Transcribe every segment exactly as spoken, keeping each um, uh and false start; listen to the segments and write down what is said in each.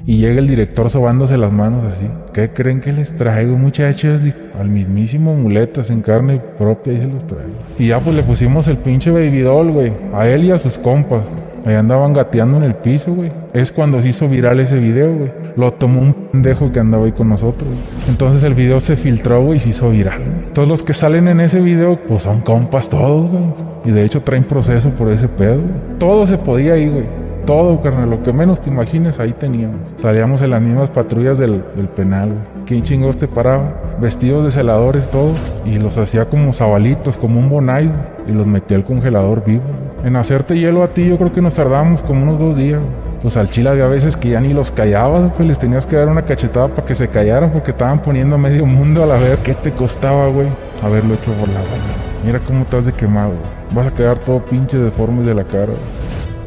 Y llega el director sobándose las manos así. ¿Qué creen que les traigo, muchachos? Dijo, al mismísimo Muletas en carne propia, y se los traigo. Y ya pues le pusimos el pinche baby doll, güey, a él y a sus compas. Ahí andaban gateando en el piso, güey. Es cuando se hizo viral ese video, güey. Lo tomó un pendejo que andaba ahí con nosotros, güey. Entonces el video se filtró, güey, y se hizo viral, güey. Todos los que salen en ese video, pues son compas todos, güey. Y de hecho traen proceso por ese pedo, güey. Todo se podía ahí, güey. Todo, carnal, lo que menos te imagines, ahí teníamos. Salíamos en las mismas patrullas del, del penal, güey. ¿Quién chingados te paraba? Vestidos de celadores todos. Y los hacía como zabalitos, como un bonai, güey. Y los metía al congelador vivo, güey. En hacerte hielo a ti yo creo que nos tardábamos como unos dos días, güey. Pues al chile había veces que ya ni los callabas, pues les tenías que dar una cachetada para que se callaran, porque estaban poniendo a medio mundo a la ver. ¿Qué te costaba, güey, haberlo hecho por la bala? Mira cómo estás de quemado, güey. Vas a quedar todo pinche deforme de la cara, güey.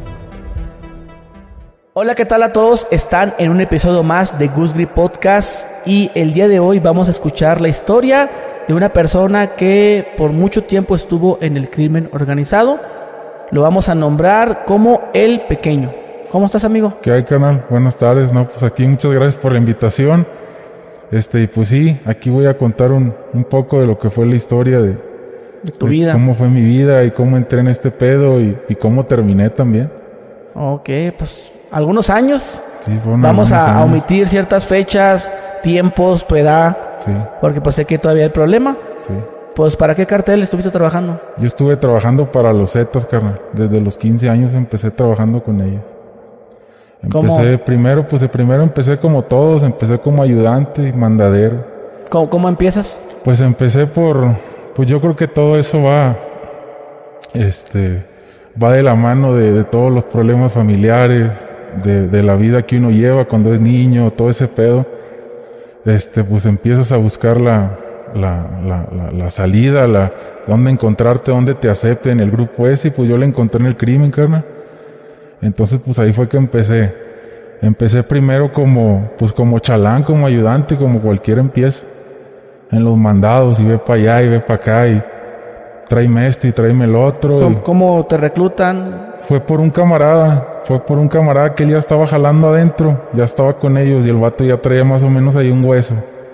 Hola, ¿qué tal a todos? Están en un episodio más de Goose Grip Podcast y el día de hoy vamos a escuchar la historia de una persona que por mucho tiempo estuvo en el crimen organizado. Lo vamos a nombrar como El Pequeño. ¿Cómo estás, amigo? ¿Qué hay, canal? Buenas tardes. No, pues aquí muchas gracias por la invitación. Este, y pues sí, aquí voy a contar un, un poco de lo que fue la historia de, de tu de vida. Cómo fue mi vida y cómo entré en este pedo y, y cómo terminé también. Ok, pues algunos años. Sí, fueron Vamos a, años. a omitir ciertas fechas, tiempos, tu edad, sí. Porque pues sé que todavía hay problema. Sí. Pues, ¿para qué cartel estuviste trabajando? Yo estuve trabajando para los Zetas, carnal. Desde los quince años empecé trabajando con ellos. Empecé ¿Cómo? primero, pues de primero empecé como todos, empecé como ayudante y mandadero. ¿Cómo, cómo empiezas? Pues empecé por, pues yo creo que todo eso va, este, va de la mano de, de todos los problemas familiares, de, de la vida que uno lleva cuando es niño, todo ese pedo. Este, pues empiezas a buscar la, la, la, la, la salida, la, dónde encontrarte, dónde te acepten el grupo ese, y pues yo la encontré en el crimen, carnal. Entonces pues ahí fue que empecé. Empecé primero como, pues como chalán, como ayudante, como cualquiera empieza. En los mandados, y ve para allá, y ve para acá, y tráeme esto y tráeme el otro. ¿Cómo, ¿Cómo te reclutan? Fue por un camarada, fue por un camarada que él ya estaba jalando adentro, ya estaba con ellos, y el vato ya traía más o menos ahí un hueso.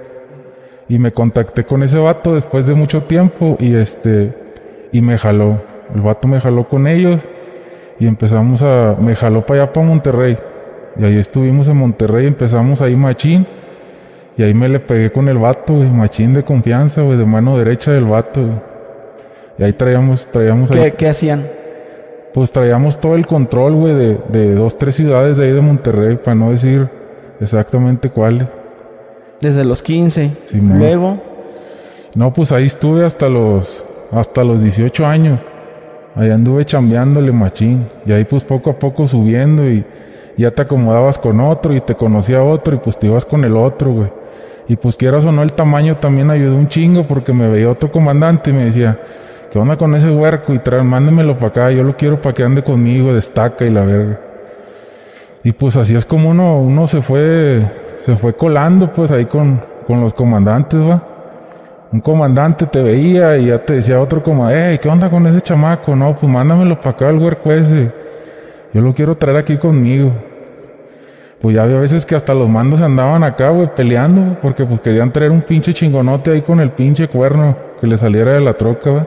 Y me contacté con ese vato después de mucho tiempo, y este, y me jaló. El vato me jaló con ellos, y empezamos a, me jaló para allá, para Monterrey. Y ahí estuvimos en Monterrey, empezamos ahí machín. Y ahí me le pegué con el vato, güey, machín de confianza, güey, de mano derecha del vato, güey. Y ahí traíamos, traíamos ¿Qué, ahí, ¿Qué hacían? pues traíamos todo el control, güey, de, de dos, tres ciudades de ahí de Monterrey, para no decir exactamente cuáles. Desde los quince. Sí, man. Luego. No, pues ahí estuve hasta los, hasta los dieciocho años. Ahí anduve chambeándole machín. Y ahí pues poco a poco subiendo, y ya te acomodabas con otro, y te conocía otro, y pues te ibas con el otro, güey. Y pues quieras o no, el tamaño también ayudó un chingo, porque me veía otro comandante y me decía, ¿qué onda con ese huerco? Y trae, mándemelo para acá, yo lo quiero para que ande conmigo, destaca y la verga. Y pues así es como uno, uno se fue, se fue colando pues ahí con, con los comandantes, va. Un comandante te veía y ya te decía otro como, hey, ¿qué onda con ese chamaco? No, pues mándamelo para acá el huerco ese. Yo lo quiero traer aquí conmigo. Pues ya había veces que hasta los mandos andaban acá, güey, peleando, güey, porque pues querían traer un pinche chingonote ahí con el pinche cuerno que le saliera de la troca, güey.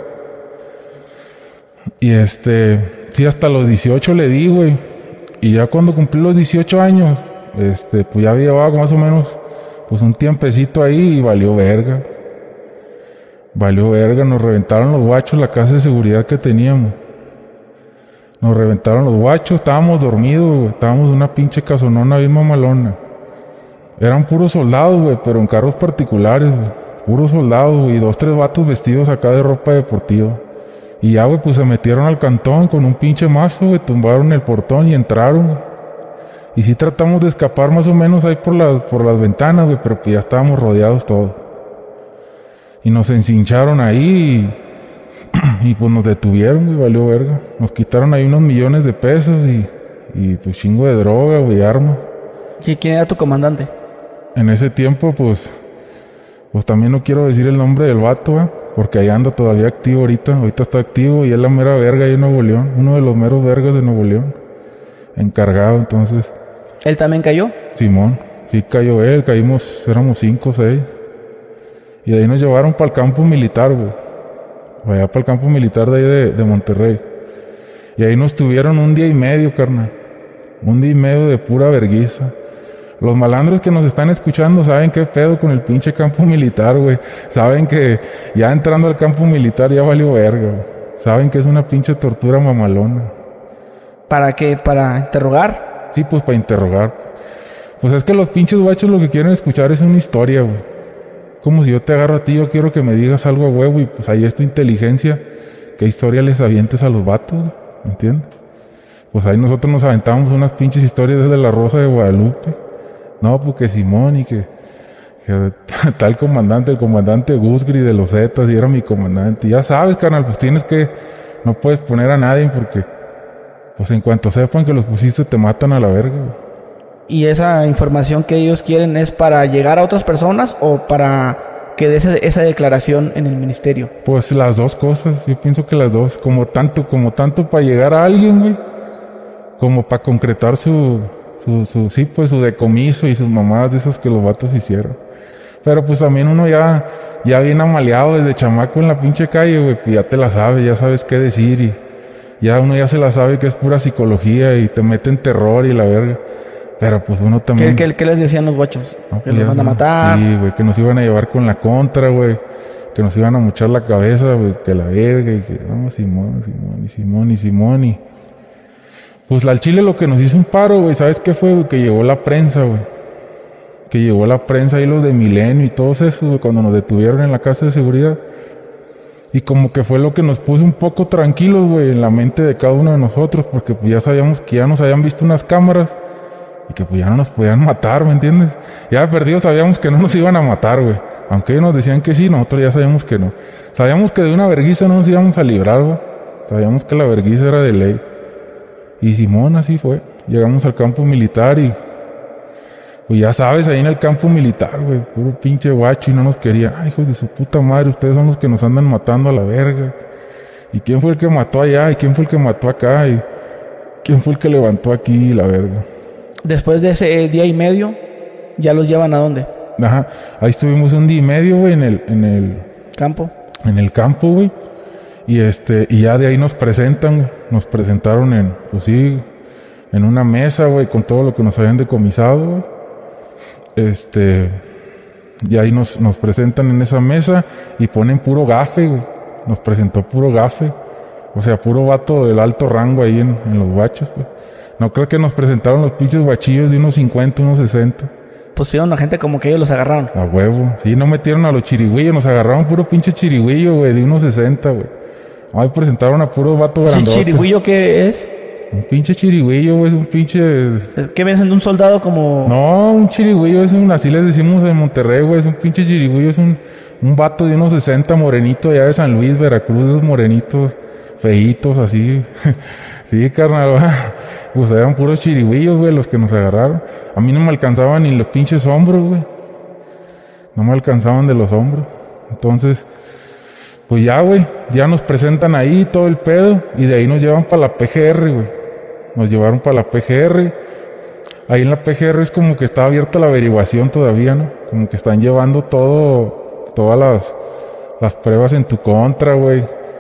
Y este, sí, hasta los dieciocho le di, güey. Y ya cuando cumplí los dieciocho años, este, pues ya había llevado más o menos, pues un tiempecito ahí y valió verga. Valió verga, nos reventaron los guachos la casa de seguridad que teníamos. Nos reventaron los guachos, estábamos dormidos, güey. Estábamos en una pinche casonona bien mamalona. Eran puros soldados, güey, pero en carros particulares, güey. Puros soldados, güey, y dos, tres vatos vestidos acá de ropa deportiva. Y ya, güey, pues se metieron al cantón con un pinche mazo, güey, tumbaron el portón y entraron, güey. Y sí tratamos de escapar más o menos ahí por, la, por las ventanas, güey, pero pues ya estábamos rodeados todos. Y nos encincharon ahí y, y pues nos detuvieron, güey, valió verga. Nos quitaron ahí unos millones de pesos y, y pues chingo de droga, güey, armas. ¿Quién era tu comandante? En ese tiempo, pues, pues también no quiero decir el nombre del vato, güey, porque ahí anda todavía activo ahorita. Ahorita está activo y es la mera verga ahí en Nuevo León. Uno de los meros vergas de Nuevo León. Encargado, entonces. ¿Él también cayó? Simón, sí cayó él, caímos, éramos cinco o seis. Y de ahí nos llevaron para el campo militar, güey. Allá para el campo militar de ahí de, de Monterrey. Y ahí nos tuvieron un día y medio, carnal. Un día y medio de pura vergüenza. Los malandros que nos están escuchando saben qué pedo con el pinche campo militar, güey. Saben que ya entrando al campo militar ya valió verga, güey. Saben que es una pinche tortura mamalona. ¿Para qué? ¿Para interrogar? Sí, pues para interrogar. Pues es que los pinches guachos lo que quieren escuchar es una historia, güey. Como si yo te agarro a ti, yo quiero que me digas algo a huevo y pues ahí es tu inteligencia. ¿Qué historia les avientes a los vatos, güey? ¿Me entiendes? Pues ahí nosotros nos aventamos unas pinches historias desde la Rosa de Guadalupe. No, porque Simón y que, que tal comandante, el comandante Gusgri de los Zetas y era mi comandante. Y ya sabes, carnal, pues tienes que, no puedes poner a nadie porque pues en cuanto sepan que los pusiste te matan a la verga, güey. ¿Y esa información que ellos quieren es para llegar a otras personas o para que des esa declaración en el ministerio? Pues las dos cosas, yo pienso que las dos, como tanto, como tanto para llegar a alguien, güey, como para concretar su, su, su, sí, pues su decomiso y sus mamadas de esos que los vatos hicieron. Pero pues también uno ya, ya bien amaleado desde chamaco en la pinche calle, güey, pues ya te la sabes, ya sabes qué decir y ya uno ya se la sabe que es pura psicología y te mete en terror y la verga. Pero pues uno también... ¿Qué, qué, qué les decían los guachos? No, ¿Que pues los van a no. matar? Sí, güey, que nos iban a llevar con la contra, güey. Que nos iban a mochar la cabeza, güey, que la verga y que... No, Simón, Simón, y Simón, y Simón, y... Pues al Chile lo que nos hizo un paro, güey, ¿sabes qué fue, güey? Que llegó la prensa, güey. Que llegó la prensa y los de Milenio y todos esos, güey, cuando nos detuvieron en la casa de seguridad. Y como que fue lo que nos puso un poco tranquilos, güey, en la mente de cada uno de nosotros, porque pues ya sabíamos que ya nos habían visto unas cámaras y que pues ya no nos podían matar, ¿me entiendes? Ya perdidos sabíamos que no nos iban a matar, güey. Aunque ellos nos decían que sí, nosotros ya sabíamos que no. Sabíamos que de una vergüenza no nos íbamos a librar, güey. Sabíamos que la vergüenza era de ley. Y Simón, así fue. Llegamos al campo militar y... Pues ya sabes, ahí en el campo militar, güey, puro pinche guacho y no nos querían. Ay, hijos de su puta madre, ustedes son los que nos andan matando a la verga. ¿Y quién fue el que mató allá? ¿Y quién fue el que mató acá? ¿Y quién fue el que levantó aquí la verga? Después de ese día y medio, ¿ya los llevan a dónde? Ajá, ahí estuvimos un día y medio, güey, en el, en el... ¿Campo? En el campo, güey. Y este, y ya de ahí nos presentan, güey. Nos presentaron en, pues sí, en una mesa, güey, con todo lo que nos habían decomisado, güey. Este, y ahí nos, nos presentan en esa mesa y ponen puro gafe, güey. Nos presentó puro gafe. O sea, puro vato del alto rango ahí en, en los guachos, güey. No creo que nos presentaron los pinches guachillos de unos cincuenta, unos sesenta. Pusieron a gente como que ellos los agarraron. A huevo. Sí, no metieron a los chirigüillos, nos agarraron puro pinche chirigüillo, güey, de unos sesenta, güey. Ahí presentaron a puro vato grandote. ¿Chirigüillo qué es? Un pinche chirigüillo, güey, es un pinche... ¿Qué ven siendo un soldado como...? No, un chirigüillo es un... Así les decimos en Monterrey, güey, es un pinche chirigüillo, es un... Un vato de unos sesenta, morenito, allá de San Luis, Veracruz, esos morenitos, feitos, así... Sí, carnal, pues eran puros chirigüillos, güey, los que nos agarraron. A mí no me alcanzaban ni los pinches hombros, güey. No me alcanzaban de los hombros. Entonces, pues ya, güey, ya nos presentan ahí todo el pedo y de ahí nos llevan para la P G R, güey. Nos llevaron para la P G R. Ahí en la P G R es como que está abierta la averiguación todavía, ¿no? Como que están llevando todo, todas las, las pruebas en tu contra, güey.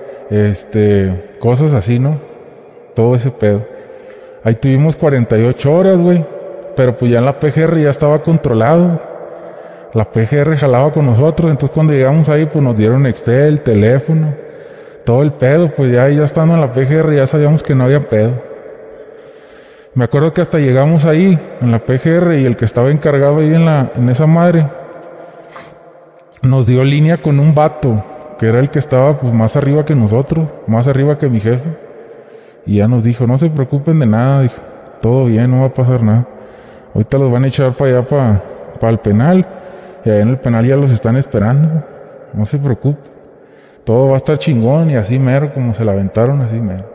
Este, cosas así, ¿no? Todo ese pedo. Ahí tuvimos cuarenta y ocho horas, güey. Pero pues ya en la P G R ya estaba controlado. La P G R jalaba con nosotros. Entonces cuando llegamos ahí, pues nos dieron Excel, teléfono, todo el pedo. Pues ya ahí ya estando en la P G R ya sabíamos que no había pedo. Me acuerdo que hasta llegamos ahí, en la P G R, y el que estaba encargado ahí en, la, en esa madre, nos dio línea con un vato, que era el que estaba pues más arriba que nosotros, más arriba que mi jefe. Y ya nos dijo, no se preocupen de nada, dijo, todo bien, no va a pasar nada. Ahorita los van a echar para allá, para, para el penal, y allá en el penal ya los están esperando, no se preocupen. Todo va a estar chingón, y así mero, como se la aventaron, así mero.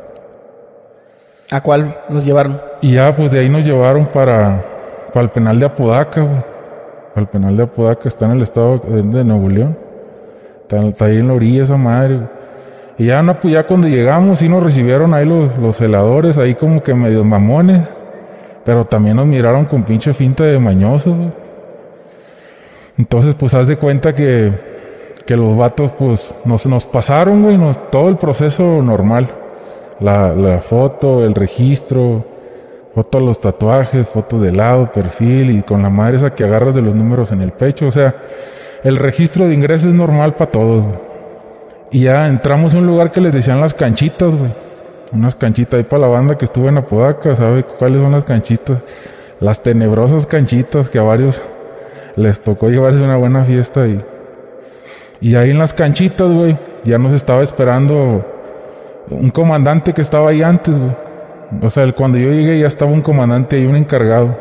¿A cuál los llevaron? Y ya, pues de ahí nos llevaron para, para el penal de Apodaca, güey. Para el penal de Apodaca, está en el estado de, de Nuevo León. Está, está ahí en la orilla esa madre, güey. Y ya, no, pues ya cuando llegamos sí nos recibieron ahí los, los celadores, ahí como que medio mamones, Pero también nos miraron con pinche finta de mañosos, güey. Entonces, pues, haz de cuenta que, que los vatos, pues, nos, nos pasaron, güey, nos, todo el proceso normal. La, la foto, el registro, foto de los tatuajes, foto de lado, perfil, y con la madre esa que agarras de los números en el pecho. O sea, el registro de ingreso es normal para todos, güey. Y ya entramos a un lugar que les decían las canchitas, güey. Unas canchitas ahí para la banda que estuvo en Apodaca, ¿sabe cuáles son las canchitas? Las tenebrosas canchitas que a varios les tocó llevarse una buena fiesta y, y ahí en las canchitas, güey, ya nos estaba esperando un comandante que estaba ahí antes, güey. O sea, cuando yo llegué ya estaba un comandante ahí, un encargado.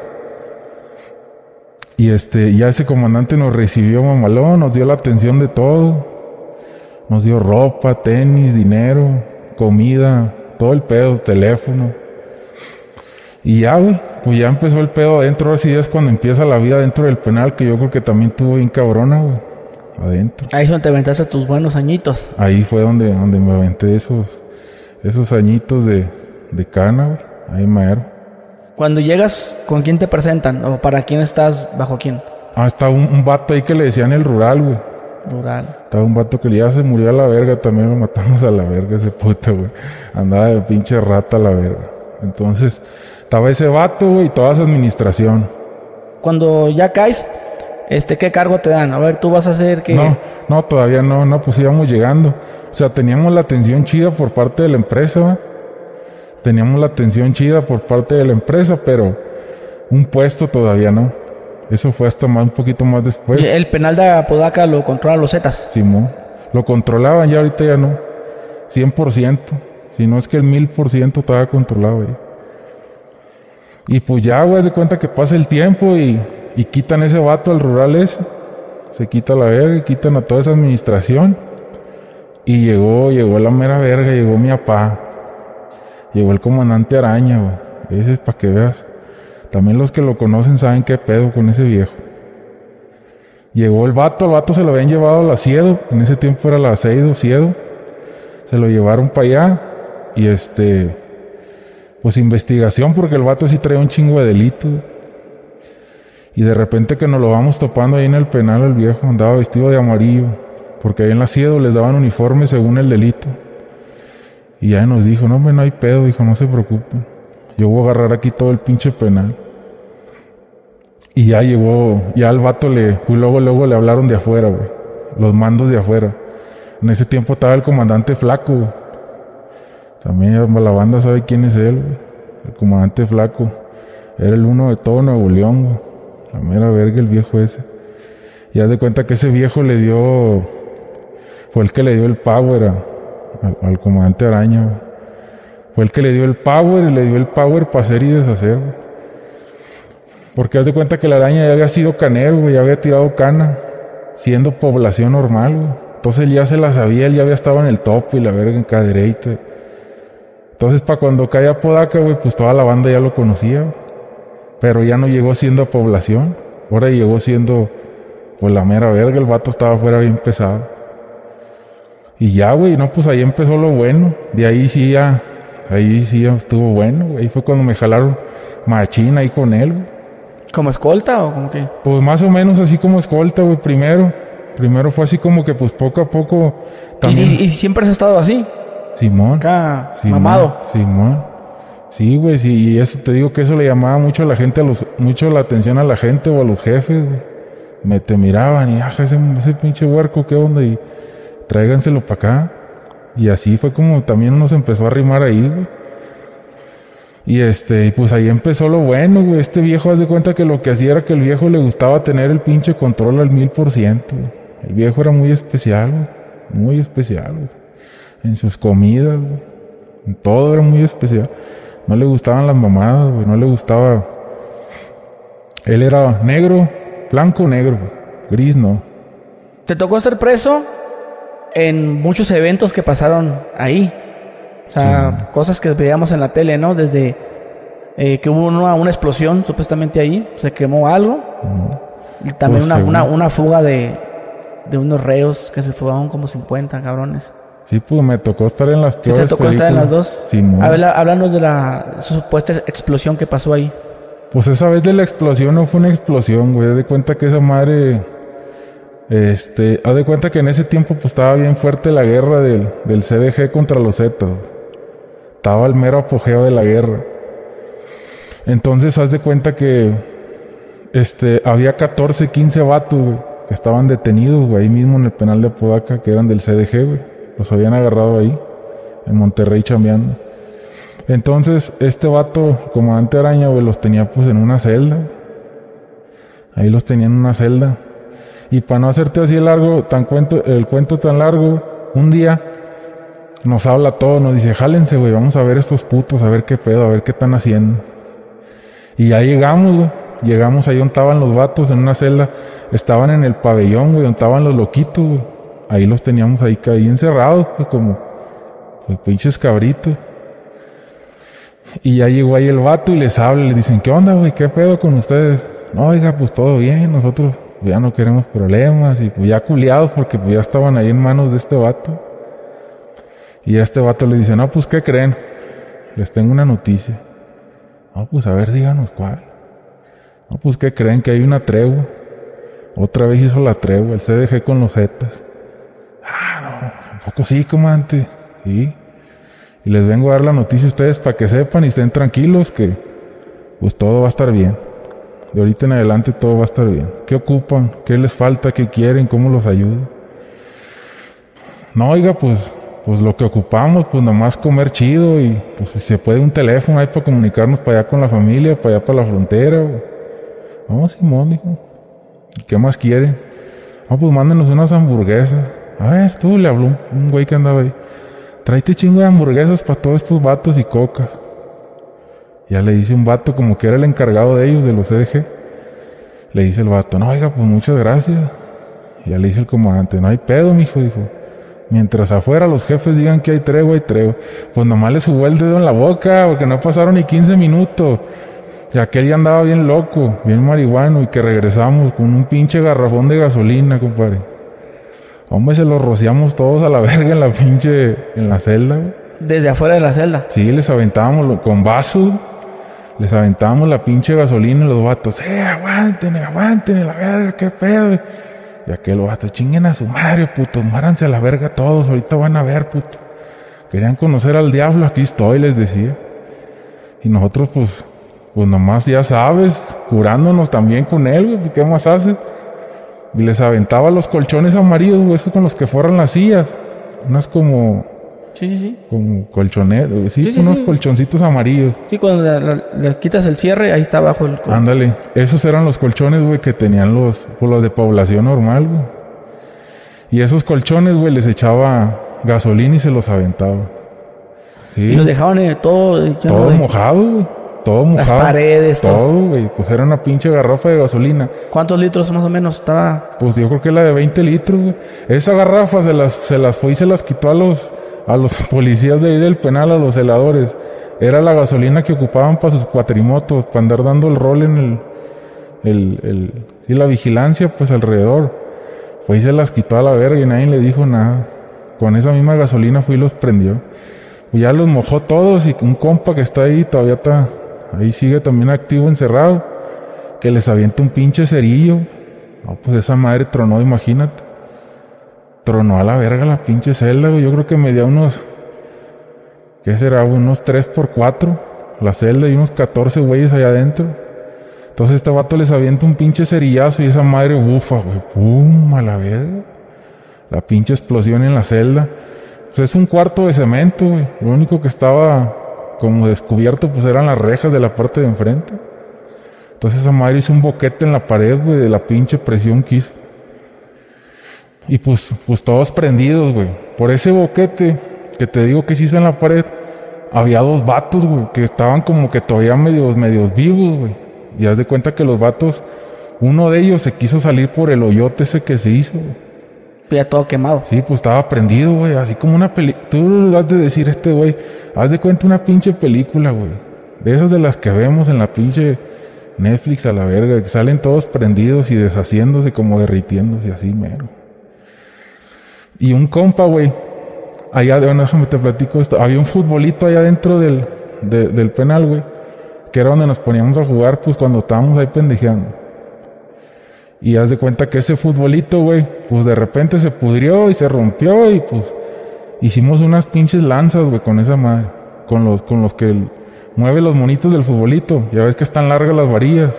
Y este, ya ese comandante nos recibió mamalón, nos dio la atención de todo. Nos dio ropa, tenis, dinero, comida, todo el pedo, teléfono. Y ya, güey, pues ya empezó el pedo adentro. Ahora sí es cuando empieza la vida dentro del penal, que yo creo que también tuvo bien cabrona, güey, adentro. Ahí es donde te aventaste tus buenos añitos. Ahí fue donde, donde me aventé esos, esos añitos de, de cana, güey, ahí mero. Cuando llegas, ¿con quién te presentan? ¿O para quién estás, bajo quién? Ah, estaba un, un vato ahí que le decían el rural, güey. Rural. Estaba un vato que ya se murió a la verga, también lo matamos a la verga ese puto, güey. Andaba de pinche rata a la verga. Entonces, estaba ese vato, güey, y toda esa administración. Cuando ya caes, este, ¿qué cargo te dan? A ver, tú vas a hacer que... No, no, todavía no, no, pues íbamos llegando. O sea, teníamos la atención chida por parte de la empresa, güey. Teníamos la atención chida por parte de la empresa, pero un puesto todavía no. Eso fue hasta más, un poquito más después. ¿Y el penal de Apodaca lo controlan los Zetas? Simón. Lo controlaban, ya ahorita ya no. cien por ciento. Si no es que el mil por ciento estaba controlado ahí. Y pues ya, güey, de cuenta que pasa el tiempo y, y quitan ese vato al rural ese. Se quita la verga y quitan a toda esa administración. Y llegó, llegó la mera verga, llegó mi papá. Llegó el comandante Araña, güey. Ese es para que veas. También los que lo conocen saben qué pedo con ese viejo. Llegó el vato, el vato se lo habían llevado a la Siedo. En ese tiempo era la Seido, Siedo. Se lo llevaron para allá. Y este... pues investigación, porque el vato sí traía un chingo de delitos. Y de repente que nos lo vamos topando ahí en el penal, el viejo andaba vestido de amarillo. Porque ahí en la Siedo les daban uniforme según el delito. Y ya nos dijo, no, hombre, no hay pedo. Dijo, no se preocupen. Yo voy a agarrar aquí todo el pinche penal. Y ya llegó, ya al vato le, pues luego, luego le hablaron de afuera, güey. Los mandos de afuera. En ese tiempo estaba el comandante Flaco, güey. También la banda sabe quién es él, güey. El comandante Flaco. Era el uno de todo Nuevo León, güey. La mera verga el viejo ese. Y haz de cuenta que ese viejo le dio, fue el que le dio el power a, al, al comandante Araña, güey. Fue el que le dio el power y le dio el power para hacer y deshacer, güey. Porque haz de cuenta que la Araña ya había sido canero, güey, ya había tirado cana, siendo población normal, güey. Entonces él ya se la sabía, él ya había estado en el top y la verga en cadereita. Entonces para cuando caía Apodaca, güey, pues toda la banda ya lo conocía, güey. Pero ya no llegó siendo población, ahora llegó siendo, pues la mera verga, el vato estaba afuera bien pesado. Y ya, güey, no, pues ahí empezó lo bueno, de ahí sí ya... Ahí sí estuvo bueno, güey. Ahí fue cuando me jalaron machín ahí con él, güey. ¿Como escolta o como qué? Pues más o menos así como escolta, güey, primero. Primero fue así como que pues poco a poco también... ¿Y, y, y siempre has estado así? Simón. Acá, Simón, mamado. Simón. Sí, güey, sí. Y eso te digo que eso le llamaba mucho a la gente, a los, mucho la atención a la gente o a los jefes, güey. Me te miraban y, ajá, ese, ese pinche huerco, ¿qué onda? Y tráiganselo para acá. Y así fue como también uno se empezó a arrimar ahí, güey. Y este, y pues ahí empezó lo bueno, güey. Este viejo, haz de cuenta que lo que hacía era que el viejo le gustaba tener el pinche control al mil por ciento, güey. El viejo era muy especial, güey. Muy especial, güey. En sus comidas, güey. En todo era muy especial. No le gustaban las mamadas, güey. No le gustaba... Él era negro, blanco, negro, güey. Gris, no. ¿Te tocó ser preso? En muchos eventos que pasaron ahí. O sea, sí. Cosas que veíamos en la tele, ¿no? Desde eh, que hubo una, una explosión supuestamente ahí, se quemó algo. No. Y también pues una, una, una fuga de, de unos reos que se fugaron como cincuenta cabrones. Sí, pues me tocó estar en las peores. ¿Sí te tocó películas? Estar en las dos? Sí, no. Habla, háblanos de la supuesta explosión que pasó ahí. Pues esa vez de la explosión no fue una explosión, güey. Haz de cuenta que esa madre... Este... Haz de cuenta que en ese tiempo pues estaba bien fuerte la guerra del, del C D G contra los Zetas. Estaba el mero apogeo de la guerra. Entonces haz de cuenta que... Este... Había catorce, quince vatos, güey, que estaban detenidos, güey, ahí mismo en el penal de Apodaca, que eran del C D G, güey. Los habían agarrado ahí, en Monterrey chambeando. Entonces, este vato, comandante Araña, güey, los tenía pues en una celda. Ahí los tenía en una celda. Y para no hacerte así el largo, tan cuento, el cuento tan largo, un día nos habla todo, nos dice, jálense, güey, vamos a ver estos putos, a ver qué pedo, a ver qué están haciendo. Y ya llegamos, güey. Llegamos ahí donde estaban los vatos en una celda. Estaban en el pabellón, güey, donde estaban los loquitos, güey. Ahí los teníamos ahí, ahí encerrados, pues como pues, pinches cabritos. Y ya llegó ahí el vato y les habla, les dicen, ¿qué onda, güey? ¿Qué pedo con ustedes? No, oiga, pues todo bien, nosotros ya no queremos problemas. Y pues ya culiados porque pues ya estaban ahí en manos de este vato. Y a este vato le dice, no, pues ¿qué creen? Les tengo una noticia. No, pues a ver, díganos cuál. No, pues ¿qué creen? Que hay una tregua. Otra vez hizo la tregua, el C D G con los Zetas. Ah, no, un poco sí, comandante. Sí. Y les vengo a dar la noticia a ustedes para que sepan y estén tranquilos que pues todo va a estar bien. De ahorita en adelante todo va a estar bien. ¿Qué ocupan? ¿Qué les falta? ¿Qué quieren? ¿Cómo los ayudo? No, oiga, pues, pues lo que ocupamos, pues nomás comer chido y pues si se puede un teléfono ahí para comunicarnos para allá con la familia, para allá para la frontera. No, Simón, dijo. ¿Qué más quieren? No, pues mándenos unas hamburguesas. A ver, tú, le habló un, un güey que andaba ahí. Tráete chingo de hamburguesas para todos estos vatos y cocas. Ya le dice un vato como que era el encargado de ellos, de los C D G. Le dice el vato, no, oiga, pues muchas gracias. Y ya le dice el comandante, no hay pedo, mijo, dijo. Mientras afuera los jefes digan que hay tregua, hay tregua. Pues nomás le subió el dedo en la boca, porque no pasaron ni quince minutos. Y aquel ya andaba bien loco, bien marihuano, y que regresamos con un pinche garrafón de gasolina, compadre. Hombre, se los rociamos todos a la verga en la pinche, en la celda, güey. Desde afuera de la celda. Sí, les aventábamos lo, con vasos, les aventábamos la pinche gasolina y los vatos, eh, aguanten, aguanten, la verga, qué pedo. Y aquel vato, chinguen a su madre, putos, muéranse a la verga todos, ahorita van a ver, puto. Querían conocer al diablo, aquí estoy, les decía. Y nosotros, pues, pues nomás, ya sabes, curándonos también con él, güey, ¿qué más haces? Y les aventaba los colchones amarillos, güey, esos con los que forran las sillas. Unas como... Sí, sí, sí. Como colchoneros, sí, Sí, sí, unos sí. colchoncitos amarillos. Sí, cuando la- la- le quitas el cierre, ahí está abajo el... col- Ándale, esos eran los colchones, güey, que tenían los, pues, los de población normal, güey. Y esos colchones, güey, les echaba gasolina y se los aventaba. Sí. Y los dejaban eh, todo... lleno Todo de- mojado, güey. Todo mojado. Las paredes, todo. Todo, güey. Pues era una pinche garrafa de gasolina. ¿Cuántos litros más o menos estaba? Pues yo creo que la de veinte litros, güey. Esa garrafa se las, se las fue y se las quitó a los, a los policías de ahí del penal, a los celadores. Era la gasolina que ocupaban para sus cuatrimotos, para andar dando el rol en el, el, el, sí, la vigilancia, pues alrededor. Fue y se las quitó a la verga y nadie le dijo nada. Con esa misma gasolina fue y los prendió. Y ya los mojó todos y un compa que está ahí todavía está, ahí sigue también activo, encerrado, que les avienta un pinche cerillo. No, pues esa madre tronó, imagínate. Tronó a la verga la pinche celda, güey. Yo creo que medía unos, ¿qué será, güey? Unos tres por cuatro la celda y unos catorce güeyes allá adentro. Entonces este vato les avienta un pinche cerillazo y esa madre bufa, güey. Pum, a la verga. La pinche explosión en la celda. Pues es un cuarto de cemento, güey. Lo único que estaba como descubierto, pues eran las rejas de la parte de enfrente. Entonces esa madre hizo un boquete en la pared, güey, de la pinche presión que hizo. Y pues, pues todos prendidos, güey. Por ese boquete que te digo que se hizo en la pared, había dos vatos, güey, que estaban como que todavía medios, medios vivos, güey. Y haz de cuenta que los vatos, uno de ellos se quiso salir por el hoyote ese que se hizo, güey. Ya todo quemado. Sí, pues estaba prendido, güey, así como una película. Tú has de decir este güey, haz de cuenta una pinche película, güey. De esas de las que vemos en la pinche Netflix a la verga, que salen todos prendidos y deshaciéndose, como derritiéndose, así mero. Y un compa, güey, allá, bueno, déjame te platico esto. Había un futbolito allá dentro del, de, del penal, güey, que era donde nos poníamos a jugar, pues cuando estábamos ahí pendejeando. Y haz de cuenta que ese futbolito, güey, pues de repente se pudrió y se rompió y pues hicimos unas pinches lanzas, güey, con esa madre. Con los, con los que el, mueve los monitos del futbolito. Ya ves que están largas las varillas.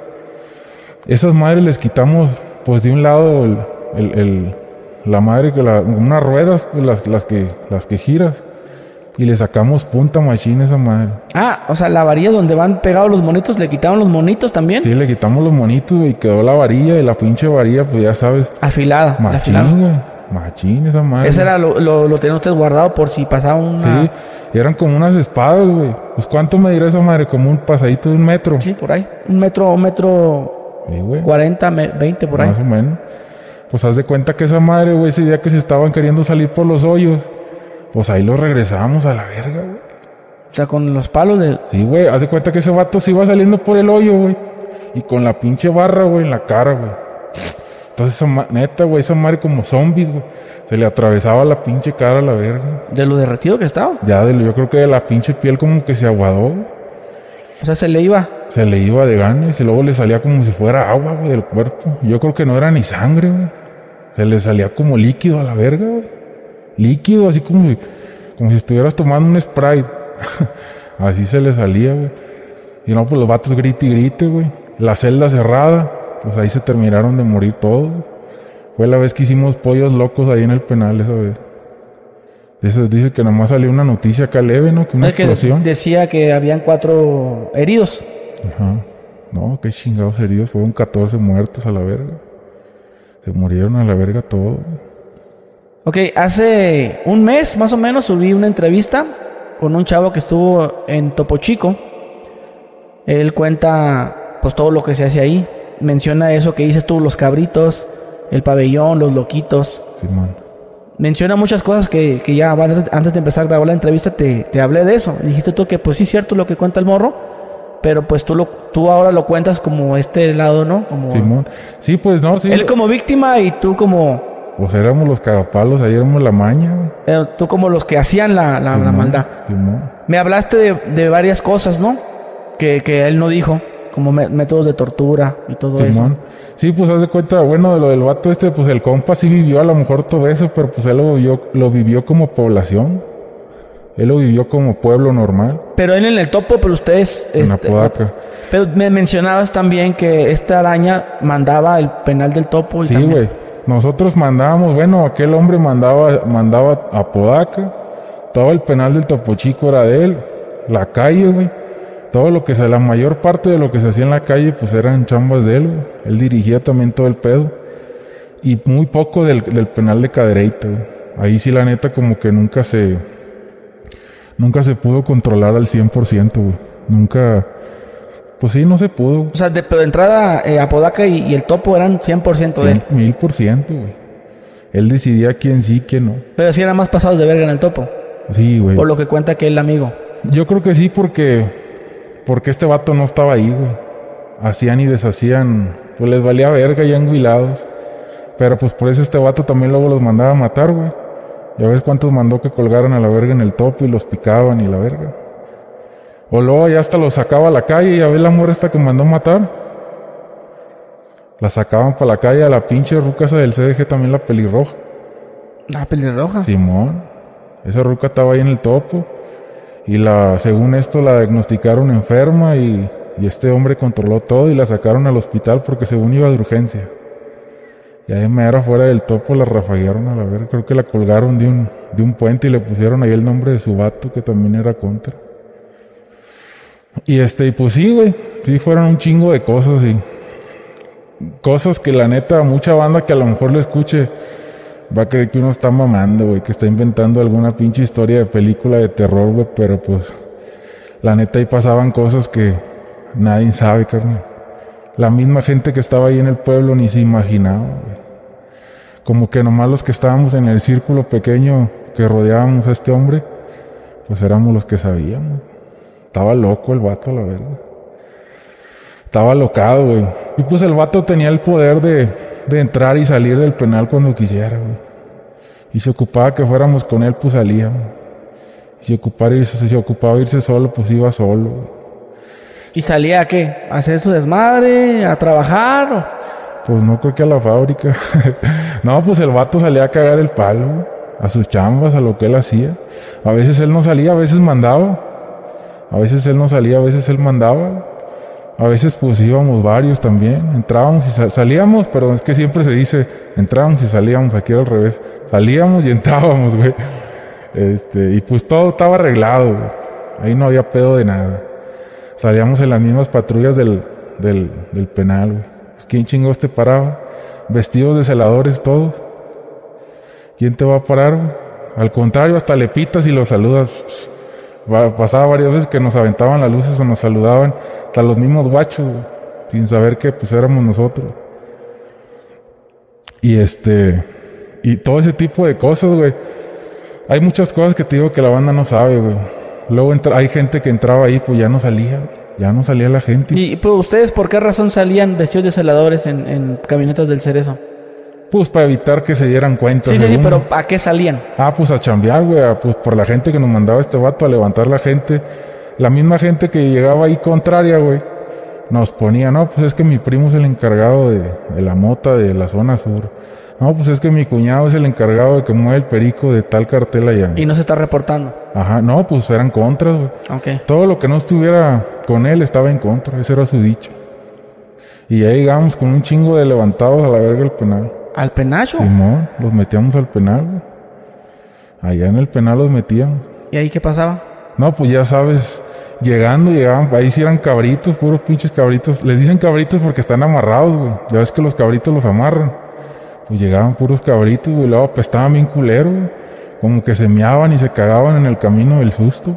Esas madres les quitamos, pues de un lado el, el, el, la madre, que la, unas ruedas, pues, las, las, que, las que giras. Y le sacamos punta machina a esa madre. Ah, o sea, la varilla donde van pegados los monitos, ¿le quitaron los monitos también? Sí, le quitamos los monitos y quedó la varilla. Y la pinche varilla, pues ya sabes. Afilada. Machín, güey. Machín esa madre. Ese era lo, lo, lo tenían ustedes guardado por si pasaba una... Sí, y eran como unas espadas, güey. Pues ¿cuánto me dirá esa madre? Como un pasadito de un metro. Sí, por ahí. Un metro, un metro... Sí, güey. cuarenta, veinte, por ahí. Más o menos. Pues haz de cuenta que esa madre, güey, ese día que se estaban queriendo salir por los hoyos, pues ahí los regresábamos a la verga, güey. O sea, con los palos de... Sí, güey, haz de cuenta que ese vato se iba saliendo por el hoyo, güey. Y con la pinche barra, güey, en la cara, güey. Entonces, esa ma... neta, güey, esa madre como zombies, güey. Se le atravesaba la pinche cara a la verga. ¿De lo derretido que estaba? Ya, de lo, yo creo que de la pinche piel como que se aguadó, güey. O sea, se le iba... Se le iba de ganas y luego le salía como si fuera agua, güey, del cuerpo. Yo creo que no era ni sangre, güey. Se le salía como líquido a la verga, güey. Líquido, así como si, como si estuvieras tomando un Sprite. Así se le salía, güey. Y no, pues los vatos grite y grite, güey. La celda cerrada, pues ahí se terminaron de morir todos, güey. Fue la vez que hicimos pollos locos ahí en el penal esa vez. Dice, dice que nomás salió una noticia acá leve, ¿no? Que una es explosión. Que decía que habían cuatro heridos. Ajá. No, qué chingados heridos. Fueron catorce muertos a la verga. Se murieron a la verga todos. Ok, hace un mes más o menos subí una entrevista con un chavo que estuvo en Topo Chico. Él cuenta pues todo lo que se hace ahí. Menciona eso que dices tú, los cabritos, el pabellón, los loquitos. Sí, man. Menciona muchas cosas que, que ya bueno, antes de empezar a grabar la entrevista te, te hablé de eso. Dijiste tú que pues sí es cierto lo que cuenta el morro, pero pues tú lo tú ahora lo cuentas como este lado, ¿no? Como Simón. Sí, pues no, sí. Él como víctima y tú como... Pues éramos los cagapalos, ahí éramos la maña, güey. Eh, tú como los que hacían la, la, la maldad. Simón. Me hablaste de, de varias cosas, ¿no? Que, que él no dijo, como me, métodos de tortura y todo Simón. eso. Sí, pues haz de cuenta, bueno, de lo del vato este, pues el compa sí vivió a lo mejor todo eso, pero pues él lo vivió, lo vivió como población. Él lo vivió como pueblo normal. Pero él en el Topo, pero ustedes... En este, Apodaca. Pero me mencionabas también que esta araña mandaba el penal del Topo. Y sí, también... güey. Nosotros mandábamos, bueno, aquel hombre mandaba, mandaba a Apodaca. Todo el penal del Topo Chico era de él. La calle, güey. Todo lo que se, la mayor parte de lo que se hacía en la calle, pues eran chambas de él, güey. Él dirigía también todo el pedo. Y muy poco del, del penal de Cadereyta, güey. Ahí sí, la neta, como que nunca se... Nunca se pudo controlar al cien por ciento, güey. Nunca... Pues sí, no se pudo. O sea, de, pero de entrada, eh, Apodaca y, y el Topo eran cien por ciento de él. Mil por ciento, güey. Él decidía quién sí, quién no. Pero sí eran más pasados de verga en el Topo. Sí, güey. Por lo que cuenta que el amigo. Yo creo que sí, porque... Porque este vato no estaba ahí, güey. Hacían y deshacían... Pues les valía verga ya enguilados. Pero pues por eso este vato también luego los mandaba a matar, güey. Ya ves cuántos mandó que colgaran a la verga en el Topo y los picaban y la verga. O luego ya hasta los sacaba a la calle y ya ves la mujer esta que mandó matar. La sacaban para la calle a la pinche ruca esa del C D G también, la pelirroja. La pelirroja. Simón. Esa ruca estaba ahí en el Topo. Y la, según esto la diagnosticaron enferma y, y este hombre controló todo y la sacaron al hospital porque según iba de urgencia. Y ahí me era fuera del Topo, la rafaguearon a la verga. Creo que la colgaron de un, de un puente y le pusieron ahí el nombre de su vato que también era contra. Y este, y pues sí, güey, sí fueron un chingo de cosas y cosas que la neta, mucha banda que a lo mejor lo escuche va a creer que uno está mamando, güey, que está inventando alguna pinche historia de película de terror, güey, pero pues la neta ahí pasaban cosas que nadie sabe, carnal. La misma gente que estaba ahí en el pueblo ni se imaginaba, güey. Como que nomás los que estábamos en el círculo pequeño que rodeábamos a este hombre, pues éramos los que sabíamos. Estaba loco el vato, la verdad. Estaba locado, güey. Y pues el vato tenía el poder de, de entrar y salir del penal cuando quisiera, güey. Y se ocupaba que fuéramos con él, pues salíamos. Y si ocupaba irse, si ocupaba irse solo, pues iba solo, güey. ¿Y salía a qué? ¿A hacer su desmadre? ¿A trabajar? O... Pues no creo que a la fábrica. No, pues el vato salía a cagar el palo, güey, a sus chambas, a lo que él hacía. A veces él no salía, a veces mandaba. A veces él no salía, a veces él mandaba. A veces pues íbamos varios también. Entrábamos y sal- salíamos, pero es que siempre se dice entrábamos y salíamos, aquí era al revés. Salíamos y entrábamos, güey. Este, y pues todo estaba arreglado, güey. Ahí no había pedo de nada. Salíamos en las mismas patrullas del, del, del penal, güey. ¿Quién chingos te paraba? Vestidos de celadores todos. ¿Quién te va a parar, güey? Al contrario, hasta le pitas y los saludas. Va- Pasaba varias veces que nos aventaban las luces o nos saludaban. Hasta los mismos guachos, güey, sin saber que pues éramos nosotros. Y este... Y todo ese tipo de cosas, güey. Hay muchas cosas que te digo que la banda no sabe, güey. Luego entra, hay gente que entraba ahí, pues ya no salía, güey. Ya no salía la gente. ¿Y pues ustedes por qué razón salían vestidos de celadores en, en camionetas del Cerezo? Pues para evitar que se dieran cuenta. Sí, sí, sí, según. pero ¿a qué salían? Ah, pues a chambear, güey. a- Pues por la gente que nos mandaba este vato a levantar la gente. La misma gente que llegaba ahí contraria, güey. Nos ponía, no, pues es que mi primo es el encargado de, de la mota de la zona sur. No, pues es que mi cuñado es el encargado de que mueve el perico de tal cartel allá. Y no se está reportando. Ajá, no, pues eran contras, güey. Ok. Todo lo que no estuviera con él estaba en contra, ese era su dicho. Y ya llegamos con un chingo de levantados a la verga del penal. ¿Al penacho? Simón, los metíamos al penal, güey. Allá en el penal los metíamos. ¿Y ahí qué pasaba? No, pues ya sabes, llegando, llegaban, ahí sí eran cabritos, puros pinches cabritos. Les dicen cabritos porque están amarrados, güey. Ya ves que los cabritos los amarran. Pues llegaban puros cabritos, güey, luego apestaban bien culero, güey. Como que se meaban y se cagaban en el camino del susto.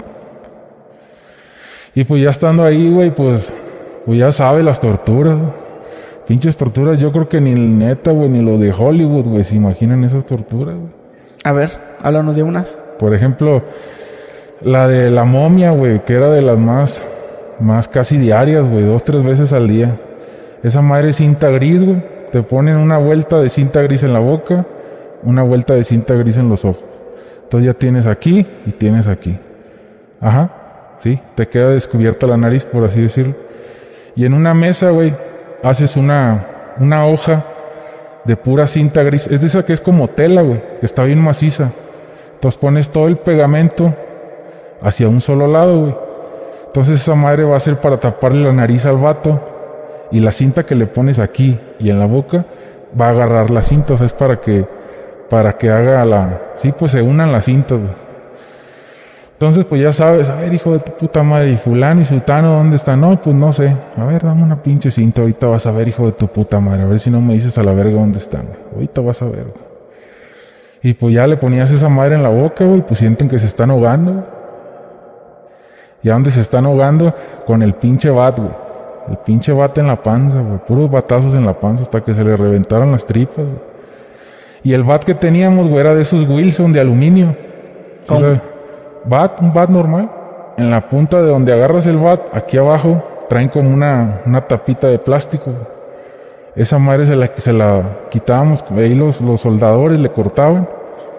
Y pues ya estando ahí, güey, pues, pues ya sabes las torturas, güey. Pinches torturas, yo creo que ni neta, güey, ni lo de Hollywood, güey, se imaginan esas torturas, güey. A ver, háblanos de unas. Por ejemplo, la de la momia, güey, que era de las más, más casi diarias, güey, dos, tres veces al día. Esa madre es cinta gris, güey. Te ponen una vuelta de cinta gris en la boca, una vuelta de cinta gris en los ojos. Entonces ya tienes aquí y tienes aquí. Ajá, sí, te queda descubierta la nariz, por así decirlo. Y en una mesa, güey, haces una, una hoja de pura cinta gris. Es de esa que es como tela, güey, que está bien maciza. Entonces pones todo el pegamento hacia un solo lado, güey. Entonces esa madre va a ser para taparle la nariz al vato. Y la cinta que le pones aquí y en la boca va a agarrar la cinta. O sea, es para que, para que haga la... Sí, pues se unan las cintas, güey. Entonces, pues ya sabes, a ver, hijo de tu puta madre, y fulano y sultano, ¿dónde está? No, pues no sé. A ver, dame una pinche cinta, ahorita vas a ver, hijo de tu puta madre. A ver si no me dices a la verga dónde están, güey. Ahorita vas a ver, güey. Y pues ya le ponías esa madre en la boca, güey, pues sienten que se están ahogando, güey. ¿Y a dónde se están ahogando? Con el pinche bat, güey. El pinche bate en la panza, güey. Puros batazos en la panza hasta que se le reventaron las tripas, güey. Y el bat que teníamos, güey, era de esos Wilson de aluminio. ¿Cómo? O sea, bat, un bat normal. En la punta de donde agarras el bat, aquí abajo, traen como una, una tapita de plástico, güey. Esa madre se la, se la quitábamos, ahí los, los soldadores le cortaban.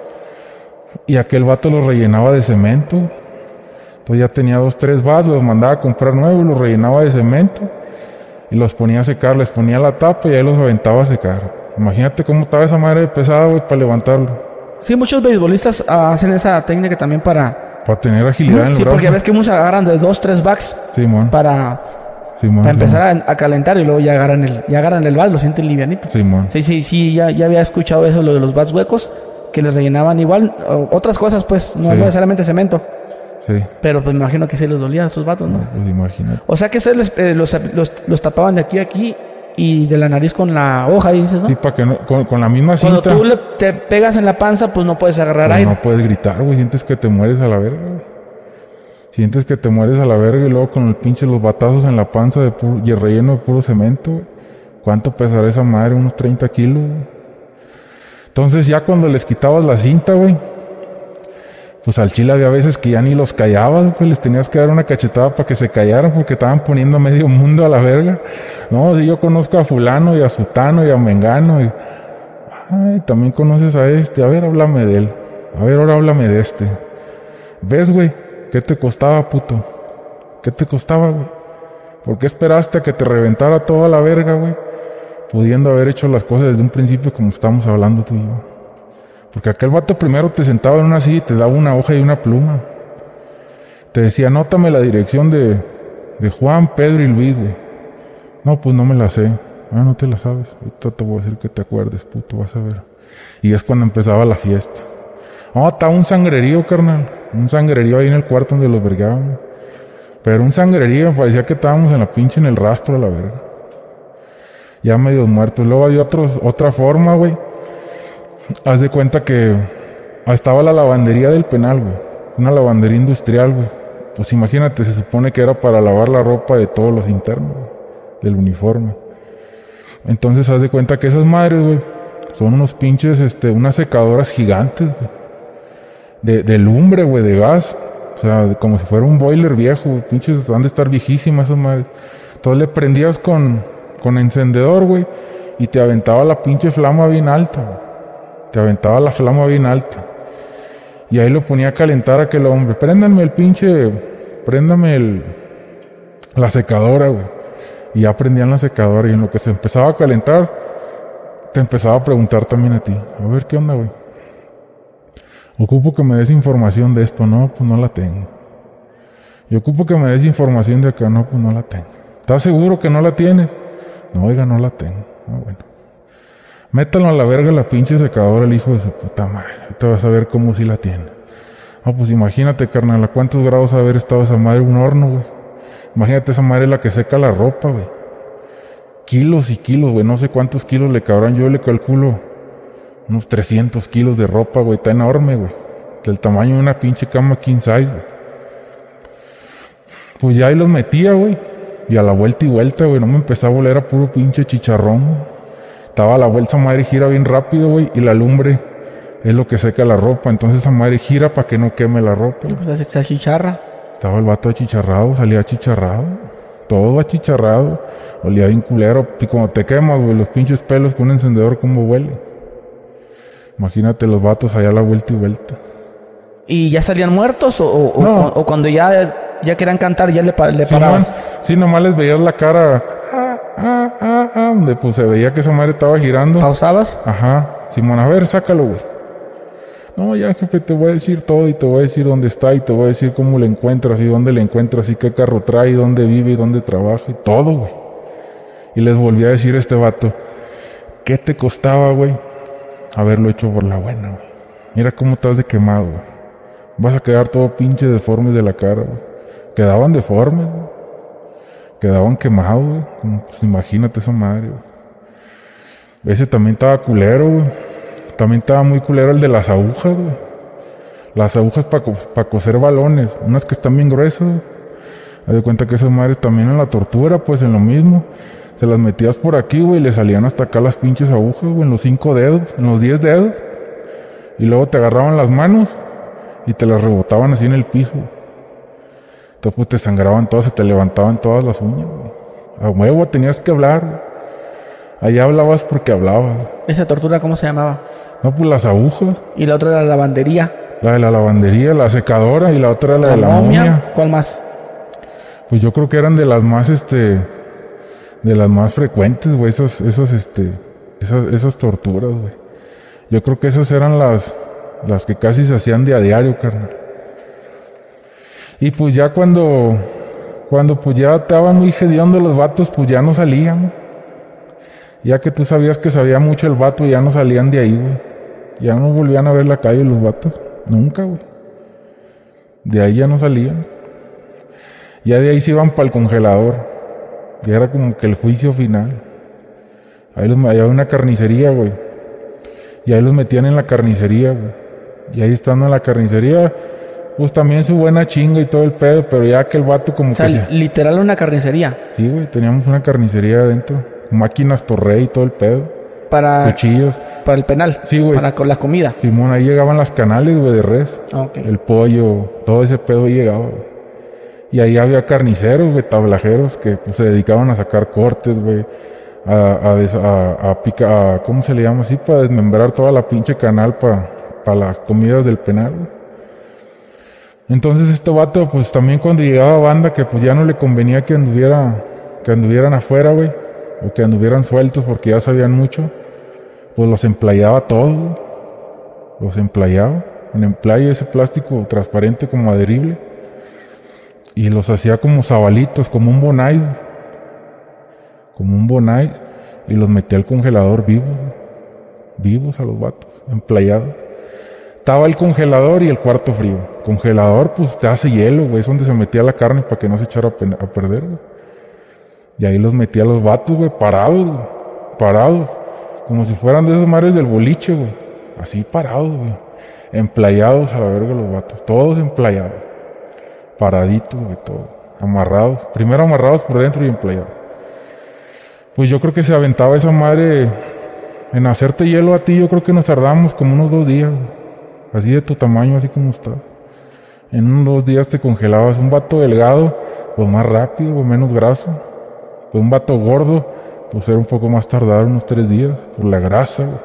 Y aquel vato los rellenaba de cemento, güey. Entonces ya tenía dos, tres bats, los mandaba a comprar nuevos, los rellenaba de cemento y los ponía a secar, les ponía la tapa y ahí los aventaba a secar. Imagínate cómo estaba esa madre de pesada, güey, para levantarlo. Sí, muchos beisbolistas ah, hacen esa técnica también para... Para tener agilidad en el Sí, brazo. porque ves que muchos agarran de dos, tres backs Simón, para, Simón, para empezar a, a calentar y luego ya agarran el, ya agarran el bat, lo sienten livianito. Simón. Sí, sí, sí, ya, ya había escuchado eso, lo de los bats huecos, que les rellenaban igual, o, otras cosas pues, no Sí. necesariamente cemento. Sí, Pero pues me imagino que sí les dolía a esos vatos, ¿no? pues imagínate. O sea que ustedes les, eh, los, los, los tapaban de aquí a aquí y de la nariz con la hoja, dices, ¿no? Sí, para que no, con, con la misma Cuando cinta, tú le, te pegas en la panza, pues no puedes agarrar pues aire. no puedes gritar, güey, sientes que te mueres a la verga, güey. Sientes que te mueres a la verga y luego con el pinche los batazos en la panza de puro, y el relleno de puro cemento, güey. ¿Cuánto pesará esa madre? Unos treinta kilos, güey. Entonces ya cuando les quitabas la cinta, güey, pues al chile había veces que ya ni los callabas, güey, les tenías que dar una cachetada para que se callaran porque estaban poniendo a medio mundo a la verga. No, si yo conozco a fulano y a sutano y a mengano y... Ay, también conoces a este, a ver, háblame de él. A ver, ahora háblame de este. ¿Ves, güey? ¿Qué te costaba, puto? ¿Qué te costaba, güey? ¿Por qué esperaste a que te reventara toda la verga, güey? Pudiendo haber hecho las cosas desde un principio como estamos hablando tú y yo. Porque aquel vato primero te sentaba en una silla y te daba una hoja y una pluma. Te decía, anótame la dirección de, de Juan, Pedro y Luis, güey. No, pues no me la sé. Ah, no te la sabes. Ahorita te voy a decir que te acuerdes, puto, vas a ver. Y es cuando empezaba la fiesta. No, estaba un sangrerío, carnal. Un sangrerío ahí en el cuarto donde los vergaban. Pero un sangrerío, parecía que estábamos en la pinche en el rastro de la verga. Ya medio muertos. Luego había otros, otra forma, güey. Haz de cuenta que estaba la lavandería del penal, güey. Una lavandería industrial, güey. Pues imagínate, se supone que era para lavar la ropa de todos los internos, güey, del uniforme. Entonces haz de cuenta que esas madres, güey, son unos pinches, este, unas secadoras gigantes, güey. De, de lumbre, güey, de gas. O sea, como si fuera un boiler viejo, güey. Pinches, han de estar viejísimas esas madres. Entonces le prendías con, con encendedor, güey, y te aventaba la pinche flama bien alta, güey. Te aventaba la flama bien alta. Y ahí lo ponía a calentar aquel hombre. Préndanme el pinche... Préndame el... La secadora, güey. Y ya prendían la secadora. Y en lo que se empezaba a calentar, te empezaba a preguntar también a ti. A ver, ¿qué onda, güey? Ocupo que me des información de esto. No, pues no la tengo. Y ocupo que me des información de acá. No, pues no la tengo. ¿Estás seguro que no la tienes? No, oiga, no la tengo. Ah, bueno. Métalo a la verga la pinche secadora, el hijo de su puta madre. Te vas a ver cómo si la tiene. Ah, pues imagínate, carnal, ¿a cuántos grados haber estado esa madre? Un horno, güey. Imagínate, esa madre es la que seca la ropa, güey. Kilos y kilos, güey. No sé cuántos kilos le cabrán. Yo le calculo unos trescientos kilos de ropa, güey. Está enorme, güey. Del tamaño de una pinche cama king size, güey. Pues ya ahí los metía, güey. Y a la vuelta y vuelta, güey. No me empezaba a voler a puro pinche chicharrón, güey. Estaba la vuelta, esa madre gira bien rápido, güey. Y la lumbre es lo que seca la ropa. Entonces esa madre gira para que no queme la ropa. Y pues se achicharra. Estaba el vato achicharrado, salía achicharrado. Todo achicharrado. Olía bien culero. Y cuando te quemas, güey, los pinches pelos con un encendedor, ¿cómo huele? Imagínate los vatos allá a la vuelta y vuelta. ¿Y ya salían muertos? ¿O, o, no. o, o cuando ya, ya querían cantar, ya le, le sí, parabas? Man, sí, nomás les veías la cara... Ah, ah, ah, ah, donde pues se veía que esa madre estaba girando. ¿Pausabas? Ajá. Simón, a ver, sácalo, güey. No, ya, jefe, te voy a decir todo y te voy a decir dónde está y te voy a decir cómo le encuentras y dónde le encuentras y qué carro trae y dónde vive y dónde trabaja y todo, güey. Y les volví a decir a este vato, ¿qué te costaba, güey, haberlo hecho por la buena, güey? Mira cómo estás de quemado, güey. Vas a quedar todo pinche deforme de la cara, güey. Quedaban deformes, güey. Quedaban quemados, güey. Pues imagínate esa madre, güey. Ese también estaba culero, güey. También estaba muy culero el de las agujas, güey. Las agujas para co pa coser balones. Unas que están bien gruesas, güey. Haz de cuenta que esas madres también en la tortura, pues en lo mismo. Se las metías por aquí, güey, y le salían hasta acá las pinches agujas, güey, en los cinco dedos, en los diez dedos. Y luego te agarraban las manos y te las rebotaban así en el piso, güey. Entonces pues te sangraban todas, se te levantaban todas las uñas, güey. A huevo tenías que hablar, güey. Allá hablabas porque hablabas. ¿Esa tortura cómo se llamaba? No, pues las agujas. Y la otra era la lavandería. La de la lavandería, la secadora y la otra era la, la de la momia. momia. ¿Cuál más? Pues yo creo que eran de las más, este, de las más frecuentes, güey, esas, esas, este, esas, esas torturas, güey. Yo creo que esas eran las, las que casi se hacían de a diario, carnal. Y pues ya cuando, cuando pues ya estaban muy hediondos los vatos, pues ya no salían. Ya que tú sabías que sabía mucho el vato, ya no salían de ahí, güey. Ya no volvían a ver la calle los vatos. Nunca, güey. De ahí ya no salían. Ya de ahí se iban para el congelador. Ya era como que el juicio final. Ahí los, había una carnicería, güey. Y ahí los metían en la carnicería, güey. Y ahí estando en la carnicería, pues también su buena chinga y todo el pedo, pero ya que el vato como o sea, que... literal una carnicería. Sí, güey, teníamos una carnicería adentro. Máquinas Torrey y todo el pedo. Para... Cuchillos. Para el penal. Sí, güey. Para la comida. Simón, ahí llegaban las canales, güey, de res. Okay. El pollo, todo ese pedo ahí llegaba, güey. Y ahí había carniceros, güey, tablajeros que pues, se dedicaban a sacar cortes, güey. A, a, a, a picar, a, ¿cómo se le llama así? Para desmembrar toda la pinche canal para pa las comidas del penal, güey. Entonces este vato, pues también cuando llegaba banda que pues ya no le convenía que anduviera que anduvieran afuera, güey, o que anduvieran sueltos porque ya sabían mucho, pues los emplayaba todos, güey. Los emplayaba en emplaye, ese plástico transparente como adherible, y los hacía como zabalitos, como un bonais, como un bonais, y los metía al congelador vivos, vivos a los vatos, emplayados. Estaba el congelador y el cuarto frío. Congelador, pues te hace hielo, güey, es donde se metía la carne para que no se echara a, pe- a perder, güey. Y ahí los metía los vatos, güey, parados, güey, parados, como si fueran de esos mares del boliche, güey, así parados, güey, emplayados a la verga los vatos, todos emplayados, paraditos, güey, todos, amarrados, primero amarrados por dentro y emplayados. Pues yo creo que se aventaba esa madre en hacerte hielo a ti, yo creo que nos tardamos como unos dos días, güey. Así de tu tamaño, así como estás. En unos dos días te congelabas. Un vato delgado, pues más rápido, o menos graso. Pues un vato gordo, pues era un poco más tardado, unos tres días, por la grasa, güey.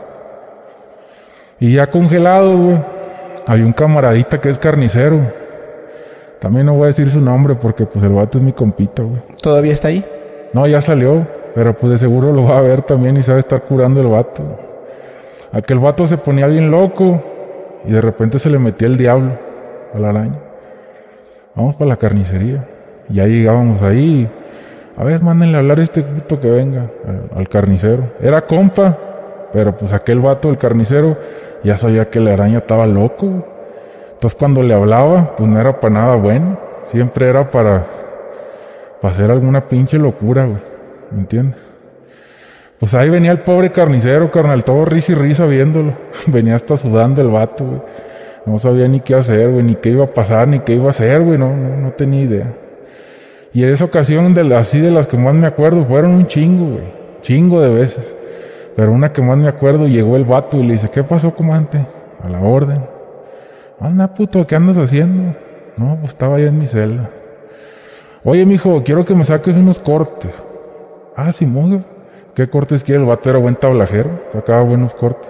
Y ya congelado, güey, hay un camaradita que es carnicero. También no voy a decir su nombre porque pues el vato es mi compita, güey. ¿Todavía está ahí? No, ya salió, pero pues de seguro lo va a ver también y sabe estar curando el vato. Aquel vato se ponía bien loco y de repente se le metía el diablo a la araña. Vamos para la carnicería. Y ya llegábamos ahí. A ver, mándenle a hablar a este puto que venga, al, al carnicero. Era compa, pero pues aquel vato, el carnicero, ya sabía que la araña estaba loco. Entonces cuando le hablaba, pues no era para nada bueno. Siempre era para, para hacer alguna pinche locura, güey. ¿Me entiendes? Pues ahí venía el pobre carnicero, carnal, todo risa y risa viéndolo. Venía hasta sudando el vato, güey. No sabía ni qué hacer, güey, ni qué iba a pasar, ni qué iba a hacer, güey. No, no, no tenía idea. Y en esa ocasión, de, así de las que más me acuerdo, fueron un chingo, güey. Chingo de veces. Pero una que más me acuerdo, llegó el vato y le dice, ¿qué pasó, comandante? A la orden. Anda, puto, ¿qué andas haciendo? No, pues estaba allá en mi celda. Oye, mijo, quiero que me saques unos cortes. Ah, Simón, güey. ¿Qué cortes quiere? El vato era buen tablajero, sacaba buenos cortes.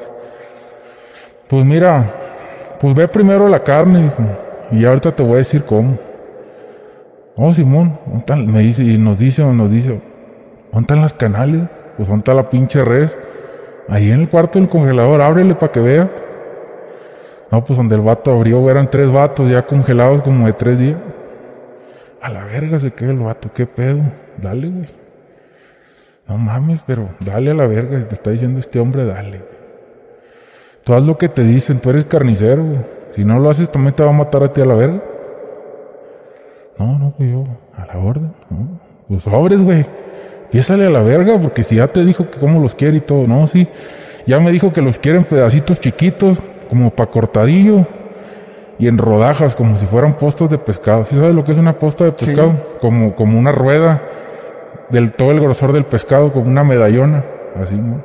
Pues mira, pues ve primero la carne, dijo, y ahorita te voy a decir cómo. Oh, Simón, me dice, y nos dice, nos dice, ¿dónde están las canales? Pues ¿dónde está la pinche res? Ahí en el cuarto del congelador, ábrele para que veas. No, pues donde el vato abrió, eran tres vatos ya congelados como de tres días. A la verga se queda el vato, ¿qué pedo? Dale, güey. No mames, pero dale a la verga, si te está diciendo este hombre, dale. Tú haz lo que te dicen, tú eres carnicero, güey. Si no lo haces, también te va a matar a ti a la verga. No, no, pues yo, a la orden, no. Pues sobres, güey. Piésale a la verga, porque si ya te dijo que cómo los quiere y todo, no, sí. Ya me dijo que los quiere en pedacitos chiquitos, como pa' cortadillo, y en rodajas, como si fueran postas de pescado. ¿Sí sabes lo que es una posta de pescado? Sí. Como, como una rueda del todo el grosor del pescado, como una medallona, así, ¿no?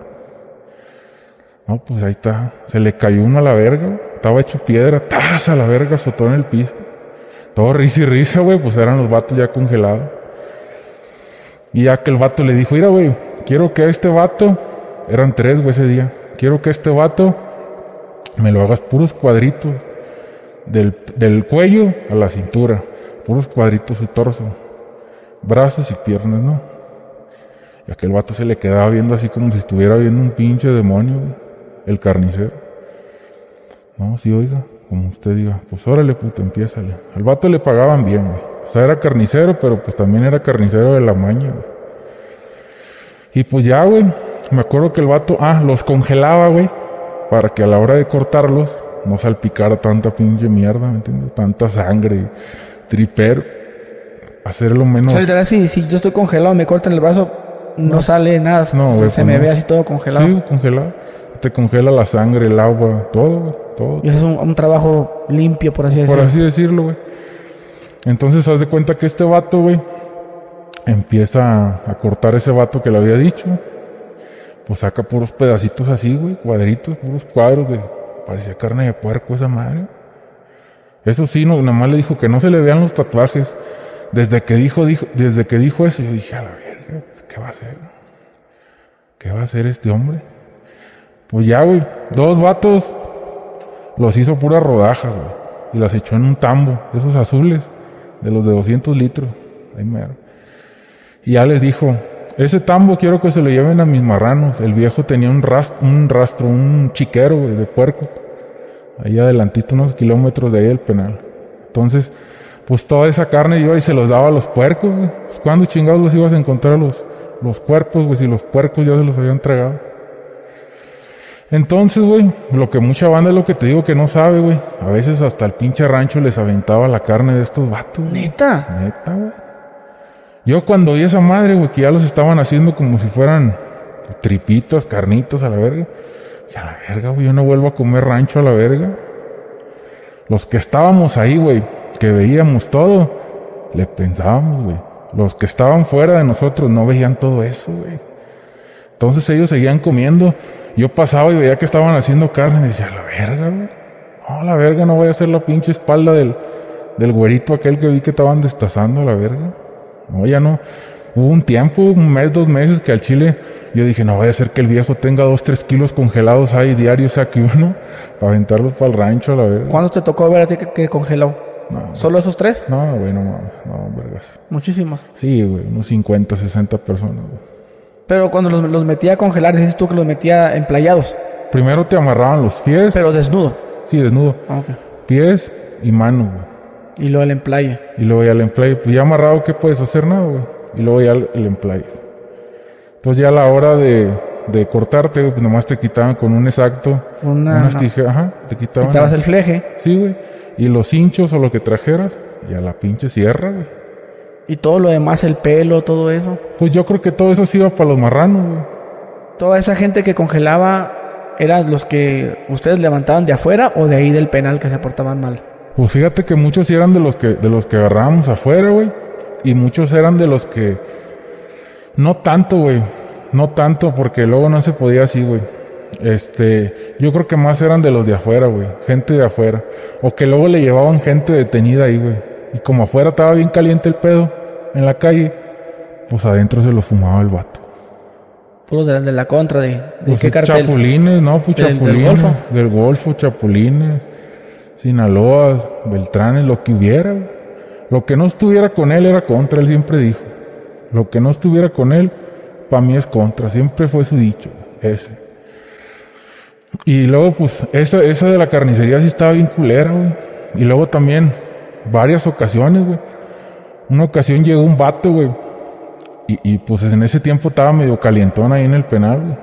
No, pues ahí está. Se le cayó uno a la verga, güey. Estaba hecho piedra, ¡tas! A la verga, azotó en el piso. Todo risa y risa, güey, pues eran los vatos ya congelados. Y ya que el vato le dijo, mira, güey, quiero que a este vato, eran tres, güey, ese día, quiero que a este vato me lo hagas puros cuadritos, del, del cuello a la cintura, puros cuadritos su torso, brazos y piernas, ¿no? Y aquel vato se le quedaba viendo así como si estuviera viendo un pinche demonio, güey, el carnicero. No, sí, oiga, como usted diga, pues órale, puto, empiézale. Al vato le pagaban bien, güey. O sea, era carnicero, pero pues también era carnicero de la maña, güey. Y pues ya, güey, me acuerdo que el vato, ah, los congelaba, güey, para que a la hora de cortarlos no salpicara tanta pinche mierda, ¿me entiendes? Tanta sangre, tripero, hacerlo menos... O sea, si, si yo estoy congelado, me cortan el brazo, no, no sale nada, no, se, güey, se pues me no. ve así todo congelado. Sí, congelado. Te congela la sangre, el agua, todo, güey, todo. Y eso es un, un trabajo limpio, por así decirlo. Por así decirlo, güey. Entonces, haz de cuenta que este vato, güey, empieza a cortar ese vato que le había dicho. Pues saca puros pedacitos así, güey, cuadritos, puros cuadros de... Parecía carne de puerco esa madre. Eso sí, no, nada más le dijo que no se le vean los tatuajes. Desde que dijo, dijo, desde que dijo eso, yo dije, a la verga, ¿qué va a hacer? ¿Qué va a hacer este hombre? Pues ya, güey, dos vatos los hizo puras rodajas, güey, y las echó en un tambo, esos azules, de los de doscientos litros, ahí mero. Y ya les dijo, ese tambo quiero que se lo lleven a mis marranos. El viejo tenía un rastro, un, rastro, un chiquero, güey, de puerco. Ahí adelantito, unos kilómetros de ahí del penal. Entonces, pues toda esa carne iba y se los daba a los puercos, güey. Pues, ¿cuándo chingados los ibas a encontrar a los, los cuerpos, güey? Si los puercos ya se los habían entregado. Entonces, güey, lo que mucha banda es lo que te digo que no sabe, güey. A veces hasta el pinche rancho les aventaba la carne de estos vatos, güey. ¿Neta? Neta, güey. Yo cuando vi esa madre, güey, que ya los estaban haciendo como si fueran tripitos, carnitos a la verga. Y a la verga, güey, yo no vuelvo a comer rancho a la verga. Los que estábamos ahí, güey, que veíamos todo, le pensábamos, güey. Los que estaban fuera de nosotros no veían todo eso, güey. Entonces ellos seguían comiendo. Yo pasaba y veía que estaban haciendo carne y decía, la verga, güey. No, la verga, no voy a hacer la pinche espalda del, del güerito aquel que vi que estaban destazando, la verga. No, ya no. Hubo un tiempo, un mes, dos meses, que al chile yo dije, no vaya a ser que el viejo tenga dos, tres kilos congelados ahí diarios, saque uno, para aventarlos para el rancho, a la verga. ¿Cuándo te tocó ver a ti que, que congeló? No, ¿Solo esos tres? No, güey, no mames, no, vergas. Muchísimos. Sí, güey, unos cincuenta, sesenta personas, güey. Pero cuando los, los metía a congelar, dices tú que los metía emplayados. Primero te amarraban los pies. Pero desnudo. Sí, desnudo. Ah, ok. Pies y manos, güey. Y luego el emplaye. Y luego ya el emplaye. Pues ya amarrado, ¿qué puedes hacer? Nada, güey. Y luego ya el, el emplaye. Entonces ya a la hora de, de cortarte, pues nomás te quitaban con un exacto. Una, unas no. tijeras, ajá, te quitaban. Quitabas el fleje. Sí, güey. Y los hinchos o lo que trajeras. Y a la pinche sierra, güey. Y todo lo demás, el pelo, todo eso. Pues yo creo que todo eso sí iba para los marranos, güey. Toda esa gente que congelaba, ¿eran los que ustedes levantaban de afuera o de ahí del penal que se portaban mal? Pues fíjate que muchos sí eran de los que, de los que agarrábamos afuera, güey. Y muchos eran de los que... No tanto, güey. No tanto, porque luego no se podía así, güey. Este... Yo creo que más eran de los de afuera, güey. Gente de afuera. O que luego le llevaban gente detenida ahí, güey. Y como afuera estaba bien caliente el pedo, en la calle, pues adentro se lo fumaba el vato. Puros de, de la contra, ¿de, de Pues qué cartel? Chapulines, no, pues ¿Del- del chapulines. Golfo? Del Golfo, Chapulines, Sinaloas, Beltranes, lo que hubiera, güey. Lo que no estuviera con él era contra, él siempre dijo. Lo que no estuviera con él, para mí es contra. Siempre fue su dicho, ese. Y luego, pues, eso, eso de la carnicería sí estaba bien culera, güey. Y luego también, varias ocasiones, güey. Una ocasión llegó un vato, güey. Y, y pues en ese tiempo estaba medio calientón ahí en el penal, güey.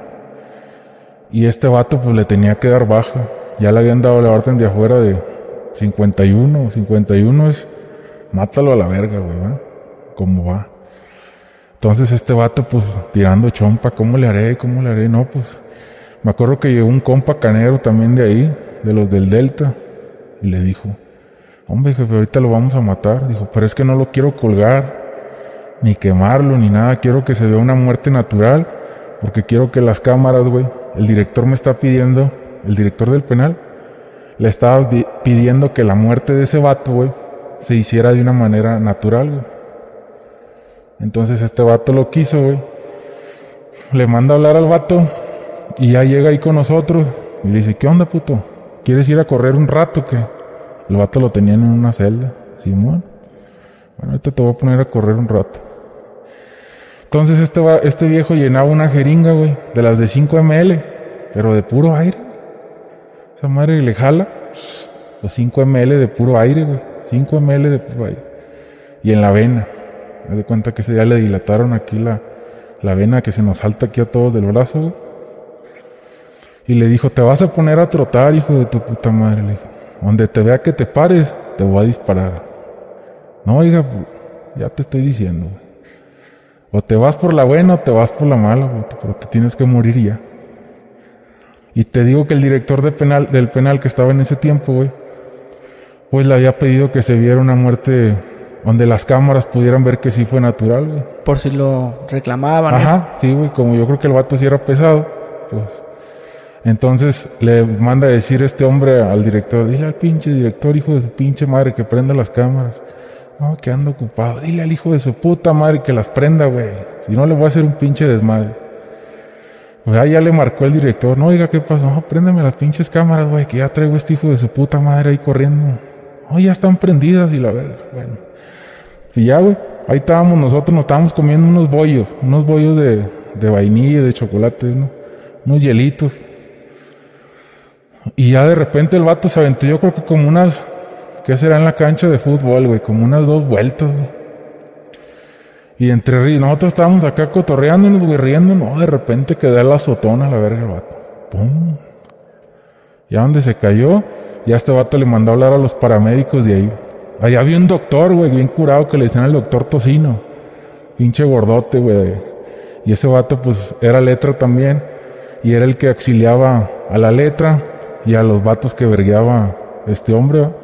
Y este vato, pues, le tenía que dar baja. Ya le habían dado la orden de afuera de cincuenta y uno. cincuenta y uno es... Mátalo a la verga, güey, ¿va? ¿Cómo va? Entonces este vato, pues, tirando chompa, ¿cómo le haré? ¿Cómo le haré? No, pues, me acuerdo que llegó un compa canero también de ahí, de los del Delta, y le dijo, hombre, jefe, ahorita lo vamos a matar. Dijo, pero es que no lo quiero colgar, ni quemarlo, ni nada. Quiero que se vea una muerte natural, porque quiero que las cámaras, güey, el director me está pidiendo, el director del penal, le estaba pidiendo que la muerte de ese vato, güey, se hiciera de una manera natural, güey. Entonces este vato lo quiso, güey. Le manda a hablar al vato y ya llega ahí con nosotros y le dice, ¿qué onda, puto? ¿Quieres ir a correr un rato? ¿Qué? El vato lo tenían en una celda. Simón. Bueno, ahorita te voy a poner a correr un rato. Entonces este, va, este viejo llenaba una jeringa, güey, de las de cinco mililitros, pero de puro aire. Esa madre le jala los cinco mililitros de puro aire, güey. cinco mililitros de puro aire. Y en la vena. Me doy cuenta que ese día le dilataron aquí la, la vena que se nos salta aquí a todos del brazo, güey. Y le dijo, te vas a poner a trotar, hijo de tu puta madre. Le dijo, donde te vea que te pares, te voy a disparar. No, oiga, ya te estoy diciendo, güey. O te vas por la buena o te vas por la mala, güey. Pero te tienes que morir ya. Y te digo que el director de penal, del penal que estaba en ese tiempo, güey, pues le había pedido que se viera una muerte donde las cámaras pudieran ver que sí fue natural, güey. Por si lo reclamaban. Ajá, eso. sí, güey, como yo creo que el vato sí era pesado, pues... Entonces le manda a decir este hombre al director, dile al pinche director, hijo de su pinche madre, que prenda las cámaras. No, que ando ocupado. Dile al hijo de su puta madre que las prenda, güey. Si no, le voy a hacer un pinche desmadre. Pues ahí ya le marcó el director, no, oiga, ¿qué pasó? No, préndeme las pinches cámaras, güey, que ya traigo a este hijo de su puta madre ahí corriendo. No, ya están prendidas y la verga, bueno. Y ya, güey, Ahí estábamos nosotros, nos estábamos comiendo unos bollos, unos bollos de, de vainilla, de chocolate, ¿no? Unos hielitos. Y ya de repente el vato se aventó, yo creo que como unas, ¿qué será en la cancha de fútbol, güey? Como unas dos vueltas, güey. Y entre ri- nosotros estábamos acá cotorreándonos, güey, riendo, no, de repente quedó la azotona, la verga, el vato. ¡Pum! Ya donde se cayó, ya este vato le mandó a hablar a los paramédicos de ahí. Allá había un doctor, güey, bien curado, que le decían el doctor Tocino. Pinche gordote, güey. Y ese vato, pues, era letra también. Y era el que auxiliaba a la letra y a los vatos que vergueaba este hombre, ¿va?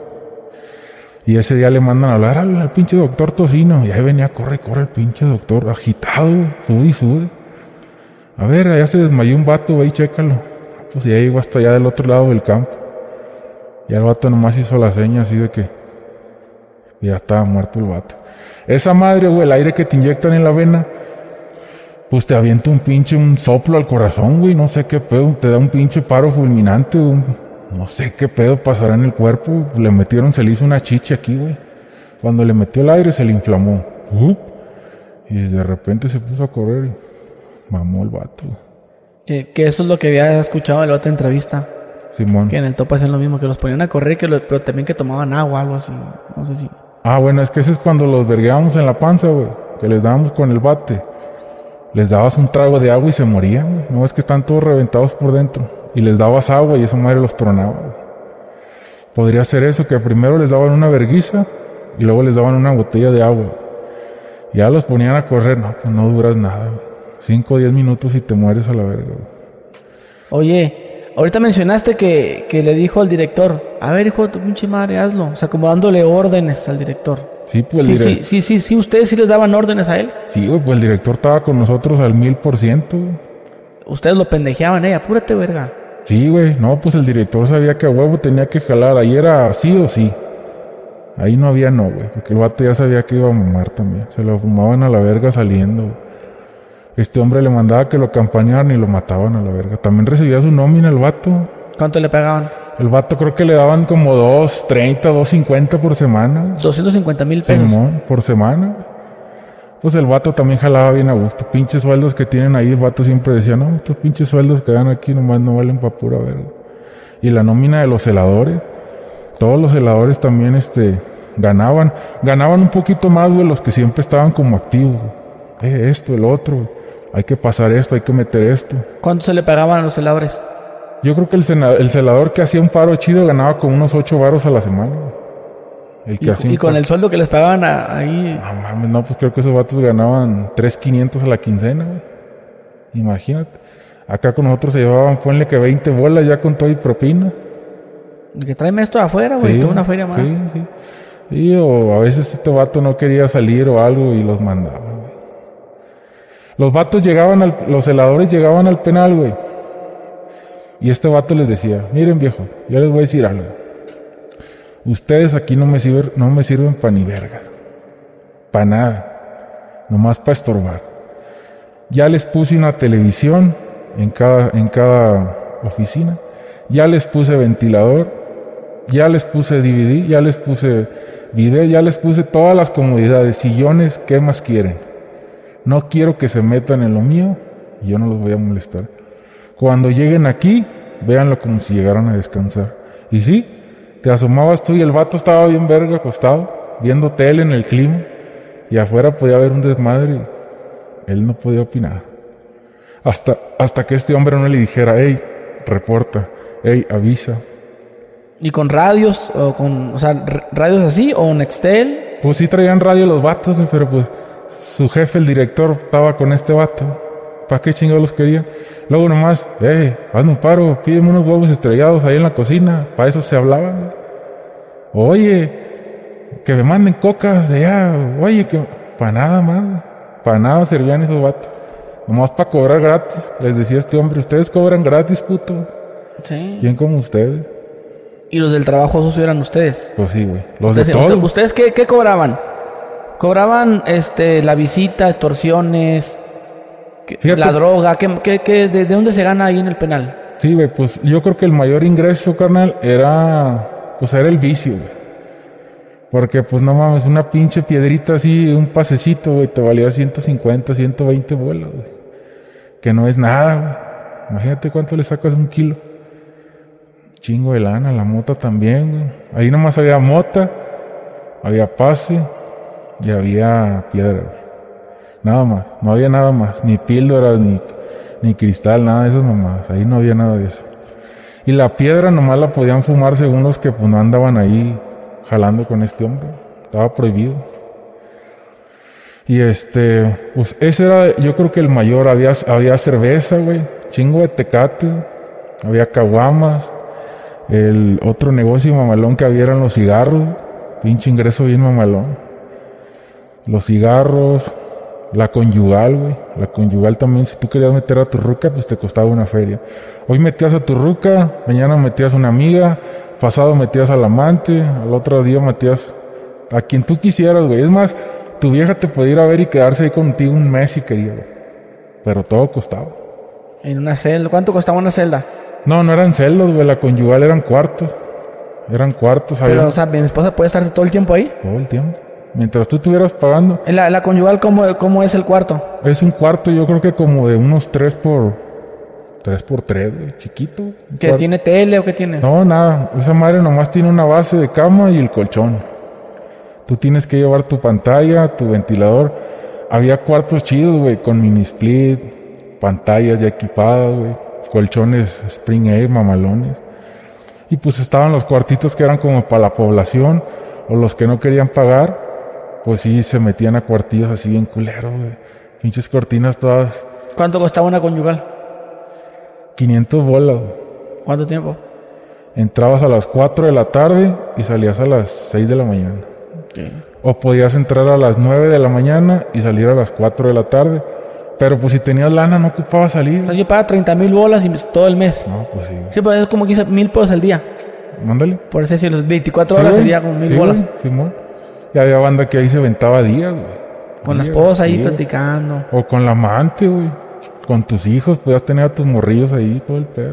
Y ese día le mandan a hablar al, al pinche doctor Tocino. Y ahí venía, corre, corre el pinche doctor, agitado, güey, sube y sube. A ver, allá se desmayó un vato, güey, chécalo. Pues ya llegó hasta allá del otro lado del campo. Y el vato nomás hizo la seña así de que ya estaba muerto el vato. Esa madre, güey, el aire que te inyectan en la vena, pues te avienta un pinche, un soplo al corazón, güey, no sé qué pedo, te da un pinche paro fulminante, un, no sé qué pedo pasará en el cuerpo. Le metieron, se le hizo una chicha aquí, güey. Cuando le metió el aire se le inflamó. Uh, y de repente se puso a correr y mamó el vato. Que, que eso es lo que había escuchado en la otra entrevista. Simón. Que en el topo hacían lo mismo, que los ponían a correr, que lo- pero también que tomaban agua, algo así. No sé si... Ah, bueno, es que ese es cuando los vergueábamos en la panza, güey. Que les dábamos con el bate. Les dabas un trago de agua y se morían, güey. No, es que están todos reventados por dentro. Y les dabas agua y esa madre los tronaba, güey. Podría ser eso, que primero les daban una verguiza y luego les daban una botella de agua. Y ya los ponían a correr. No, pues no duras nada, güey. Cinco o diez minutos y te mueres a la verga, güey. Oye, ahorita mencionaste que, que le dijo al director, a ver, hijo de tu pinche madre, hazlo. O sea, como dándole órdenes al director. Sí, pues Sí, el sí, director. sí, sí, sí, ustedes sí les daban órdenes a él. Sí, güey, pues el director estaba con nosotros al mil por ciento, güey. Ustedes lo pendejeaban, eh, apúrate, verga. Sí, güey. No, pues el director sabía que a huevo tenía que jalar. Ahí era sí o sí. Ahí no había no, güey. Porque el vato ya sabía que iba a mamar también. Se lo fumaban a la verga saliendo, güey. Este hombre le mandaba que lo acompañaran y lo mataban a la verga. También recibía su nómina el vato. ¿Cuánto le pagaban? El vato creo que le daban como dos treinta, dos cincuenta por semana. doscientos cincuenta mil pesos. Simón, por semana. Pues el vato también jalaba bien a gusto. Pinches sueldos que tienen ahí, el vato siempre decía, no, estos pinches sueldos que dan aquí nomás no valen pa' pura verga. Y la nómina de los celadores, todos los celadores también este, ganaban. Ganaban un poquito más, güey, los que siempre estaban como activos. Eh, esto, el otro, hay que pasar esto, hay que meter esto. ¿Cuánto se le pagaban a los celadores? Yo creo que el, sena- el celador que hacía un paro chido ganaba como unos ocho varos a la semana, güey. El que Y, hacía y un con paro- el sueldo que les pagaban a- ahí... No mames, no, pues creo que esos vatos ganaban tres mil quinientos a la quincena, güey. Imagínate. Acá con nosotros se llevaban, ponle que veinte bolas ya con todo y propina. Que tráeme esto de afuera, güey, tengo una feria más. Sí, sí. Y o a veces este vato no quería salir o algo y los mandaba, güey. Los vatos llegaban al, los celadores llegaban al penal, güey. Y este vato les decía, miren viejo, yo les voy a decir algo. Ustedes aquí no me sirven, no me sirven pa' ni verga. Pa' nada. Nomás pa' estorbar. Ya les puse una televisión en cada, en cada oficina. Ya les puse ventilador. Ya les puse D V D. Ya les puse video. Ya les puse todas las comodidades. Sillones, ¿qué más quieren? No quiero que se metan en lo mío y yo no los voy a molestar. Cuando lleguen aquí, véanlo como si llegaran a descansar. Y sí, te asomabas tú y el vato estaba bien verga acostado, viendo tele en el clima, y afuera podía haber un desmadre y él no podía opinar. Hasta, hasta que este hombre no le dijera, hey, reporta, hey, avisa. ¿Y con radios? O con, o sea, r- radios así, o Nextel? Pues sí traían radio los vatos, güey, pero pues su jefe, el director, estaba con este vato. ¿Para qué chingados los querían? Luego nomás, hey, hazme un paro, pídeme unos huevos estrellados ahí en la cocina. Para eso se hablaba, güey. Oye, que me manden cocas de allá. Oye, que... Para nada más, güey. Para nada servían esos vatos. Nomás para cobrar gratis. Les decía este hombre, ustedes cobran gratis, puto. Sí. ¿Quién como ustedes? ¿Y los del trabajo sucio eran ustedes? Pues sí, güey. Los de Ustedes, todos. usted- ¿Ustedes qué, qué cobraban? ¿Cobraban este, la visita, extorsiones, qué- Fíjate. la droga? ¿Qué, qué, qué- de, ¿De dónde se gana ahí en el penal? Sí, güey, pues yo creo que el mayor ingreso, carnal, era... Pues era el vicio, güey. Porque, pues, no mames, una pinche piedrita así, un pasecito, güey, te valía ciento cincuenta, ciento veinte bolas, güey. Que no es nada, güey. Imagínate cuánto le sacas un kilo. Chingo de lana, la mota también, güey. Ahí nomás había mota, había pase y había piedra, güey. Nada más, no había nada más. Ni píldoras, ni, ni cristal, nada de esas mamadas. Ahí no había nada de eso. Y la piedra nomás la podían fumar según los que, pues, no andaban ahí jalando con este hombre. Estaba prohibido. Y este, pues ese era, yo creo que el mayor. Había, había cerveza, güey, chingo de Tecate, había caguamas. El otro negocio mamalón que había eran los cigarros. Pinche ingreso bien mamalón. Los cigarros, la conyugal, güey. La conyugal también, si tú querías meter a tu ruca, pues te costaba una feria. Hoy metías a tu ruca, mañana metías a una amiga, pasado metías al amante, al otro día metías a quien tú quisieras, güey. Es más, tu vieja te podía ir a ver y quedarse ahí contigo un mes si quería, güey. Pero todo costaba. En una celda. ¿Cuánto costaba una celda? No, no eran celdas, güey. La conyugal eran cuartos. Eran cuartos. Pero, había... o sea, mi esposa puede estarse todo el tiempo ahí. Todo el tiempo. Mientras tú estuvieras pagando. ¿En la, la conyugal cómo, cómo es el cuarto? Es un cuarto, yo creo que como de unos tres por... Tres por tres, güey. Chiquito. ¿Que cuarto. tiene tele o qué tiene? No, nada. Esa madre nomás tiene una base de cama y el colchón. Tú tienes que llevar tu pantalla, tu ventilador. Había cuartos chidos, güey, con mini split, pantallas ya equipadas, güey, colchones Spring Air, mamalones. Y pues estaban los cuartitos que eran como para la población, o los que no querían pagar, pues sí se metían a cuartillos así bien culeros, güey. Pinches cortinas todas. ¿Cuánto costaba una conyugal? quinientos bolas, güey. ¿Cuánto tiempo? Entrabas a las cuatro de la tarde y salías a las seis de la mañana. Okay. O podías entrar a las nueve de la mañana y salir a las cuatro de la tarde. Pero pues si tenías lana no ocupaba salir. O sea, yo pagaba treinta mil bolas y todo el mes. No, pues sí. Sí, pues es como quince mil pesos al día. Mándale. Por eso si los veinticuatro Sí, horas güey. sería como mil Sí, bolas. güey, Simón. Y había banda que ahí se aventaba días, güey. Con la Días, esposa ahí sí, platicando. O con la amante, güey. Con tus hijos, podías tener a tus morrillos ahí, todo el pedo.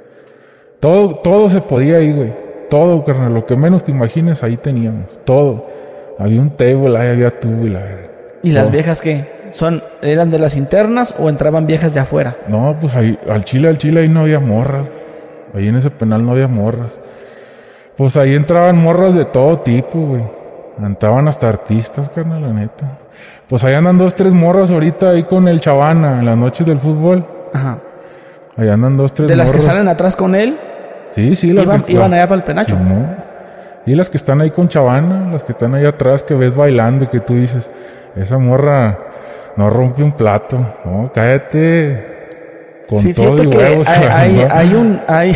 Todo, todo se podía ahí, güey. Todo, carnal. Lo que menos te imagines, ahí teníamos. Todo. Había un table, ahí había tú y la... ¿Y todo. las viejas qué? ¿Son, eran de las internas o entraban viejas de afuera? No, pues ahí, al chile, al chile, ahí no había morras. Ahí en ese penal no había morras. Pues ahí entraban morras de todo tipo, güey. Entraban hasta artistas, carnal, la neta. Pues ahí andan dos, tres morras ahorita ahí con el Chavana en las noches del fútbol. Ajá. Ahí andan dos, tres ¿De las morras. que salen atrás con él? Sí, sí, las Iban, que iban la- allá para el penacho. Sí, no. Y las que están ahí con Chavana, las que están ahí atrás que ves bailando y que tú dices, esa morra no rompe un plato. No, cállate. Con Sí, todo fíjate y que huevos. hay, hay, ¿no? hay un, hay,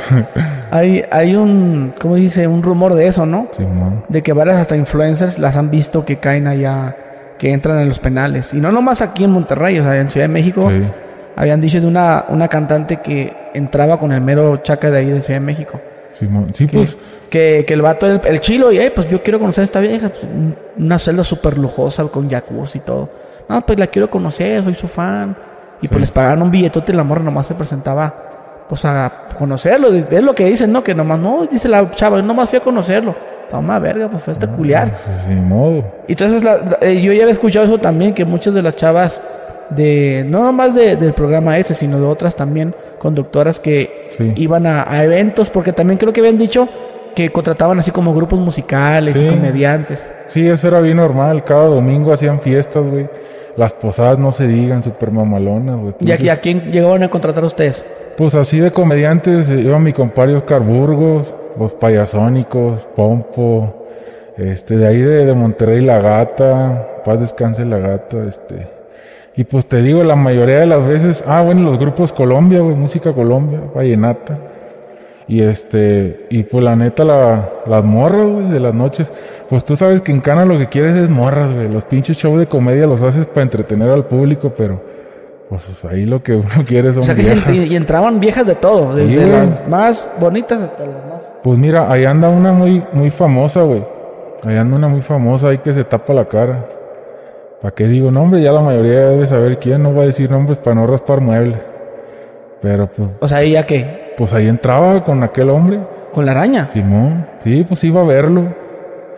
hay, hay un, ¿cómo dice? Un rumor de eso, ¿no? Simón. De que varias hasta influencers las han visto que caen allá, que entran en los penales. Y no nomás aquí en Monterrey, o sea, en Ciudad de México. Sí. Habían dicho de una, una cantante que entraba con el mero chaca de ahí de Ciudad de México. Simón. Sí, Que, pues. que, que el vato, el, el chilo, y eh, pues yo quiero conocer a esta vieja. Pues, un- una celda súper lujosa con jacuzzi y todo. No, pues la quiero conocer, soy su fan. Y pues Sí. les pagaron un billetote y la morra nomás se presentaba pues a conocerlo. Es lo que dicen, ¿no? Que nomás, no, dice la chava, yo nomás fui a conocerlo. Toma verga, pues fue a culiar. Pues, sin modo. Y entonces la- la- eh, yo ya había escuchado eso también, que muchas de las chavas de, no nomás de- del programa este, sino de otras también, conductoras que Sí. iban a, a eventos, porque también creo que habían dicho que contrataban así como grupos musicales Sí. y comediantes. Sí, eso era bien normal. Cada domingo hacían fiestas, güey. Las posadas no se digan, super mamalonas, güey. ¿Y a, Pinches- y a quién llegaban a contratar a ustedes? Pues así de comediantes, eh, iba mi compadre Oscar Burgos, los Payasónicos, Pompo, este, de ahí de, de Monterrey La Gata, paz descanse La Gata, este. Y pues te digo, la mayoría de las veces, ah, bueno, los grupos Colombia, güey, música Colombia, vallenata. Y este, y pues la neta, la, las morras, güey, de las noches. Pues tú sabes que en Cana lo que quieres es morras, güey. Los pinches shows de comedia los haces para entretener al público, pero pues ahí lo que uno quiere son O sea, que viejas. se- y, y entraban viejas de todo, desde Sí, güey. las más bonitas hasta las más... Pues mira, ahí anda una muy, muy famosa, güey. Ahí anda una muy famosa ahí que se tapa la cara. ¿Para qué digo nombre? Ya la mayoría debe saber quién. No voy a decir nombres para no raspar muebles. Pero pues, O sea, ¿ella qué? pues ahí entraba con aquel hombre. ¿Con la araña? Simón. Sí, pues iba a verlo.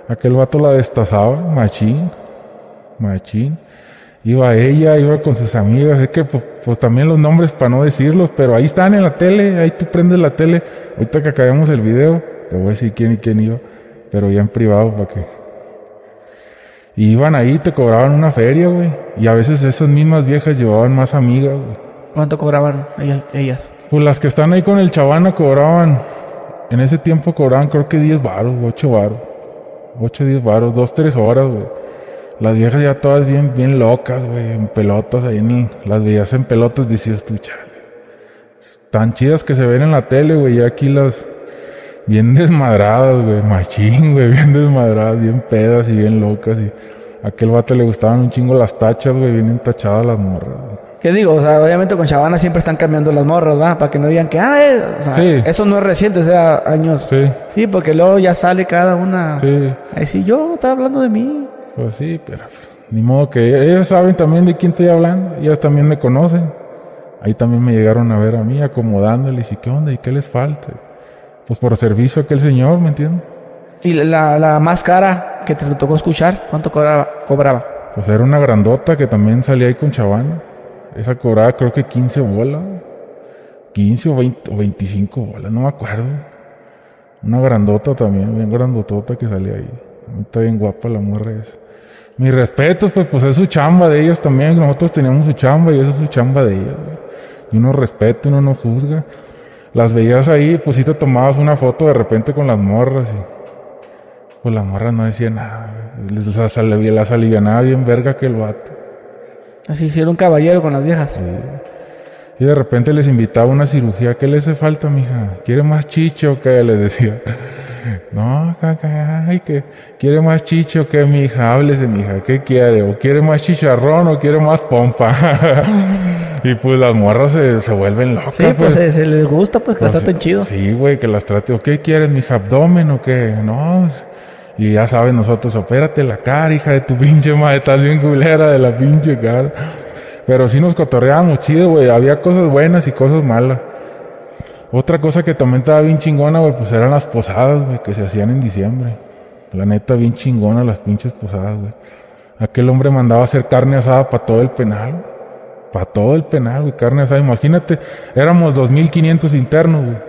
Aquel vato la destazaba, machín, machín. Iba ella, iba con sus amigas, es que pues, pues también los nombres para no decirlos, pero ahí están en la tele, ahí tú prendes la tele. Ahorita que acabemos el video, te voy a decir quién y quién iba, pero ya en privado para que... Y iban ahí, te cobraban una feria, güey. Y a veces esas mismas viejas llevaban más amigas, güey. ¿Cuánto cobraban ellas? Pues las que están ahí con el Chavana cobraban, en ese tiempo cobraban creo que diez varos, ocho varos. ocho, diez varos, dos, tres horas, güey. Las viejas ya todas bien, bien locas, güey, en pelotas, ahí en el, las veías en pelotas, decías tú, chale. Tan chidas que se ven en la tele, güey, y aquí las bien desmadradas, güey, machín, güey, bien desmadradas, bien pedas y bien locas. Y a aquel vato le gustaban un chingo las tachas, güey, bien entachadas las morras, güey. ¿Qué digo? O sea, obviamente con Chavana siempre están cambiando las morras, ¿va? Para que no digan que, ah, eh, o sea, sí. Eso no es reciente, o sea, años. Sí. Sí, porque luego ya sale cada una. Sí. Ahí sí, yo estaba hablando de mí. Pues sí, pero ni modo que ellas saben también de quién estoy hablando, ellas también me conocen. Ahí también me llegaron a ver a mí, acomodándoles, y qué onda, y qué les falta. Pues por servicio a aquel señor, ¿me entiendes? ¿Y la, la más cara que te tocó escuchar, cuánto cobraba? cobraba? Pues era una grandota que también salía ahí con Chavana. Esa cobraba creo que quince bolas, quince o veinte o veinticinco bolas, no me acuerdo. Una grandota también, bien grandotota que salía ahí. Está bien guapa la morra esa. Mis respetos, pues, pues es su chamba de ellas también. Nosotros teníamos su chamba y esa es su chamba de ellas, güey. Y uno respeta, uno no juzga. Las veías ahí, pues si te tomabas una foto de repente con las morras y pues las morras no decían nada, güey. Les las, las alivianaba bien verga que el vato. Así hicieron un caballero con las viejas. Sí. Y de repente les invitaba a una cirugía. ¿Qué le hace falta, mija? ¿Quiere más chicho o qué? Les decía. No, ay, que quiere más chicho que mija, háblese, mija, ¿qué quiere? ¿O quiere más chicharrón o quiere más pompa? Y pues las morras se, se vuelven locas. Sí, pues, pues se, se les gusta, pues, que pues, las traten chido. Sí, güey, que las trate. ¿O qué quieres, mija? ¿Abdomen o qué? No, y ya sabes nosotros, opérate la cara, hija de tu pinche madre, estás bien culera de la pinche cara. Pero sí nos cotorreábamos chido, güey, había cosas buenas y cosas malas. Otra cosa que también estaba bien chingona, güey, pues eran las posadas, güey, que se hacían en diciembre. La neta, bien chingona las pinches posadas, güey. Aquel hombre mandaba a hacer carne asada para todo el penal, para todo el penal, güey, carne asada. Imagínate, éramos dos mil quinientos internos, güey.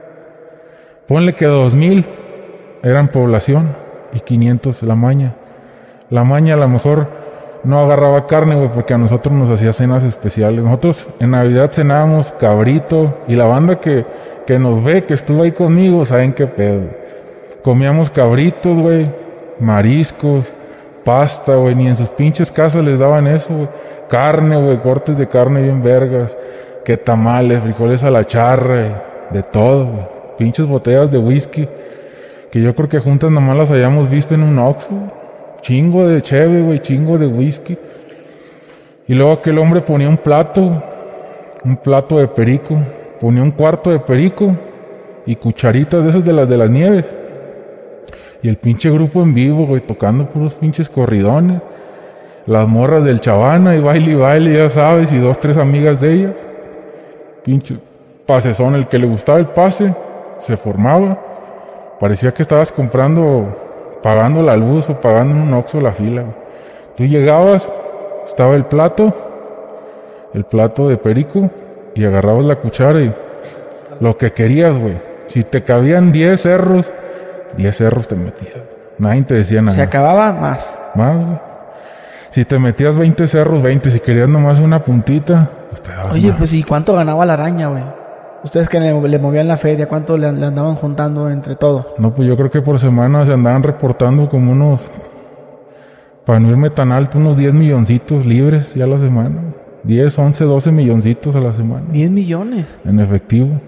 Ponle que dos mil eran población y quinientos la maña. La maña a lo mejor no agarraba carne, güey, porque a nosotros nos hacía cenas especiales. Nosotros en Navidad cenábamos cabrito y la banda que, que nos ve, que estuvo ahí conmigo, saben qué pedo. Comíamos cabritos, güey, mariscos, pasta, güey, ni en sus pinches casas les daban eso, güey. Carne, güey, cortes de carne bien vergas, que tamales, frijoles a la charra, y de todo, güey. Pinches botellas de whisky, que yo creo que juntas nomás las hayamos visto en un Oxxo, güey. Chingo de cheve, güey, chingo de whisky. Y luego aquel hombre ponía un plato, un plato de perico, ponía un cuarto de perico y cucharitas de esas de las de las nieves. Y el pinche grupo en vivo, güey, tocando puros pinches corridones. Las morras del Chavana y baile y baile, ya sabes, y dos, tres amigas de ellas. Pinche pasezón, el que le gustaba el pase, se formaba. Parecía que estabas comprando... pagando la luz o pagando en un Oxxo la fila, güey. Tú llegabas, estaba el plato, el plato de perico, y agarrabas la cuchara y lo que querías, güey. Si te cabían diez cerros, diez cerros te metías. Nadie te decía nada. Se acababa más. Más, güey. Si te metías veinte cerros, veinte. Si querías nomás una puntita, pues te dabas. Oye, más. Pues ¿y cuánto ganaba la araña, güey? Ustedes que le, le movían la feria, ¿cuánto le, le andaban juntando entre todos? No, pues yo creo que por semana se andaban reportando como unos, para no irme tan alto, unos diez milloncitos libres ya a la semana. diez, once, doce milloncitos a la semana. diez millones. En efectivo.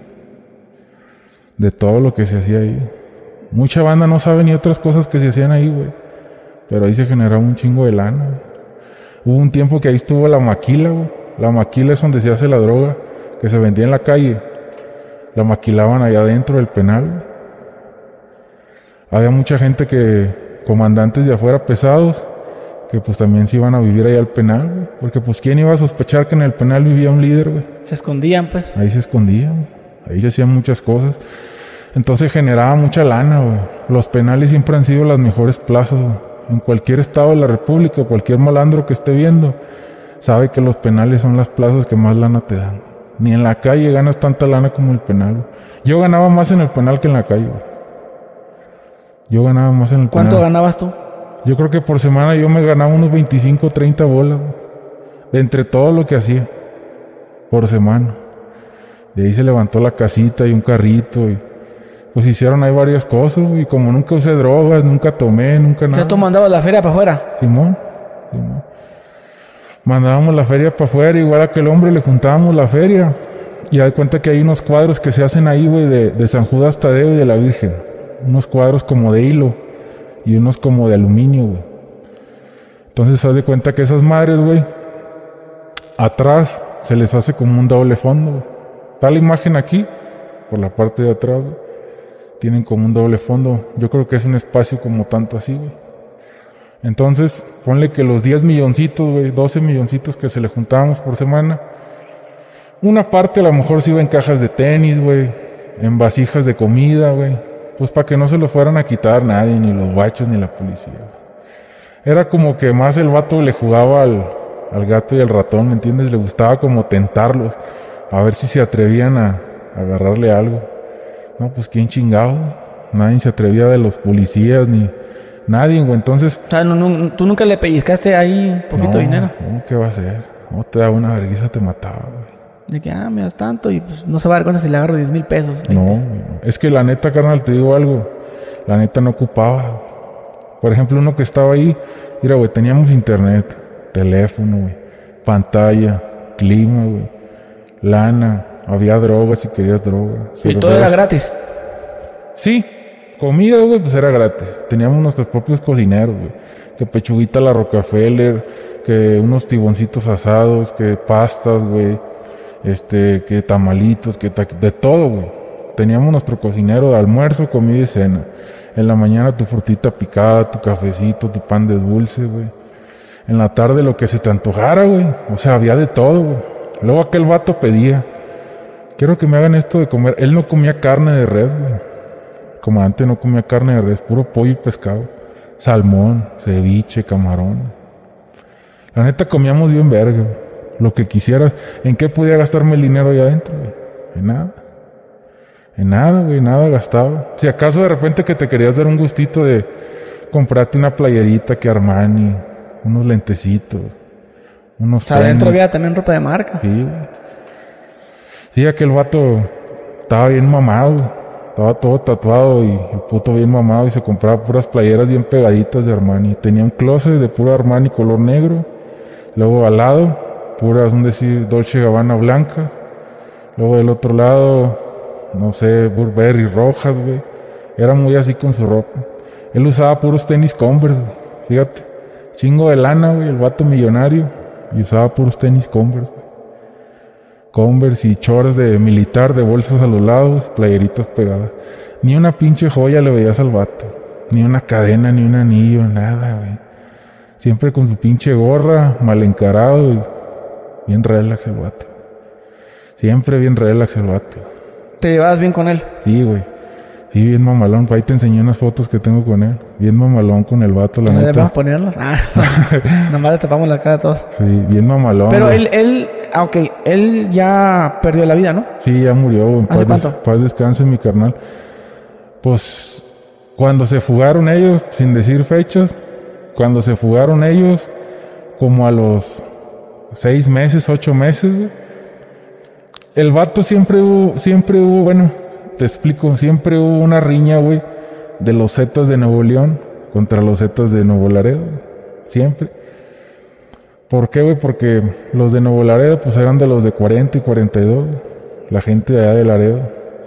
De todo lo que se hacía ahí. Mucha banda no sabe ni otras cosas que se hacían ahí, güey. Pero ahí se generaba un chingo de lana, güey. Hubo un tiempo que ahí estuvo la maquila, güey. La maquila es donde se hace la droga que se vendía en la calle. La maquilaban allá adentro del penal. Había mucha gente que, comandantes de afuera pesados, que pues también se iban a vivir allá al penal, güey. Porque pues quién iba a sospechar que en el penal vivía un líder, güey. Se escondían, pues. Ahí se escondían, güey. Ahí se hacían muchas cosas. Entonces generaba mucha lana, güey. Los penales siempre han sido las mejores plazas, güey. En cualquier estado de la república, cualquier malandro que esté viendo, sabe que los penales son las plazas que más lana te dan. Ni en la calle ganas tanta lana como en el penal, güey. Yo ganaba más en el penal que en la calle, güey. Yo ganaba más en el penal. ¿Cuánto ganabas tú? Yo creo que por semana yo me ganaba unos veinticinco, treinta bolas, güey. De entre todo lo que hacía. Por semana. De ahí se levantó la casita y un carrito y... Pues hicieron ahí varias cosas, y como nunca usé drogas, nunca tomé, nunca nada. O sea, tú mandabas la feria para afuera. Simón, Simón. Mandábamos la feria para afuera, igual a aquel hombre le juntábamos la feria. Y da cuenta que hay unos cuadros que se hacen ahí, güey, de, de San Judas Tadeo y de la Virgen. Unos cuadros como de hilo y unos como de aluminio, güey. Entonces haz de cuenta que esas madres, güey, atrás se les hace como un doble fondo, güey. Está la imagen aquí, por la parte de atrás, güey. Tienen como un doble fondo. Yo creo que es un espacio como tanto así, güey. Entonces, ponle que los diez milloncitos, güey, doce milloncitos que se le juntábamos por semana, una parte a lo mejor se iba en cajas de tenis, güey, en vasijas de comida, güey, pues para que no se los fueran a quitar nadie, ni los guachos, ni la policía, güey. Era como que más el vato le jugaba al, al gato y al ratón, ¿me entiendes? Le gustaba como tentarlos, a ver si se atrevían a, a agarrarle algo. No, pues quién chingado, nadie se atrevía de los policías, ni nadie, güey, entonces... O sea, no, no, tú nunca le pellizcaste ahí un poquito no, de dinero. No, ¿qué va a hacer? No, te daba una vergüenza, te mataba, güey. De que, ah, me das tanto y pues no se va a dar cuenta si le agarro diez mil pesos. veinte. No, es que la neta, carnal, te digo algo, la neta no ocupaba. Por ejemplo, uno que estaba ahí, mira, güey, teníamos internet, teléfono, güey, pantalla, clima, güey, lana. Había droga si querías droga. ¿Y cerveza. todo era gratis? Sí, comida, güey, pues era gratis. Teníamos nuestros propios cocineros, güey. Que pechuguita la Rockefeller, que unos tiboncitos asados, que pastas, güey. Este, que tamalitos, que ta- de todo, güey. Teníamos nuestro cocinero de almuerzo, comida y cena. En la mañana tu frutita picada, tu cafecito, tu pan de dulce, güey. En la tarde lo que se te antojara, güey. O sea, había de todo, güey. Luego aquel vato pedía... Quiero que me hagan esto de comer. Él no comía carne de res, güey. Como antes no comía carne de res, puro pollo y pescado. Salmón, ceviche, camarón. La neta comíamos bien verga, güey. Lo que quisieras. ¿En qué podía gastarme el dinero ahí adentro, güey? En nada. En nada, güey, nada gastaba. Si acaso de repente que te querías dar un gustito de comprarte una playerita que Armani, unos lentecitos, unos O sea, adentro tenis. había también ropa de marca. Sí, güey. Sí, aquel vato estaba bien mamado, güey. Estaba todo tatuado y el puto bien mamado y se compraba puras playeras bien pegaditas de Armani. Tenía un closet de puro Armani color negro. Luego al lado, puras, un decir, Dolce Gabbana blanca. Luego del otro lado, no sé, Burberry rojas, güey. Era muy así con su ropa. Él usaba puros tenis Converse, güey. Fíjate, chingo de lana, güey, el vato millonario. Y usaba puros tenis Converse, güey. Converse y shorts de militar, de bolsas a los lados, playeritas pegadas. Ni una pinche joya le veías al vato. Ni una cadena, ni un anillo, nada, güey. Siempre con su pinche gorra, mal encarado y bien relax el vato. Siempre bien relax el vato. ¿Te llevabas bien con él? Sí, güey. Sí, bien mamalón. Ahí te enseñé unas fotos que tengo con él. Bien mamalón con el vato, la ¿No neta. debemos ponerlos? Ah, nomás le tapamos la cara a todos. Sí, bien mamalón. Pero güey. él, él, ah, ok, él ya perdió la vida, ¿no? Sí, ya murió, güey. En ¿Hace paz, des- cuánto? paz descanse, mi carnal. Pues, cuando se fugaron ellos, sin decir fechas, cuando se fugaron ellos, como a los seis meses, ocho meses, güey, el vato siempre hubo, siempre hubo, bueno, te explico, siempre hubo una riña, güey, de los Zetas de Nuevo León contra los Zetas de Nuevo Laredo, güey. Siempre. ¿Por qué, güey? Porque los de Nuevo Laredo, pues eran de los de cuarenta y cuarenta y dos, güey. La gente de allá de Laredo.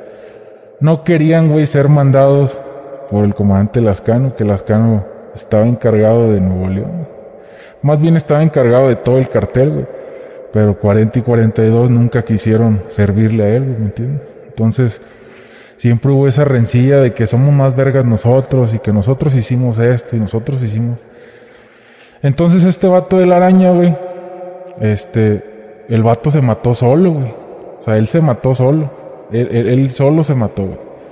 No querían, güey, ser mandados por el comandante Lascano, que Lascano estaba encargado de Nuevo León, güey. Más bien estaba encargado de todo el cartel, güey. Pero cuarenta y cuarenta y dos nunca quisieron servirle a él, güey, ¿me entiendes? Entonces, siempre hubo esa rencilla de que somos más vergas nosotros y que nosotros hicimos esto y nosotros hicimos... Entonces este vato de la araña, güey, este, el vato se mató solo, güey. O sea, él se mató solo. Él, él, él solo se mató, güey.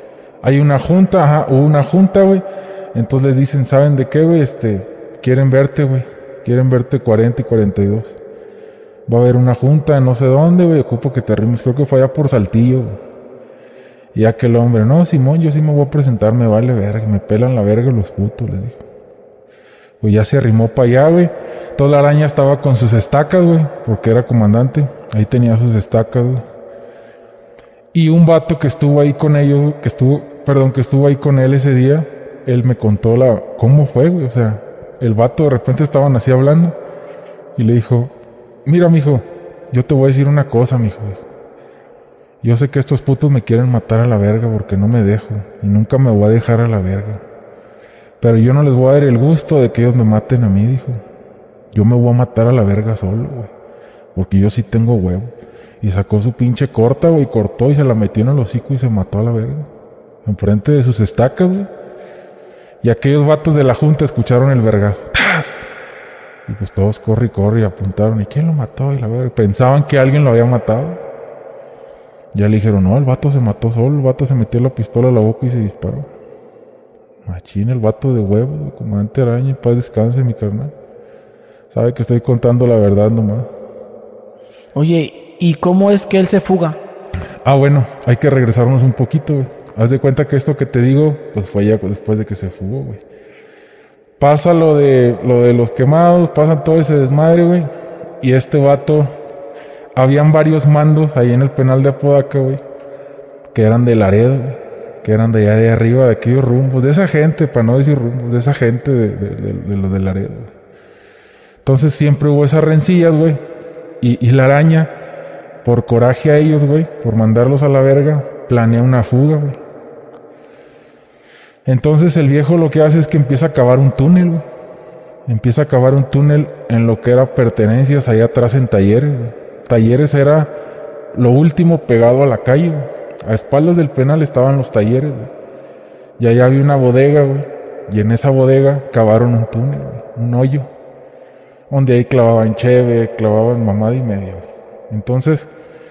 hay una junta, ajá, hubo una junta, güey. Entonces les dicen, ¿saben de qué, güey? Este, quieren verte, güey. Quieren verte cuarenta y cuarenta y dos. Va a haber una junta en no sé dónde, güey. Ocupo que te arrimes. Creo que fue allá por Saltillo, güey. Y aquel hombre, no, Simón, yo sí me voy a presentar, me vale verga. Me pelan la verga los putos, les dijo. Pues ya se arrimó para allá, güey. Toda la araña estaba con sus estacas, güey. Porque era comandante. Ahí tenía sus estacas, güey. Y un vato que estuvo ahí con ellos, que estuvo, perdón, que estuvo ahí con él ese día, él me contó la, cómo fue, güey. O sea, el vato de repente estaban así hablando y le dijo, mira, mijo, yo te voy a decir una cosa, mijo. Yo sé que estos putos me quieren matar a la verga porque no me dejo y nunca me voy a dejar a la verga. Pero yo no les voy a dar el gusto de que ellos me maten a mí, dijo. Yo me voy a matar a la verga solo, güey. Porque yo sí tengo huevo. Y sacó su pinche corta, güey, cortó y se la metió en el hocico y se mató a la verga. Enfrente de sus estacas, güey. Y aquellos vatos de la junta escucharon el vergazo. ¡Tas! Y pues todos corre y corre y apuntaron. ¿Y quién lo mató? Y la verga. Pensaban que alguien lo había matado. Ya le dijeron, no, el vato se mató solo. El vato se metió la pistola a la boca y se disparó. Machín, el vato de huevo, güey, comandante Araña. En paz descanse, mi carnal. Sabe que estoy contando la verdad nomás. Oye, ¿y cómo es que él se fuga? Ah, bueno, hay que regresarnos un poquito, güey. Haz de cuenta que esto que te digo, pues fue ya después de que se fugó, güey. Pasa lo de, lo de los quemados, pasan todo ese desmadre, güey. Y este vato, habían varios mandos ahí en el penal de Apodaca, güey, que eran de Laredo, güey, que eran de allá de arriba, de aquellos rumbos, de esa gente, para no decir rumbos, de esa gente de, de, de, de los de Laredo, güey. Entonces siempre hubo esas rencillas, güey. Y, y la araña, por coraje a ellos, güey, por mandarlos a la verga, planea una fuga, güey. Entonces el viejo lo que hace es que empieza a cavar un túnel, güey. Empieza a cavar un túnel en lo que era pertenencias allá atrás en Talleres, güey. Talleres era lo último pegado a la calle, güey. A espaldas del penal estaban los Talleres, güey. Y allá había una bodega, güey. Y en esa bodega cavaron un túnel, güey, un hoyo. Donde ahí clavaban cheve, clavaban mamada y media, güey. Entonces,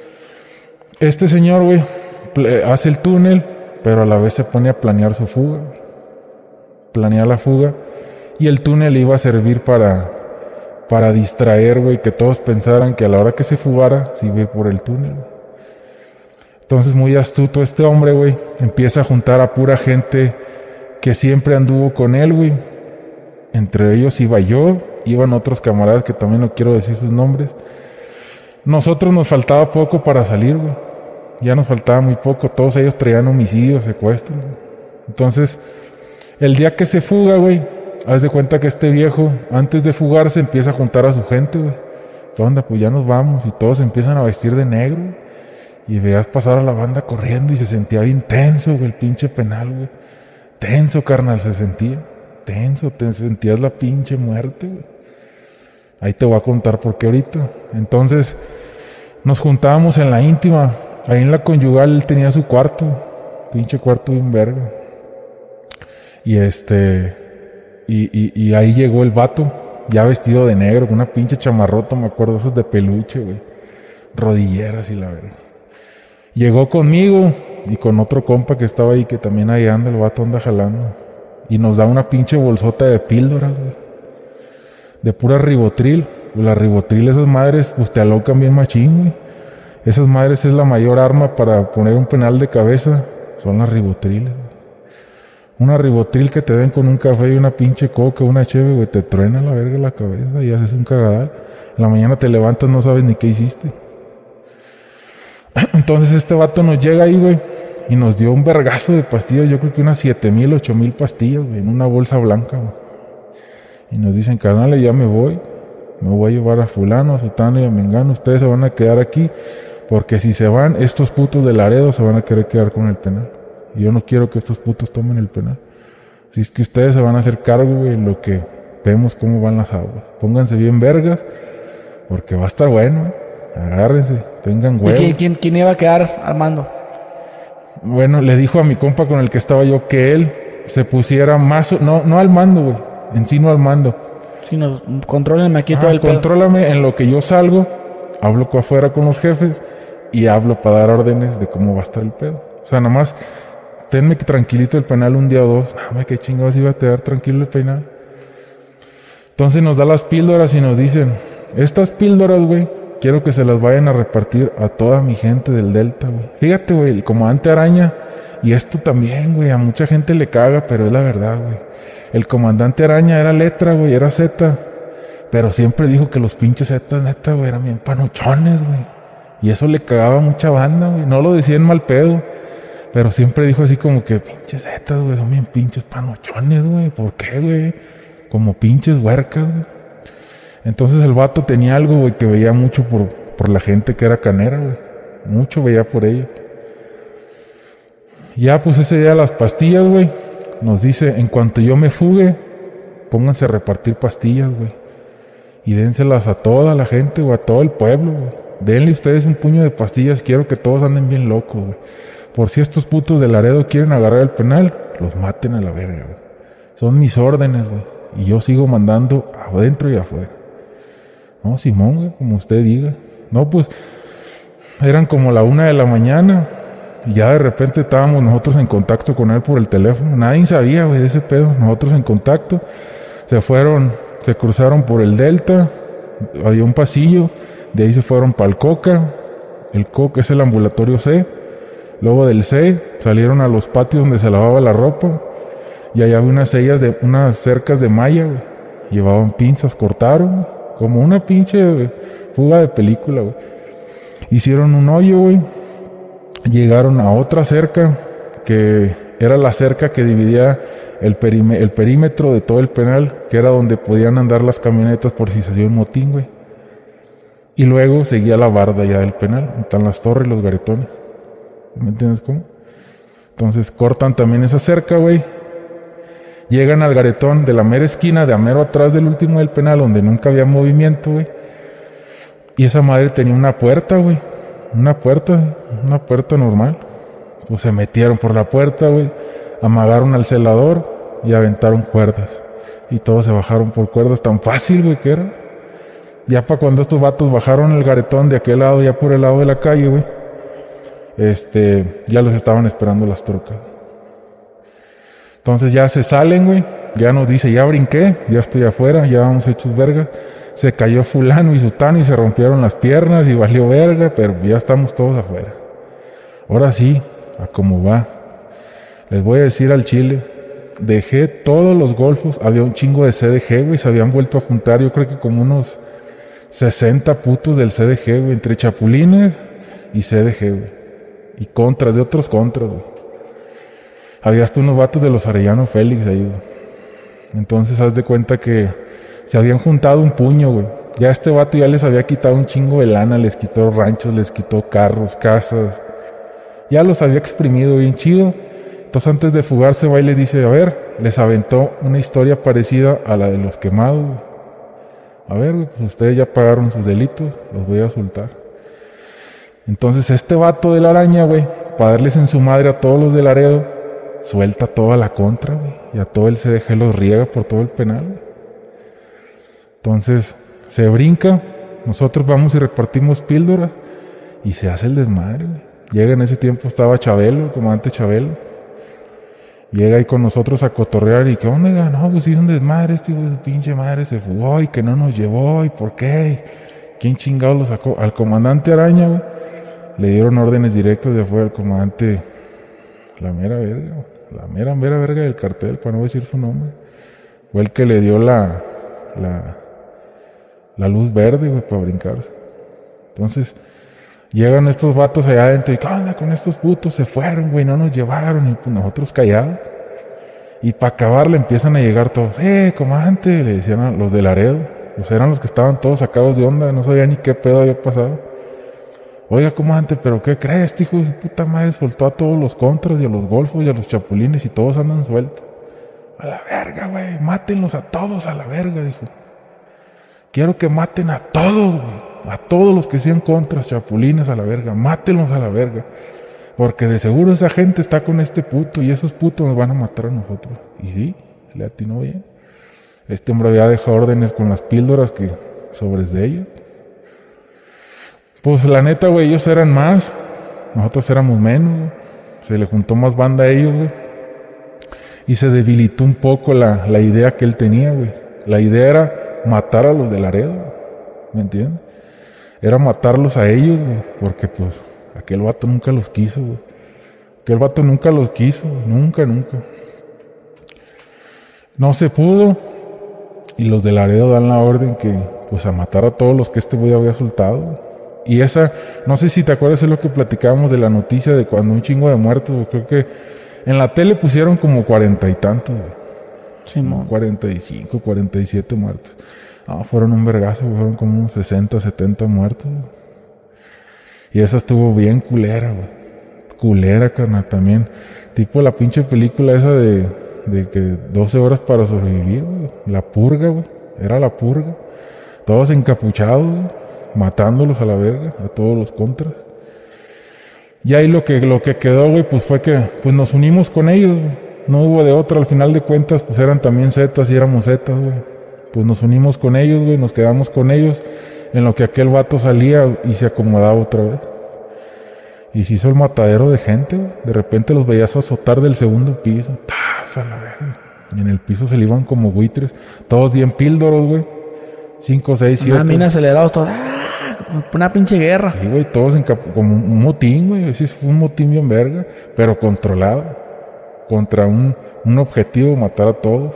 este señor, güey, hace el túnel, pero a la vez se pone a planear su fuga, güey. Planea la fuga. Y el túnel iba a servir para, para distraer, güey, que todos pensaran que a la hora que se fugara, se iba a ir por el túnel, güey. Entonces, muy astuto este hombre, güey, empieza a juntar a pura gente que siempre anduvo con él, güey. Entre ellos iba yo, iban otros camaradas que también no quiero decir sus nombres. Nosotros nos faltaba poco para salir, güey. Ya nos faltaba muy poco. Todos ellos traían homicidios, secuestros, güey. Entonces, el día que se fuga, güey, haz de cuenta que este viejo, antes de fugarse, empieza a juntar a su gente, güey. ¿Qué onda? Pues ya nos vamos. Y todos empiezan a vestir de negro, güey. Y veías pasar a la banda corriendo y se sentía bien tenso, güey, el pinche penal, güey. Tenso, carnal, se sentía. Tenso, te sentías la pinche muerte, güey. Ahí te voy a contar por qué ahorita. Entonces, nos juntábamos en la íntima. Ahí en la conyugal él tenía su cuarto. Pinche cuarto bien verga. Y este... Y, y, y ahí llegó el vato, ya vestido de negro, con una pinche chamarrota, me acuerdo, esos de peluche, güey. Rodilleras y la verga. Llegó conmigo y con otro compa que estaba ahí, que también ahí anda, el vato anda jalando. Y nos da una pinche bolsota de píldoras, güey. De pura ribotril. La ribotril, esas madres, pues te alocan bien machín, güey. Esas madres es la mayor arma para poner un penal de cabeza. Son las ribotriles, güey. Una ribotril que te den con un café y una pinche coca, una cheve, güey, te truena la verga la cabeza y haces un cagadal. En la mañana te levantas, no sabes ni qué hiciste. Entonces este vato nos llega ahí, güey, y nos dio un vergazo de pastillas, yo creo que unas siete mil, ocho mil pastillas, güey, en una bolsa blanca, güey. Y nos dicen, carnales, ya me voy, me voy a llevar a fulano, a sutano y a mengano, ustedes se van a quedar aquí, porque si se van, estos putos de Laredo se van a querer quedar con el penal. Y yo no quiero que estos putos tomen el penal. Así es que ustedes se van a hacer cargo, güey, en lo que vemos cómo van las aguas. Pónganse bien vergas, porque va a estar bueno, güey. Agárrense, tengan huevo. ¿Y quién, quién iba a quedar armando? Bueno, le dijo a mi compa con el que estaba yo que él se pusiera más... No, no al mando, güey. En sí no al mando. Sí, no, contrólenme aquí ah, todo el pedo. Contrólame en lo que yo salgo, hablo con afuera con los jefes y hablo para dar órdenes de cómo va a estar el pedo. O sea, nada más tenme tranquilito el penal un día o dos. No, qué chingados iba a quedar tranquilo el penal. Entonces nos da las píldoras y nos dicen, estas píldoras, güey, quiero que se las vayan a repartir a toda mi gente del Delta, güey. Fíjate, güey, el comandante Araña, y esto también, güey, a mucha gente le caga, pero es la verdad, güey. El comandante Araña era letra, güey, era Z, pero siempre dijo que los pinches Zetas, neta, güey, eran bien panochones, güey. Y eso le cagaba a mucha banda, güey. No lo decía en mal pedo, pero siempre dijo así como que pinches Zetas, güey, son bien pinches panochones, güey. ¿Por qué, güey? Como pinches huercas, güey. Entonces el vato tenía algo, güey, que veía mucho por, por la gente que era canera, güey. Mucho veía por ella. Ya, pues ese día las pastillas, güey, nos dice, en cuanto yo me fugue, pónganse a repartir pastillas, güey. Y dénselas a toda la gente, güey, a todo el pueblo, güey. Denle ustedes un puño de pastillas, quiero que todos anden bien locos, güey. Por si estos putos de Laredo quieren agarrar el penal, los maten a la verga, güey. Son mis órdenes, güey. Y yo sigo mandando adentro y afuera. No, Simón, güey, como usted diga. No, pues, eran como la una de la mañana. Y ya de repente estábamos nosotros en contacto con él por el teléfono. Nadie sabía, güey, de ese pedo. Nosotros en contacto. Se fueron, se cruzaron por el Delta. Había un pasillo. De ahí se fueron para el Coca. El Coca es el ambulatorio C. Luego del C salieron a los patios donde se lavaba la ropa. Y allá había unas sellas de, unas cercas de malla, güey. Llevaban pinzas, cortaron, güey. Como una pinche güey, fuga de película, güey. Hicieron un hoyo, güey. Llegaron a otra cerca, que era la cerca que dividía el, perime, el perímetro de todo el penal, que era donde podían andar las camionetas por si se hacía un motín, güey. Y luego seguía la barda ya del penal, donde están las torres y los garetones. ¿Me entiendes cómo? Entonces cortan también esa cerca, güey. Llegan al garetón de la mera esquina, de a mero atrás del último del penal, donde nunca había movimiento, güey. Y esa madre tenía una puerta, güey. Una puerta, una puerta normal. Pues se metieron por la puerta, güey. Amagaron al celador y aventaron cuerdas. Y todos se bajaron por cuerdas, tan fácil, güey, que era. Ya para cuando estos vatos bajaron el garetón de aquel lado, ya por el lado de la calle, güey. Este, ya los estaban esperando las trocas. Entonces ya se salen, güey. Ya nos dice, ya brinqué, ya estoy afuera, ya vamos hechos vergas. Se cayó fulano y sutano y se rompieron las piernas y valió verga, pero ya estamos todos afuera. Ahora sí, a cómo va. Les voy a decir al chile, dejé todos los golfos, había un chingo de C D G, güey, se habían vuelto a juntar, yo creo que como unos sesenta putos del C D G, güey, entre chapulines y C D G, güey. Y contras, de otros contras, güey. Había hasta unos vatos de los Arellano Félix ahí, güey. Entonces, haz de cuenta que se habían juntado un puño, güey. Ya este vato ya les había quitado un chingo de lana, les quitó ranchos, les quitó carros, casas. Ya los había exprimido bien chido. Entonces, antes de fugarse, va y les dice, a ver, les aventó una historia parecida a la de los quemados, güey. A ver, güey, pues ustedes ya pagaron sus delitos, los voy a soltar. Entonces, este vato de la araña, güey, para darles en su madre a todos los de Laredo, suelta toda la contra, güey, y a todo el C D G los riega por todo el penal, güey. Entonces, se brinca, nosotros vamos y repartimos píldoras, y se hace el desmadre, güey. Llega en ese tiempo, estaba Chabelo, el comandante Chabelo. Llega ahí con nosotros a cotorrear, y ¿qué onda? No, pues hizo un desmadre, este hijo de su pinche madre se fugó, y que no nos llevó, y ¿por qué? ¿Quién chingado lo sacó? Al comandante Araña, güey, le dieron órdenes directas de afuera al comandante, la mera verga, la mera, mera verga del cartel, para no decir su nombre. Fue el que le dio la, la, la luz verde, güey, para brincarse. Entonces, llegan estos vatos allá adentro y ¿qué onda con estos putos? Se fueron, güey, no nos llevaron. Y pues nosotros callados. Y para acabar le empiezan a llegar todos. ¡Eh, comandante! Le decían a los de Laredo. Pues eran los que estaban todos sacados de onda. No sabía ni qué pedo había pasado. Oiga, comandante, ¿pero qué crees? Este hijo de su puta madre soltó a todos los contras y a los golfos y a los chapulines y todos andan sueltos. A la verga, güey. Mátenlos a todos a la verga, dijo. Quiero que maten a todos, güey. A todos los que sean contras, chapulines a la verga. Mátenlos a la verga. Porque de seguro esa gente está con este puto y esos putos nos van a matar a nosotros. Y sí, le atinó bien. Este hombre había dejado órdenes con las píldoras que sobres de ellos. Pues la neta, güey, ellos eran más. Nosotros éramos menos, güey. Se le juntó más banda a ellos, güey. Y se debilitó un poco la, la idea que él tenía, güey. La idea era matar a los de Laredo, ¿me entiendes? Era matarlos a ellos, güey. Porque, pues, aquel vato nunca los quiso, güey. Aquel vato nunca los quiso, güey. Nunca, nunca. No se pudo. Y los de Laredo dan la orden que, pues, a matar a todos los que este güey había soltado, güey. Y esa, no sé si te acuerdas, es lo que platicábamos de la noticia de cuando un chingo de muertos, güey. Creo que en la tele pusieron como cuarenta y tantos, güey. Simón. cuarenta y cinco, cuarenta y siete muertos. Ah, fueron un vergazo, güey. Fueron como unos sesenta, setenta muertos, güey. Y esa estuvo bien culera, güey. Culera, carnal, también. Tipo la pinche película esa de, de que doce horas para sobrevivir, güey. La purga, güey. Era la purga. Todos encapuchados, güey. Matándolos a la verga, a todos los contras. Y ahí lo que, lo que quedó, güey, pues fue que pues nos unimos con ellos, güey. No hubo de otra, al final de cuentas, pues eran también zetas y éramos zetas, güey. Pues nos unimos con ellos, güey, nos quedamos con ellos, en lo que aquel vato salía y se acomodaba otra vez. Y se hizo el matadero de gente, güey. De repente los veías azotar del segundo piso. ¡Tas! A la verga. Y en el piso se le iban como buitres, todos bien píldoros, güey. Cinco, seis, siete. Una mina acelerados, todos. ¡Ah! Una pinche guerra. Sí, güey, todos en cap- como un motín, güey. Ese fue un motín bien verga, pero controlado. Contra un, un objetivo, matar a todos.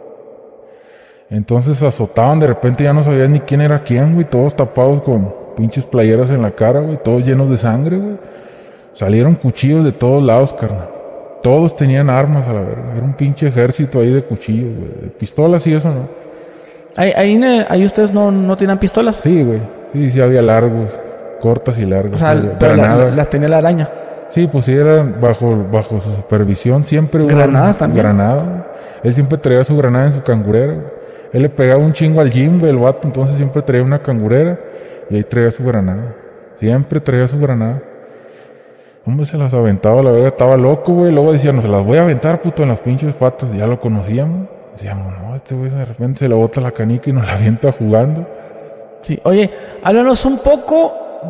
Entonces azotaban, de repente ya no sabías ni quién era quién, güey. Todos tapados con pinches playeras en la cara, güey. Todos llenos de sangre, güey. Salieron cuchillos de todos lados, carnal. Todos tenían armas a la verga. Era un pinche ejército ahí de cuchillos, güey. De pistolas y eso, ¿no? Ahí, ahí, ahí ustedes no, no tienen pistolas. Sí, güey. Sí, sí había largos. Cortas y largas. O sea, sí, pero la- granadas. las tenía la araña. Sí, pues sí, eran bajo, bajo su supervisión. Siempre hubo ¿Granadas también? Granada. Él siempre traía su granada en su cangurera. Güey. Él le pegaba un chingo al gym, güey, el vato. Entonces siempre traía una cangurera y ahí traía su granada. Siempre traía su granada. Hombre, se las aventaba, la verdad, estaba loco, güey. Luego decía, no, se las voy a aventar, puto, en las pinches patas. Ya lo conocíamos. Decíamos, no, este güey de repente se le bota la canica y nos la avienta jugando. Sí. Oye, háblanos un poco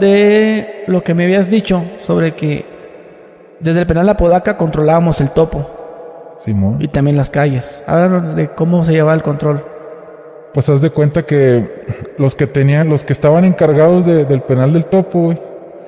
de lo que me habías dicho sobre que desde el penal La Apodaca controlábamos el topo Simón. y también las calles. Háblanos de cómo se llevaba el control. Pues haz de cuenta que los que tenían, los que estaban encargados de, del penal del Topo, güey,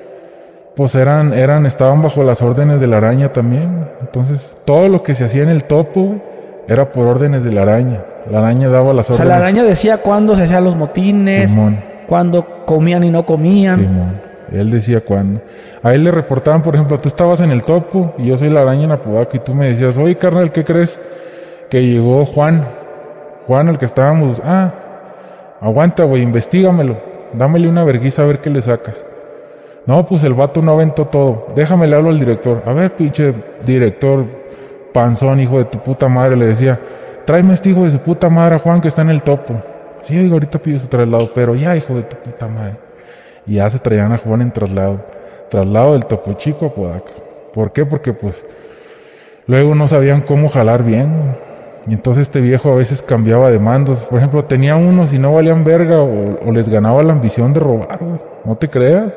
pues eran, eran, estaban bajo las órdenes de la araña también, güey. Entonces, todo lo que se hacía en el Topo, güey, era por órdenes de la araña. La araña daba las O sea, órdenes. la araña decía cuándo se hacían los motines, Simón. cuándo comían y no comían. Simón. Él decía cuándo. A él le reportaban, por ejemplo, tú estabas en el Topo y yo soy la araña en Apodaca y tú me decías, oye, carnal, ¿qué crees? Que llegó Juan. Juan, el que estábamos. Ah, aguanta, güey, investígamelo. Dámele una verguiza a ver qué le sacas. No, pues el vato no aventó todo. Déjame le hablo al director. A ver, pinche director panzón, hijo de tu puta madre, le decía, tráeme a este hijo de su puta madre a Juan que está en el Topo. Sí, oiga, ahorita pido su traslado, pero ya, hijo de tu puta madre. Y ya se traían a Juan en traslado. Traslado del Topo Chico a Apodaca. ¿Por qué? Porque pues luego no sabían cómo jalar bien, güey. Y entonces este viejo a veces cambiaba de mandos. Por ejemplo, tenía unos y no valían verga o, o les ganaba la ambición de robar, güey. No te creas.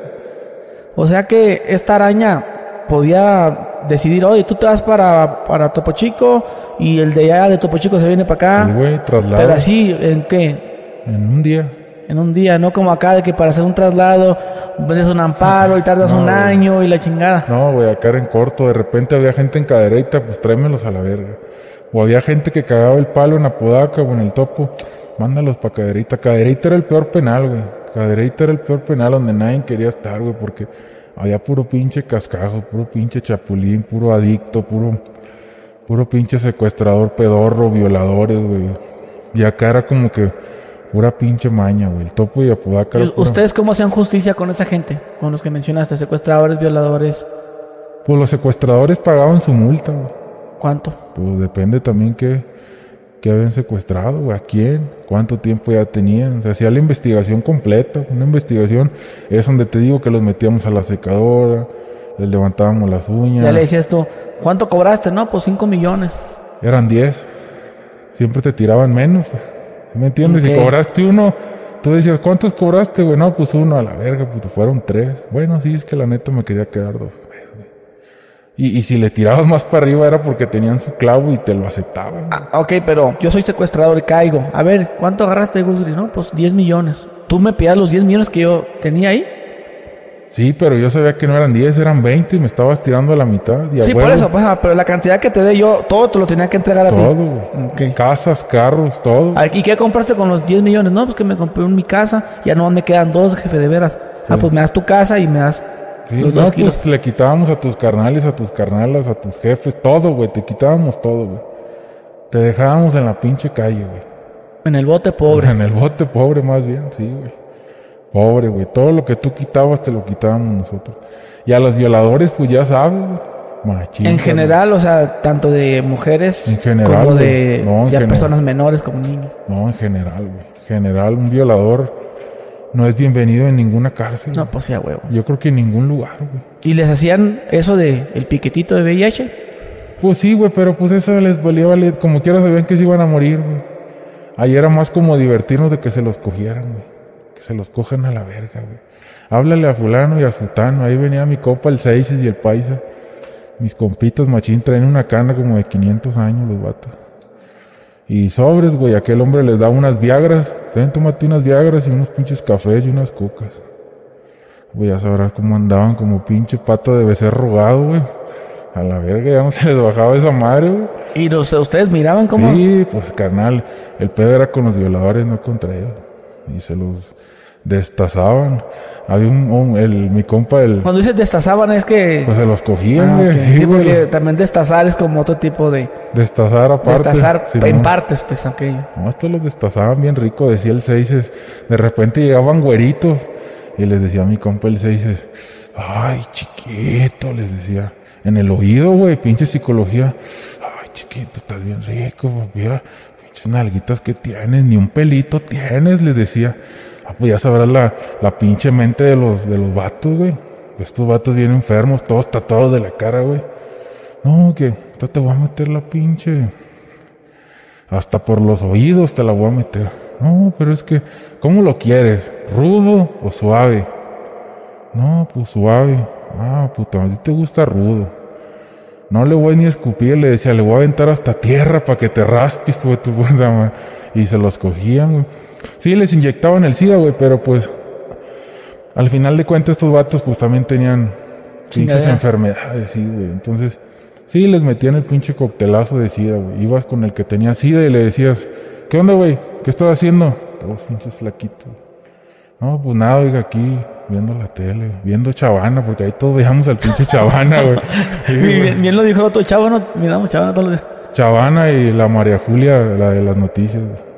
O sea que esta araña podía decidir, oye, tú te vas para, para Topo Chico y el de allá de Topo Chico se viene para acá. Sí, güey, traslado. Pero así, ¿en qué? En un día. En un día, no como acá de que para hacer un traslado vendes un amparo y tardas No, un güey. año y la chingada. No, güey, acá era en corto. De repente había gente en Cadereyta, pues tráemelos a la verga. O había gente que cagaba el palo en Apodaca o en el Topo. Mándalos para Cadereyta. Cadereyta era el peor penal, güey. Cadereyta era el peor penal donde nadie quería estar, güey, porque había puro pinche cascajo, puro pinche chapulín, puro adicto, puro, puro pinche secuestrador, pedorro, violadores, güey. Y acá era como que pura pinche maña, güey. El Topo y Apodaca era ¿Y pura- ¿Ustedes cómo hacían justicia con esa gente? Con los que mencionaste, secuestradores, violadores. Pues los secuestradores pagaban su multa, güey. ¿Cuánto? Pues depende también qué, qué habían secuestrado, güey, a quién, cuánto tiempo ya tenían. Se hacía la investigación completa. Una investigación es donde te digo que los metíamos a la secadora, les levantábamos las uñas. Ya le decías tú, ¿cuánto cobraste? No, pues cinco millones. Eran diez. Siempre te tiraban menos. ¿Sí me entiendes? Ok. Si cobraste uno, tú decías, ¿cuántos cobraste, güey? No, pues uno, a la verga, pues fueron tres. Bueno, sí, es que la neta me quería quedar dos. Y, y si le tirabas más para arriba era porque tenían su clavo y te lo aceptaban. Ah, ok, pero yo soy secuestrador y caigo. A ver, ¿cuánto agarraste de Gusgri? No, pues diez millones. ¿Tú me pidas los diez millones que yo tenía ahí? Sí, pero yo sabía que no eran diez, eran veinte y me estabas tirando a la mitad. Y a Sí, huevo, por eso, pues, ah, pero la cantidad que te dé yo, todo te lo tenía que entregar a ti. todo, güey. Ok. Casas, carros, todo. Ah, ¿y qué compraste con los diez millones? No, pues que me compré un mi casa, ya no me quedan dos, jefe, de veras. Ah, Sí. pues me das tu casa y me das Sí, los no, dos kilos. pues le quitábamos a tus carnales, a tus carnalas, a tus jefes, todo, güey. Te quitábamos todo, güey. Te dejábamos en la pinche calle, güey. En el bote pobre. En el bote pobre, más bien, sí, güey. Pobre, güey. Todo lo que tú quitabas te lo quitábamos nosotros. Y a los violadores, pues ya sabes, güey. Machín, En güey. general, o sea, tanto de mujeres En general, como güey. de No, en ya general. personas menores como niños. No, en general, güey. En general, un violador no es bienvenido en ninguna cárcel. No, güey. pues sí, a huevo. Yo creo que en ningún lugar, güey. ¿Y les hacían eso de el piquetito de V I H? Pues sí, güey, pero pues eso les valía, valer. Como quiera sabían que se iban a morir, güey. Ahí era más como divertirnos de que se los cogieran, güey. Que se los cojan a la verga, güey. Háblale a fulano y a sutano. Ahí venía mi compa el Seises y el Paisa. Mis compitos machín traen una cana como de quinientos años los vatos. Y sobres, güey, aquel hombre les daba unas viagras. Ten, tómate unas viagras y unos pinches cafés y unas cocas. Güey, ya sabrás cómo andaban como pinche pato de becerro rogado, güey. A la verga, ya no se les bajaba esa madre, güey. ¿Y los, ustedes miraban cómo? Sí, pues carnal, el pedo era con los violadores, no contra ellos. Y se los destazaban. Había un, un- el, mi compa, el, Cuando dices destazaban es que... pues se los cogían, Ah, güey. ok. Sí, Sí, güey. porque también destazar es como otro tipo de... Destazar aparte. Destazar sí, en ¿no? partes, pues, aquello. No, estos los destazaban bien rico, decía el Seises. De repente llegaban güeritos y les decía a mi compa el Seises, ay, chiquito, les decía. En el oído, güey, pinche psicología. Ay, chiquito, estás bien rico, mira, pinches nalguitas que tienes, ni un pelito tienes, les decía. Ah, pues ya sabrás la, la pinche mente de los, de los vatos, güey. Estos vatos bien enfermos, todos tatuados de la cara, güey. No, que ahorita te voy a meter la pinche... Hasta por los oídos te la voy a meter. No, pero es que, ¿cómo lo quieres? ¿Rudo o suave? No, pues suave. Ah, puta, a ti te gusta rudo. No le voy ni a escupir, le decía, le voy a aventar hasta tierra para que te raspes, tu, tu puta madre. Y se los cogían, güey. Sí, les inyectaban el SIDA, güey, pero pues... Al final de cuentas, estos vatos pues también tenían pinches Chingadera. enfermedades, sí, güey. Entonces, sí, les metían el pinche coctelazo de SIDA, güey. Ibas con el que tenía SIDA y le decías, ¿qué onda, güey? ¿Qué estás haciendo? Todos pinches flaquitos. No, pues nada, oiga, aquí, viendo la tele, viendo Chavana, porque ahí todos veíamos al pinche Chavana, güey. Sí, Bien, güey. bien- bien lo dijo el otro chavo, ¿no? Miramos chavo todos los días. Chavana y la María Julia, la de las noticias, güey.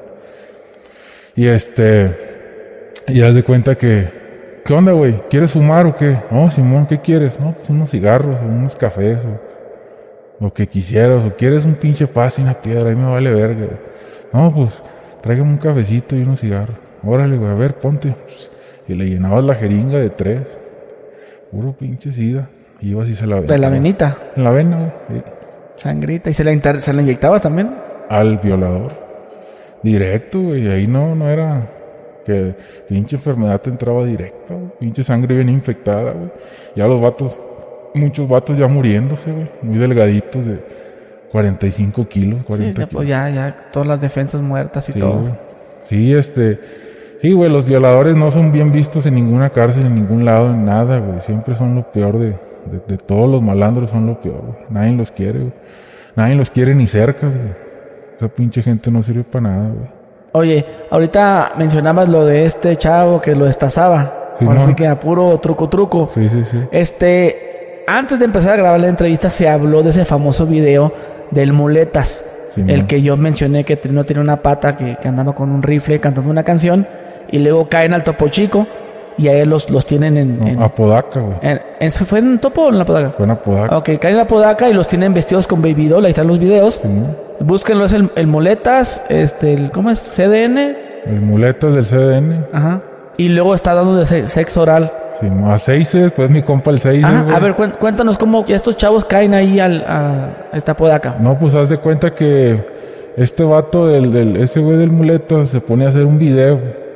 Y este, y haz de cuenta que, ¿qué onda, güey? ¿Quieres fumar o qué? No, Simón, ¿qué quieres? No, pues unos cigarros, o unos cafés, o lo que quisieras, o quieres un pinche paz y una piedra, ahí me vale verga, güey. No, pues, tráigame un cafecito y unos cigarros. Órale, güey, a ver, ponte. Y le llenabas la jeringa de tres. Puro pinche sida. Y ibas y se la De la aventabas. venita, En la vena, güey. Sí. sangrita. ¿Y se la, inter- se la inyectabas también? Al violador. Directo, güey. Ahí no, no era que pinche enfermedad te entraba directa, güey. Pinche sangre bien infectada, güey. Ya los vatos, muchos vatos ya muriéndose, güey. Muy delgaditos de cuarenta y cinco kilos, Sí, cuarenta ya, kilos. pues ya, ya, todas las defensas muertas y Sí, todo. güey. Sí, este... Sí, güey, los violadores no son bien vistos en ninguna cárcel, en ningún lado, en nada, güey. Siempre son lo peor de... De, de todos los malandros son lo peor, güey. Nadie los quiere, güey. Nadie los quiere ni cerca, güey. Esa pinche gente no sirve para nada, güey. Oye, ahorita mencionabas lo de este chavo que lo destazaba. Sí, Ahora no. sí que a puro truco truco. Sí, sí, sí. Este, antes de empezar a grabar la entrevista se habló de ese famoso video del Muletas. Sí, el man. que yo mencioné que no tiene una pata, que, que andaba con un rifle cantando una canción. Y luego caen al Topo Chico y a él los, los tienen en... No, en, Apodaca, güey. en- en- ¿Fue en Topo o en la Podaca? Fue en Apodaca. Ok, caen en la Podaca y los tienen vestidos con Baby Doll. Ahí están los videos. Sí, ¿no? Búsquenlo, es el, el Muletas, este, el, ¿cómo es? C D N. El muletas del C D N. Ajá. Y luego está dando de se- sexo oral. Sí, ¿no? A Seises, pues mi compa el Seises, Ajá. güey. A ver, cuen- cuéntanos cómo estos chavos caen ahí al, a esta Podaca. No, pues haz de cuenta que este vato del, del ese güey del muletas se pone a hacer un video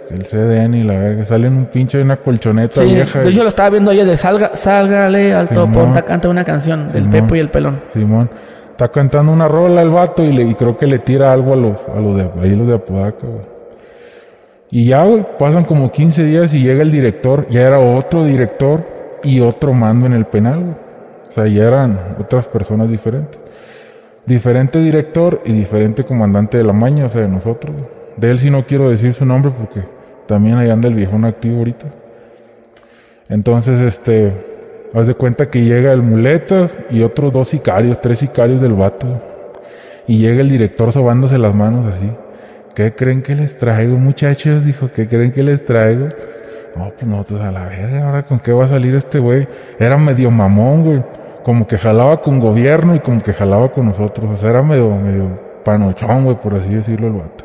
el C D N y la verga. Sale en un pinche, una colchoneta Sí, vieja. de hecho lo estaba viendo ayer de salga, sálgale al Simón. topo, está canta una canción del Simón. Pepo y el Pelón. Simón. Está cantando una rola el vato y, le, y creo que le tira algo a los, a los de ahí, los de Apodaca, güey. Y ya, güey, pasan como quince días y llega el director. Ya era otro director y otro mando en el penal, güey. O sea, ya eran otras personas diferentes. Diferente director y diferente comandante de la maña, o sea, de nosotros, güey. De él sí no quiero decir su nombre porque también ahí anda el viejón activo ahorita. Entonces, este... haz de cuenta que llega el Muletas y otros dos sicarios, tres sicarios del vato. Y llega el director sobándose las manos así. ¿Qué creen que les traigo, muchachos? Dijo, ¿qué creen que les traigo? No, pues nosotros a la verga, ¿ahora con qué va a salir este güey? Era medio mamón, güey. Como que jalaba con gobierno y como que jalaba con nosotros. O sea, era medio, medio panochón, güey, por así decirlo el vato.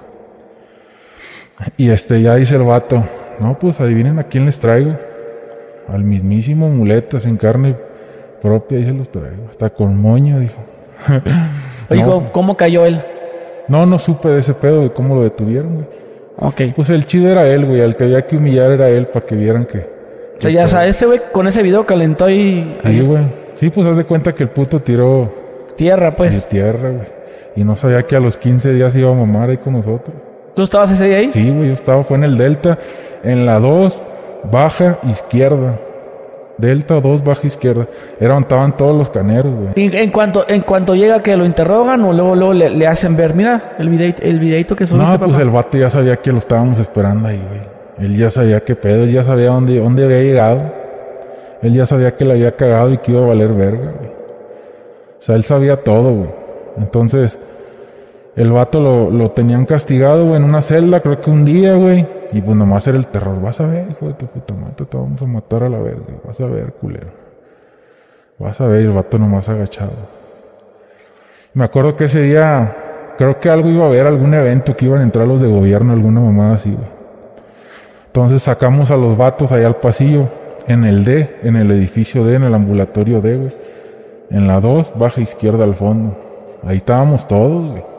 Y este, ya dice el vato, no, pues adivinen a quién les traigo. Al mismísimo Muletas en carne propia, y se los traigo. Hasta con moño, dijo. Oye, no, ¿cómo, ¿cómo cayó él? no, no supe de ese pedo, de cómo lo detuvieron, güey. Ok. Pues el chido era él, güey. Al que había que humillar era él para que vieran que... O sea, ya, o sea, ese güey con ese video calentó y... Sí, güey. Sí, pues haz de cuenta que el puto tiró Tierra, de pues. tierra, güey. Y no sabía que a los quince días iba a mamar ahí con nosotros. ¿Tú estabas ese día ahí? Sí, güey, yo estaba, fue en el Delta, en la dos, baja izquierda. Delta dos, baja izquierda. Era donde estaban todos los caneros, güey. Y en cuanto, en cuanto llega que lo interrogan o luego, luego le, le hacen ver, mira, el videito, el videito que subiste, No, pues papá. el vato ya sabía que lo estábamos esperando ahí, güey. Él ya sabía qué pedo, él ya sabía dónde, dónde había llegado. Él ya sabía que le había cagado y que iba a valer verga, güey. O sea, él sabía todo, güey. Entonces, el vato lo, lo tenían castigado, güey, en una celda, creo que un día, güey. Y pues nomás era el terror. Vas a ver, hijo de tu puta madre, te vamos a matar a la verga. Vas a ver, culero. Vas a ver, y el vato nomás agachado. Me acuerdo que ese día, creo que algo iba a haber, algún evento que iban a entrar los de gobierno, alguna mamada así, güey. Entonces sacamos a los vatos allá al pasillo, en el D, en el edificio D, en el ambulatorio D, güey. En la dos, baja izquierda al fondo. Ahí estábamos todos, güey.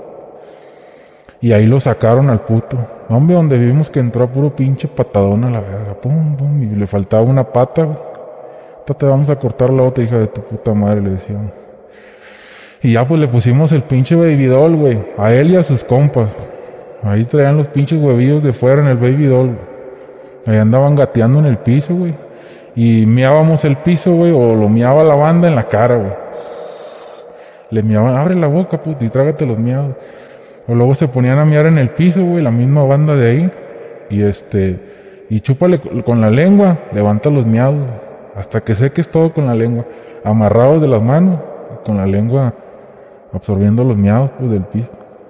Y ahí lo sacaron al puto. Hombre, donde vimos que entró a puro pinche patadón a la verga. Pum, pum. Y le faltaba una pata, güey. Te vamos a cortar la otra, hija de tu puta madre, le decíamos. Y ya pues le pusimos el pinche baby doll, güey. A él y a sus compas. Ahí traían los pinches huevillos de fuera en el baby doll, güey. Ahí andaban gateando en el piso, güey. Y miábamos el piso, güey. O lo miaba la banda en la cara, güey. Le miaban, abre la boca, puto, y trágate los miados. O luego se ponían a miar en el piso, güey, la misma banda de ahí. Y este, y chúpale con la lengua, levanta los miados, güey, hasta que seques todo con la lengua. Amarrados de las manos, con la lengua absorbiendo los miados, pues, del piso.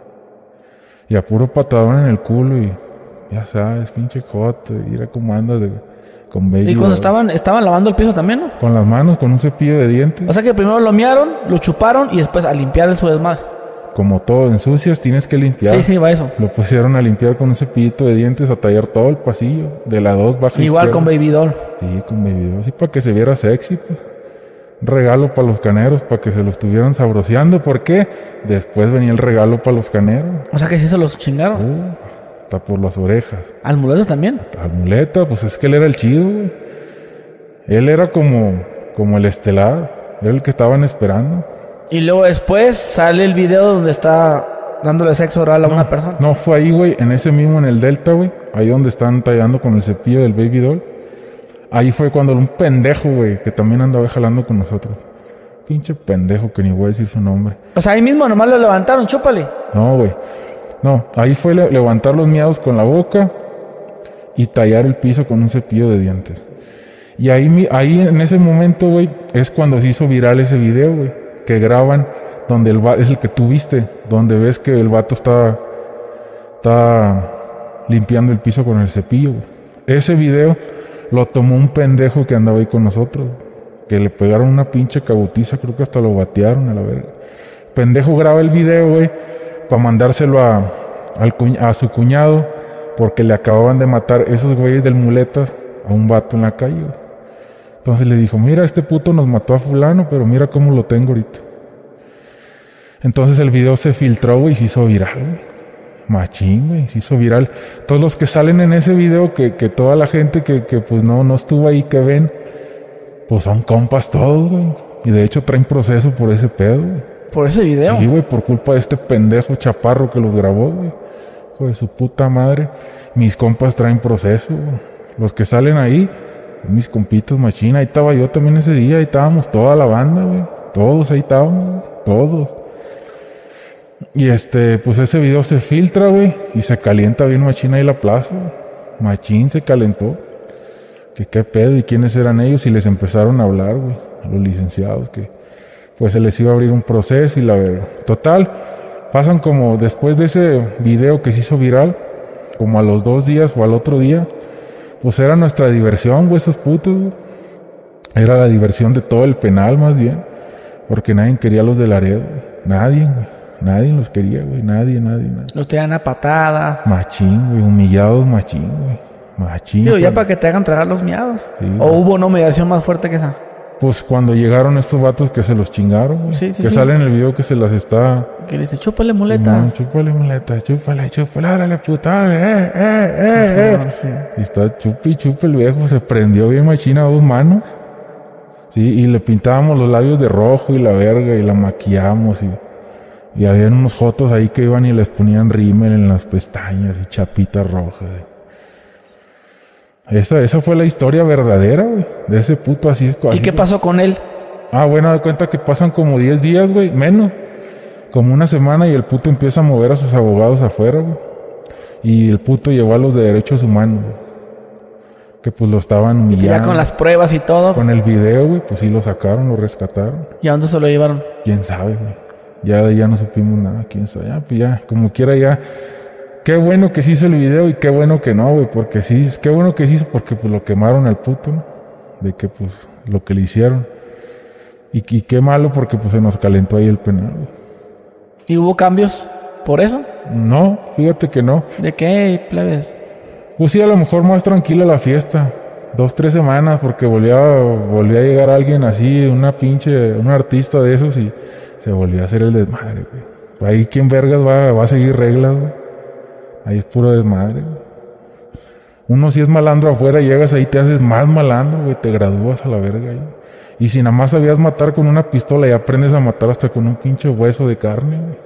Y a puro patadón en el culo y, ya sabes, pinche joto, mira cómo andas de, con baby. Y cuando güey. estaban, estaban lavando el piso también, ¿no? Con las manos, con un cepillo de dientes. O sea que primero lo miaron, lo chuparon y después a limpiar el su desmadre. Como todo, ensucias, tienes que limpiar. Sí, sí, va eso. Lo pusieron a limpiar con un cepillito de dientes, a tallar todo el pasillo, de la dos baja Igual izquierda. con baby doll. Sí, con baby doll, así para que se viera sexy, pues. Un regalo para los caneros, para que se lo estuvieran sabroseando. ¿Por qué? Después venía el regalo para los caneros. O sea que sí se los chingaron. Uh, hasta por las orejas. Al Muletas también. Al Muleta, pues es que él era el chido, güey. Él era como, como el estelar, era el que estaban esperando. Y luego después sale el video donde está dándole sexo oral a no, una persona. No, fue ahí, güey, en ese mismo, en el Delta, güey. Ahí donde están tallando con el cepillo del baby doll. Ahí fue cuando un pendejo, güey, que también andaba jalando con nosotros. Pinche pendejo que ni voy a decir su nombre. O sea, ahí mismo nomás lo levantaron, chúpale. No, güey. No, ahí fue le- levantar los miados con la boca y tallar el piso con un cepillo de dientes. Y ahí, mi- ahí en ese momento, güey, es cuando se hizo viral ese video, güey, que graban donde el va- es el que tú viste, donde ves que el vato está, está limpiando el piso con el cepillo, güey. Ese video lo tomó un pendejo que andaba ahí con nosotros, que le pegaron una pinche cabutiza, creo que hasta lo batearon a la verga. Pendejo graba el video, güey, para mandárselo a, al cuñ- a su cuñado, porque le acababan de matar esos güeyes del Muletas a un vato en la calle, güey. Entonces le dijo, mira, este puto nos mató a fulano, pero mira cómo lo tengo ahorita. Entonces el video se filtró, güey, y se hizo viral, güey. Machín, güey, se hizo viral. Todos los que salen en ese video, que, que toda la gente que, que pues no, no estuvo ahí, que ven, pues son compas todos, güey. Y de hecho traen proceso por ese pedo, güey. ¿Por ese video? Sí, güey, por culpa de este pendejo chaparro que los grabó, güey. Hijo de su puta madre. Mis compas traen proceso, güey. Los que salen ahí, mis compitos machín. Ahí estaba yo también ese día, ahí estábamos toda la banda, güey. Todos ahí estábamos, güey. Todos. Y este, pues ese video se filtra, güey, y se calienta bien machín ahí la plaza, güey. Machín se calentó. Que qué pedo y quiénes eran ellos, y les empezaron a hablar, güey, a los licenciados, que pues se les iba a abrir un proceso y la verdad. Total, pasan como después de ese video que se hizo viral, como a los dos días o al otro día, pues era nuestra diversión, güey, esos putos, güey. Era la diversión de todo el penal, más bien, porque nadie quería los de Laredo, güey. Nadie, güey. Nadie los quería, güey. Nadie, nadie, nadie. Los tenían a patada. Machín, güey. Humillados, machín, güey. Machín. Tío, ya para que te hagan tragar los miados. Sí, ¿O güey. hubo una humillación más fuerte que esa? Pues cuando llegaron estos vatos que se los chingaron, güey. Sí, sí, que sí. sale en el video que se las está... Que le dice, chúpale muletas. No, chúpale muletas, chúpale, chúpale, árale, puta, eh, eh, eh, eh. Sí. Y está chupi y chupe el viejo. Se prendió bien machina a dos manos. Sí, y le pintábamos los labios de rojo y la verga y la maquillamos y... Y habían unos jotos ahí que iban y les ponían rímel en las pestañas y chapitas rojas. Esa, esa fue la historia verdadera, güey, de ese puto así. ¿Y así, qué pasó con él? Ah, bueno, de cuenta que pasan como diez días, güey, menos. Como una semana y el puto empieza a mover a sus abogados afuera, güey. Y el puto llevó a los de derechos humanos, güey. Que pues lo estaban humillando. Ya con las pruebas y todo. Con el video, güey, pues sí lo sacaron, lo rescataron. ¿Y a dónde se lo llevaron? ¿Quién sabe, güey? Ya de ya no supimos nada, quién sabe. Ya, pues ya, como quiera ya. Qué bueno que sí hizo el video y qué bueno que no, güey. Porque sí, qué bueno que sí hizo porque pues lo quemaron al puto, ¿no? De que pues lo que le hicieron. Y, y qué malo porque pues se nos calentó ahí el penal, güey. ¿Y hubo cambios por eso? No, fíjate que no. ¿De qué, plebes? Pues sí, a lo mejor más tranquila la fiesta. Dos, tres semanas porque volvía, volvía a llegar alguien así, una pinche, un artista de esos y... se volvió a hacer el desmadre, güey. Ahí quién vergas va, va a seguir reglas, güey. Ahí es puro desmadre, güey. Uno si es malandro afuera, llegas ahí, te haces más malandro, güey. Te gradúas a la verga ahí. Y si nada más sabías matar con una pistola, ya aprendes a matar hasta con un pinche hueso de carne, güey.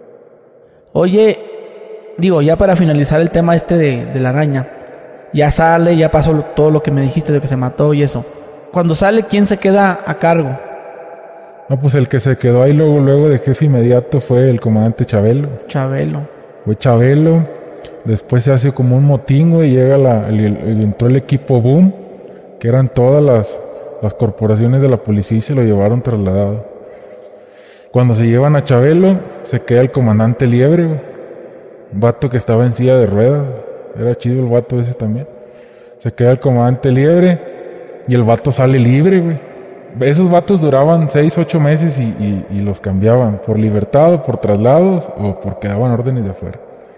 Oye, digo, ya para finalizar el tema este de, de la araña. Ya sale, ya pasó lo- todo lo que me dijiste de que se mató y eso. Cuando sale, ¿quién se queda a cargo? No, pues el que se quedó ahí luego, luego de jefe inmediato fue el comandante Chabelo. Chabelo. Fue Chabelo. Después se hace como un motín, güey. Llega la, el, el- entró el equipo Boom, que eran todas las, las corporaciones de la policía y se lo llevaron trasladado. Cuando se llevan a Chabelo, se queda el comandante Liebre, güey. Un vato que estaba en silla de ruedas. Era chido el vato ese también. Se queda el comandante Liebre y el vato sale libre, güey. Esos vatos duraban seis, ocho meses y, y, y los cambiaban por libertad o por traslados o porque daban órdenes de afuera.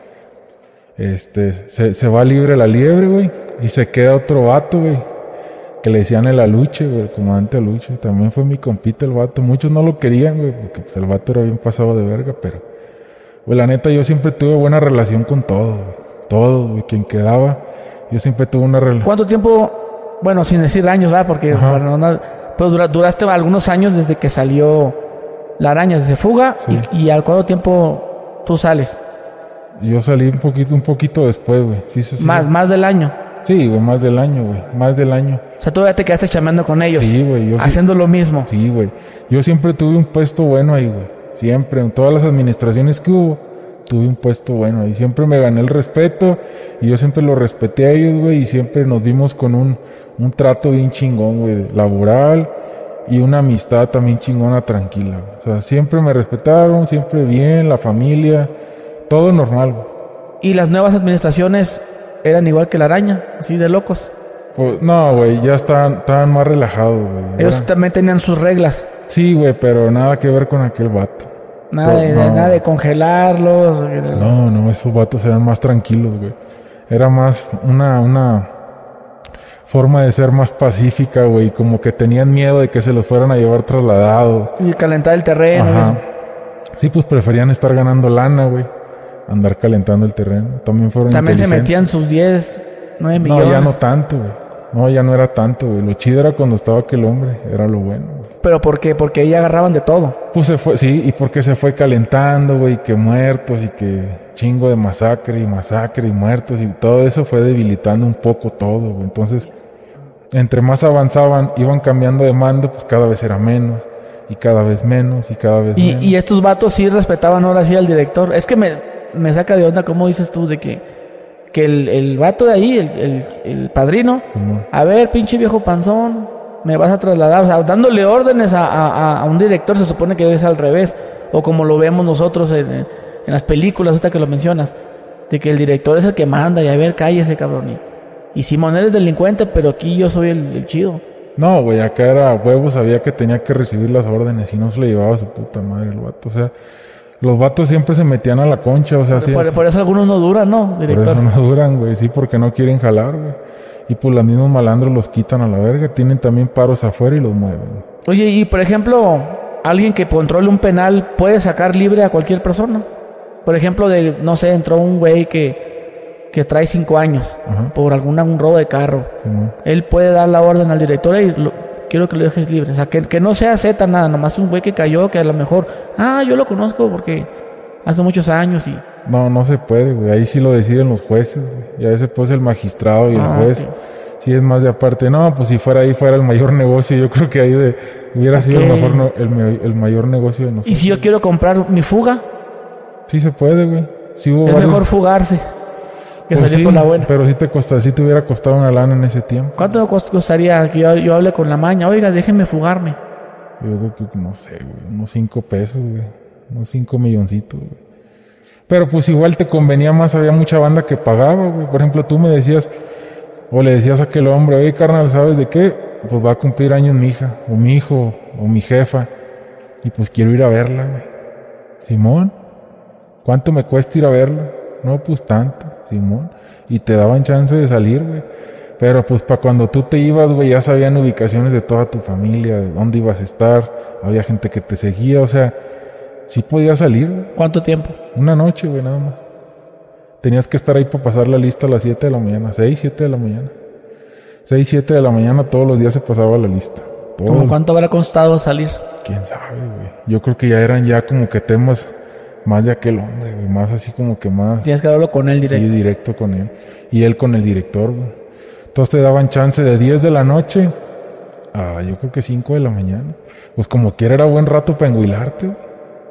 Este, se, se va libre la Liebre, güey, y se queda otro vato, güey, que le decían el Aluche, güey, el comandante Aluche. También fue mi compita el vato. Muchos no lo querían, güey, porque pues, el vato era bien pasado de verga, pero, güey, la neta, yo siempre tuve buena relación con todo, güey. Todo, güey, quien quedaba, yo siempre tuve una relación. ¿Cuánto tiempo? Bueno, sin decir años, ¿verdad? Porque Ajá. para no- pero dura- duraste algunos años desde que salió la araña, desde fuga. Sí. Y, y al cuánto tiempo tú sales? Yo salí un poquito, un poquito después, güey. Sí, sí, sí. Más, más del año. Sí, güey, más del año, güey. Más del año. O sea, todavía te quedaste chameando con ellos. Sí, güey. Yo sí- Haciendo lo mismo. Sí, güey. Yo siempre tuve un puesto bueno ahí, güey. Siempre, en todas las administraciones que hubo, tuve un puesto bueno ahí. Siempre me gané el respeto y yo siempre lo respeté a ellos, güey. Y siempre nos vimos con un, un trato bien chingón, güey, laboral y una amistad también chingona, tranquila, güey. O sea, siempre me respetaron, siempre bien, la familia, todo normal, güey. Y las nuevas administraciones eran igual que la araña, así de locos. Pues, no, güey, ya estaban, estaban más relajados, güey. Ellos Eran- también tenían sus reglas. Sí, güey, pero nada que ver con aquel vato. Nada de, No. nada de congelarlos. No, no, esos vatos eran más tranquilos, güey. Era más una, una forma de ser más pacífica, güey. Como que tenían miedo de que se los fueran a llevar trasladados. Y calentar el terreno. y Ajá. eso. Sí, pues preferían estar ganando lana, güey. andar calentando el terreno. También fueron También se metían sus diez, nueve millones. No, ya no tanto, güey. No, ya no era tanto, güey. Lo chido era cuando estaba aquel hombre. Era lo bueno, güey. ¿Pero por qué? Porque ahí agarraban de todo. Pues se fue, sí, y porque se fue calentando, güey, que muertos y que chingo de masacre y masacre y muertos y todo eso fue debilitando un poco todo, güey. Entonces, entre más avanzaban, iban cambiando de mando, pues cada vez era menos y cada vez menos y cada vez y, menos. Y estos vatos sí respetaban ahora sí al director. Es que me, me saca de onda, ¿cómo dices tú? De que, que el, el vato de ahí, el, el, el padrino, Sí, no. a ver, pinche viejo panzón, me vas a trasladar, o sea, dándole órdenes a, a, a un director, se supone que es al revés, o como lo vemos nosotros en, en las películas, ahorita que lo mencionas, de que el director es el que manda, y a ver, cállese, cabrón, y, y Simón eres delincuente, pero aquí yo soy el, el chido. No, güey, acá era huevo, sabía que tenía que recibir las órdenes y no se le llevaba a su puta madre el vato, o sea, los vatos siempre se metían a la concha, o sea, por, por, por eso algunos no duran, ¿no, director? Por eso no duran, güey, sí, porque no quieren jalar, güey. Y pues los mismos malandros los quitan a la verga. Tienen también paros afuera y los mueven. Oye, y por ejemplo, alguien que controle un penal puede sacar libre a cualquier persona. Por ejemplo, de no sé, entró un güey que, que trae cinco años Ajá. por algún un robo de carro. Sí, ¿no? Él puede dar la orden al director y lo, quiero que lo dejes libre. O sea, que, que no sea Z nada, nomás un güey que cayó, que a lo mejor, ah, yo lo conozco porque hace muchos años y... No, no se puede, güey. Ahí sí lo deciden los jueces, güey. Y a veces pues el magistrado y el Ah, juez. ok. Sí es más de aparte. No, pues si fuera ahí fuera el mayor negocio, yo creo que ahí de, hubiera sido el Ok. mejor no- el, me- el mayor negocio de nosotros. Y si yo quiero comprar mi fuga, Sí se puede, güey. Sí hubo es varios- mejor fugarse que Pues salir sí, por la buena. pero sí te costa, sí te hubiera costado una lana en ese tiempo. ¿Cuánto me cost- costaría que yo, yo hable con la maña? Oiga, déjenme fugarme. Yo creo que, no sé, güey, unos cinco pesos, güey. Unos cinco milloncitos, güey. Pero pues igual te convenía más, había mucha banda que pagaba, güey. Por ejemplo, tú me decías, o le decías a aquel hombre, oye, carnal, ¿sabes de qué? Pues va a cumplir años mi hija, o mi hijo, o mi jefa. Y pues quiero ir a verla, güey. Simón, ¿cuánto me cuesta ir a verla? No, pues tanto, Simón. Y te daban chance de salir, güey. Pero pues para cuando tú te ibas, güey, ya sabían ubicaciones de toda tu familia, de dónde ibas a estar. Había gente que te seguía, o sea, sí podías salir, güey. ¿Cuánto tiempo? Una noche, güey, nada más. Tenías que estar ahí para pasar la lista a las siete de la mañana, seis, siete de la mañana. seis, siete de la mañana todos los días se pasaba la lista. Todos. ¿Cómo cuánto habrá costado salir? ¿Quién sabe, güey? Yo creo que ya eran ya como que temas más de aquel hombre, güey, más así como que más... Tienes que hablarlo con él directo. Sí, directo con él. Y él con el director, güey. Entonces te daban chance de diez de la noche a yo creo que cinco de la mañana. Pues como quiera era buen rato para enguilarte, güey.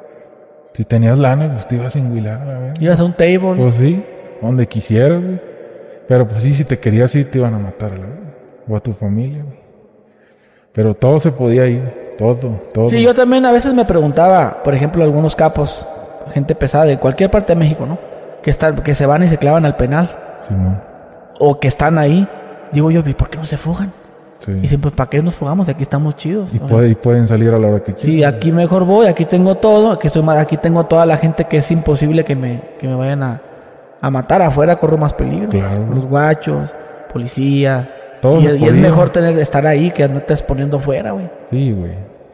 Si tenías lana, pues te ibas a enguilar, a ver. Ibas a un table. Pues sí, donde quisieras, güey. Pero pues sí, si te querías ir, te iban a matar a la verga. O a tu familia, güey. Pero todo se podía ir, todo, todo. Sí, yo también a veces me preguntaba, por ejemplo, algunos capos, gente pesada de cualquier parte de México, ¿no? Que están, que se van y se clavan al penal. Simón. O que están ahí. Digo yo, ¿y por qué no se fugan? Sí. Y siempre, ¿para qué nos fugamos? Aquí estamos chidos. Y, O sea, puede, y pueden salir a la hora que sí, quieran. aquí mejor voy, aquí tengo todo, aquí estoy ma- aquí tengo toda la gente que es imposible que me, que me vayan a, a matar. Afuera corro más peligro. Claro. Los guachos, policías. Todo Y, se es- y es podía. mejor tener, estar ahí que andarte exponiendo afuera, güey. Sí, güey.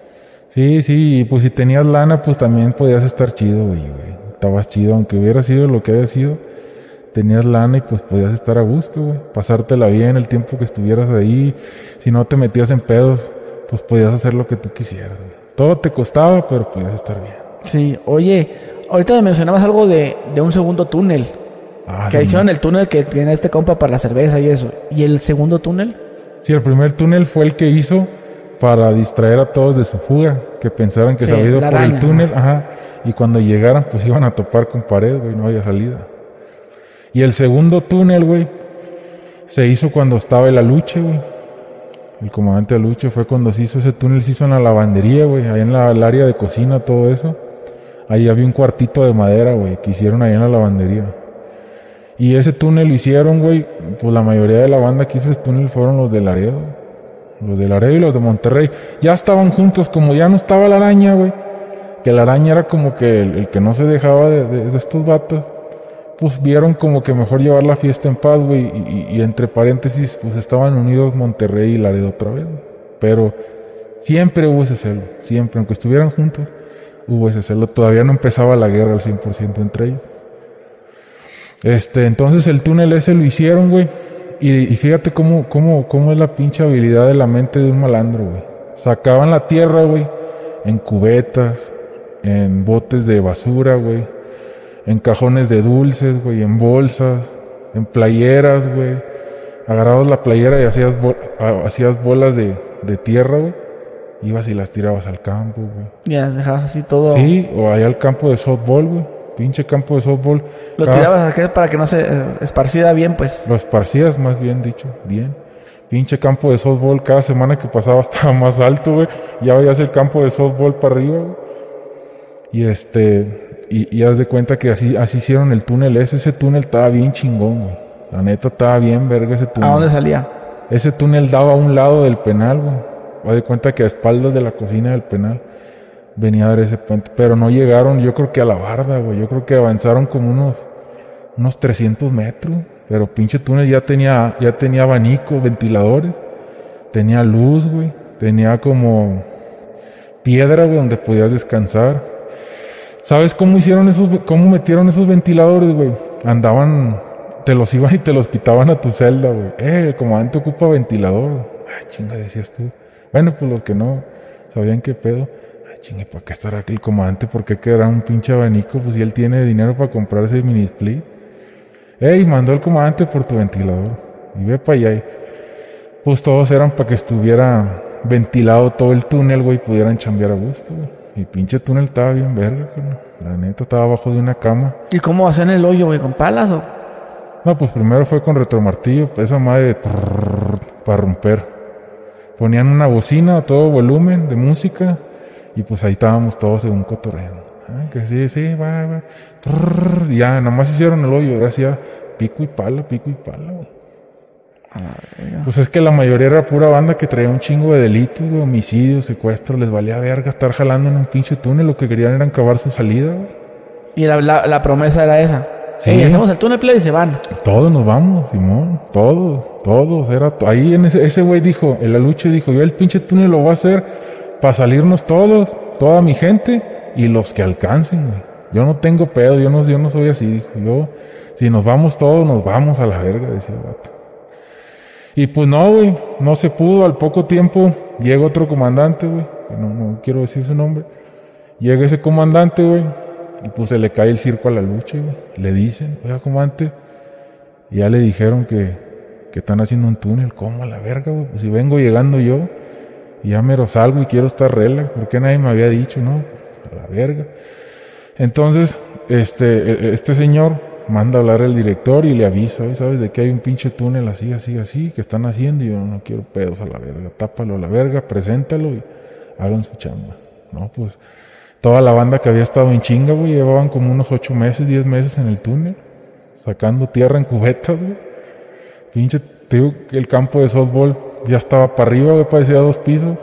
Sí, sí, y pues si tenías lana, pues también podías estar chido, güey, güey. Estabas chido, aunque hubiera sido lo que haya sido. Tenías lana y pues podías estar a gusto, güey. Pasártela bien el tiempo que estuvieras ahí. Si no te metías en pedos, pues podías hacer lo que tú quisieras, güey. Todo te costaba, pero podías estar bien. Sí, oye, ahorita me mencionabas algo de, de un segundo túnel. Ah, Que sí, hicieron el túnel que tiene este compa para la cerveza y eso. ¿Y el segundo túnel? Sí, el primer túnel fue el que hizo para distraer a todos de su fuga, que pensaran que Sí, se había ido la por araña, el túnel, ajá, y cuando llegaran pues iban a topar con pared, güey, no había salida. Y el segundo túnel, güey, se hizo cuando estaba el Aluche, güey. El comandante Aluche fue cuando se hizo ese túnel, se hizo en la lavandería, güey, ahí en la, el área de cocina, todo eso. Ahí había un cuartito de madera, güey, que hicieron ahí en la lavandería. Y ese túnel lo hicieron, güey, pues la mayoría de la banda que hizo ese túnel fueron los de Laredo. Los de Laredo y los de Monterrey. Ya estaban juntos, como ya no estaba la araña, güey. Que la araña era como que el, el que no se dejaba de, de, de estos vatos. Pues vieron como que mejor llevar la fiesta en paz, güey. Y, y, y entre paréntesis, pues estaban unidos Monterrey y Laredo otra vez, güey. Pero siempre hubo ese celo, siempre. Aunque estuvieran juntos, hubo ese celo. Todavía no empezaba la guerra al cien por ciento entre ellos. Este, entonces el túnel ese lo hicieron, güey. Y, y fíjate cómo, cómo, cómo es la pinche habilidad de la mente de un malandro, güey. Sacaban la tierra, güey, en cubetas, en botes de basura, güey, en cajones de dulces, güey, en bolsas, en playeras, güey. Agarrabas la playera y hacías, bol hacías bolas de, de tierra, güey. Ibas y las tirabas al campo, güey. Ya, dejabas así todo. Sí, o allá al campo de softball, güey. Pinche campo de softball. Lo Cada... tirabas aquí para que no se eh, esparciera bien, pues. Lo esparcías, más bien dicho, bien. Pinche campo de softball, cada semana que pasaba estaba más alto, güey. Ya veías el campo de softball para arriba, güey. Y este, y, y haz de cuenta que así, así hicieron el túnel ese. Ese túnel estaba bien chingón, güey. La neta estaba bien verga ese túnel. ¿A dónde salía? Ese túnel daba a un lado del penal, güey. Haz de cuenta que a espaldas de la cocina del penal venía a dar ese puente, pero no llegaron, yo creo que a la barda, güey. Yo creo que avanzaron como unos, unos trescientos metros. Pero pinche túnel ya tenía, ya tenía abanico, ventiladores. Tenía luz, güey. Tenía como piedra, güey, donde podías descansar. ¿Sabes cómo hicieron esos, cómo metieron esos ventiladores, güey? Andaban, te los iban y te los quitaban a tu celda, güey. Eh, el comandante ocupa ventilador. Ay, chinga, decías tú. Bueno, pues los que no sabían qué pedo. Chingue, ¿para qué estará aquí el comandante? ¿Por qué quedará un pinche abanico? Pues si él tiene dinero para comprarse mini split. Ey, mandó el comandante por tu ventilador. Y ve para allá. Pues todos eran para que estuviera ventilado todo el túnel, güey, y pudieran chambear a gusto, güey. Y pinche túnel estaba bien verga, güey. La neta estaba abajo de una cama. ¿Y cómo hacían el hoyo, güey? ¿Con palas o...? No, pues primero fue con retromartillo, esa madre de trrr, para romper. Ponían una bocina a todo volumen de música. Y pues ahí estábamos todos en un cotorreo. Ay, que sí, sí, va, va. Trrr, y ya, nada más hicieron el hoyo. Gracias, pico y pala, pico y pala, güey. Pues es que la mayoría era pura banda que traía un chingo de delitos, güey. Homicidios, secuestros. Les valía verga estar jalando en un pinche túnel. Lo que querían era acabar su salida, güey. Y la, la, la promesa era esa. Sí. Ey, hacemos el túnel, play, y se van. Todos nos vamos, Simón. Todos, todos. Era to ahí en ese, ese güey dijo, el aluche dijo, yo el pinche túnel lo voy a hacer para salirnos todos, toda mi gente y los que alcancen, güey. Yo no tengo pedo, yo no, yo no soy así, dijo. Yo, si nos vamos todos, nos vamos a la verga, decía el vato. Y pues no, güey, no se pudo. Al poco tiempo llega otro comandante, güey, que no, no quiero decir su nombre. Llega ese comandante, güey, y pues se le cae el circo a la lucha, güey. Le dicen, oiga, comandante, y ya le dijeron que, que están haciendo un túnel. ¿Cómo a la verga, güey? Pues si vengo llegando yo y ya mero salgo y quiero estar relax, ¿por qué nadie me había dicho, no? A la verga. Entonces, este, este señor manda a hablar al director y le avisa, ¿sabes? De que hay un pinche túnel así, así, así, que están haciendo y yo no quiero pedos a la verga. Tápalo a la verga, preséntalo y hagan su chamba. No, pues, toda la banda que había estado en chinga, güey, llevaban como unos ocho meses, diez meses en el túnel, sacando tierra en cubetas, güey. Pinche, te digo que el campo de softball ya estaba para arriba, güey, parecía dos pisos.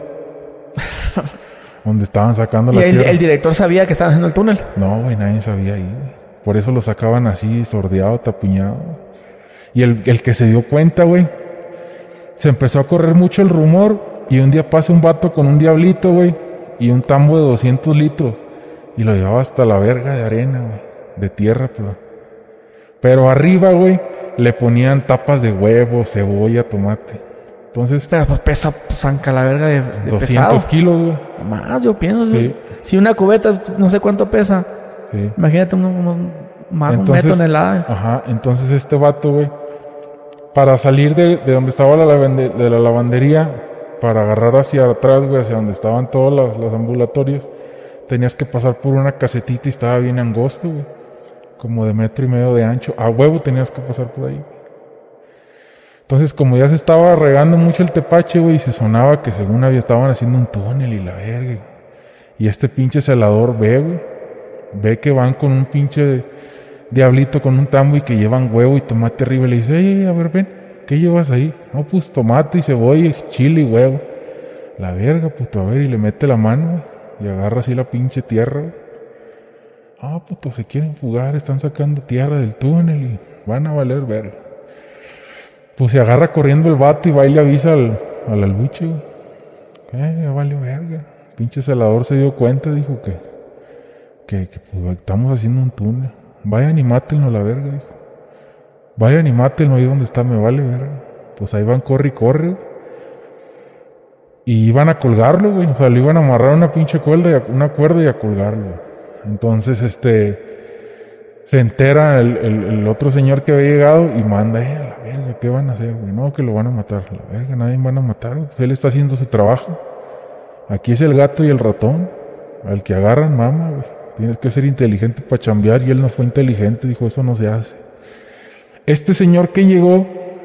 Donde estaban sacando la ¿Y el, tierra. el director sabía que estaban haciendo el túnel? No, güey, nadie sabía ahí, güey. Por eso lo sacaban así, sordeado, tapuñado. Y el, el que se dio cuenta, güey, se empezó a correr mucho el rumor. Y un día pasa un vato con un diablito, güey, y un tambo de doscientos litros. Y lo llevaba hasta la verga de arena, güey. De tierra, perdón. Pero arriba, güey, le ponían tapas de huevo, cebolla, tomate. Entonces... Pero pues pesa, pues, zanca la verga de, de doscientos pesado. kilos, güey. Más, yo pienso. Sí. Si una cubeta, no sé cuánto pesa. Sí. Imagínate unos, unos más de Entonces, una tonelada. Ajá, entonces este vato, güey, para salir de, de donde estaba la, lavande, de la lavandería, para agarrar hacia atrás, güey, hacia donde estaban todos los, los ambulatorios, tenías que pasar por una casetita y estaba bien angosto, güey, como de metro y medio de ancho. A huevo tenías que pasar por ahí, güey. Entonces, como ya se estaba regando mucho el tepache, güey, y se sonaba que según había, estaban haciendo un túnel y la verga. Y este pinche celador ve, güey, ve que van con un pinche diablito con un tambo y que llevan huevo y tomate arriba. Y le dice, ey, a ver, ven, ¿qué llevas ahí? No, pues tomate y cebolla, chile y huevo. La verga, puto, a ver, y le mete la mano, güey, y agarra así la pinche tierra, güey. Ah, puto, se quieren fugar, están sacando tierra del túnel y van a valer verga. Pues se agarra corriendo el vato y va y le avisa al, al aluche, güey. Eh, ya valió verga. Pinche celador se dio cuenta, dijo que, que, que pues, estamos haciendo un túnel. Vayan y mátenlo a la verga, dijo. vayan y mátenlo ahí donde está, me vale verga. Pues ahí van, corre y corre. Y iban a colgarlo, güey. O sea, le iban a amarrar una pinche cuerda y a, una cuerda y a colgarlo. Entonces, este... se entera el, el, el otro señor que había llegado y manda, eh, a la verga, ¿qué van a hacer, güey? No, que lo van a matar. A la verga, nadie van a matar, güey. Pues él está haciendo su trabajo. Aquí es el gato y el ratón. Al que agarran, mama, güey. Tienes que ser inteligente para chambear. Y él no fue inteligente, dijo, eso no se hace. Este señor que llegó,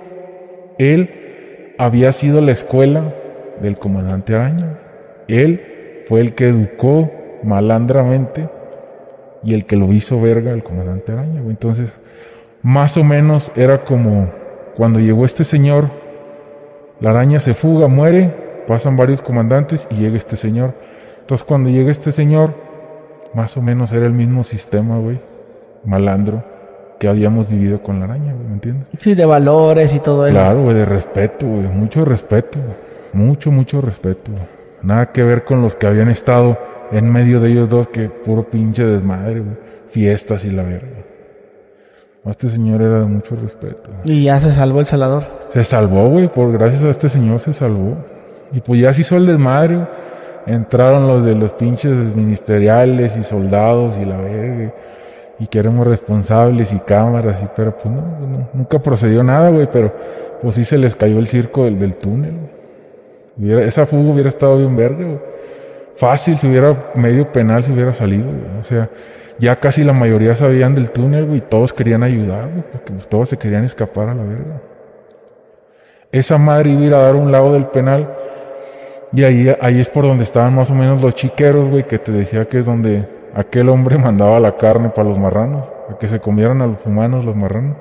él había sido la escuela del comandante Araña. Él fue el que educó malandramente y el que lo hizo verga al comandante Araña, güey. Entonces, más o menos era como cuando llegó este señor, la araña se fuga, muere, pasan varios comandantes y llega este señor. Entonces, cuando llega este señor, más o menos era el mismo sistema, güey, malandro, que habíamos vivido con la araña, güey, ¿me entiendes? Sí, de valores y todo eso. Claro, güey, de respeto, güey, mucho respeto, güey. Mucho, mucho respeto, güey. Nada que ver con los que habían estado en medio de ellos dos, que puro pinche desmadre, güey. Fiestas y la verga. Este señor era de mucho respeto. Y ya se salvó el salador. Se salvó, güey, por gracias a este señor se salvó. Y pues ya se hizo el desmadre, güey. Entraron los de los pinches ministeriales y soldados y la verga. Y que éramos responsables y cámaras y pero pues no, no nunca procedió nada, güey, pero pues sí se les cayó el circo del, del túnel, güey. Hubiera, esa fuga hubiera estado bien verga, güey. Fácil, si hubiera medio penal, si hubiera salido, güey. O sea, ya casi la mayoría sabían del túnel, güey, y todos querían ayudar, güey, porque pues, todos se querían escapar a la verga. Esa madre iba a ir a dar un lado del penal, y ahí, ahí es por donde estaban más o menos los chiqueros, güey, que te decía que es donde aquel hombre mandaba la carne para los marranos, a que se comieran a los humanos los marranos.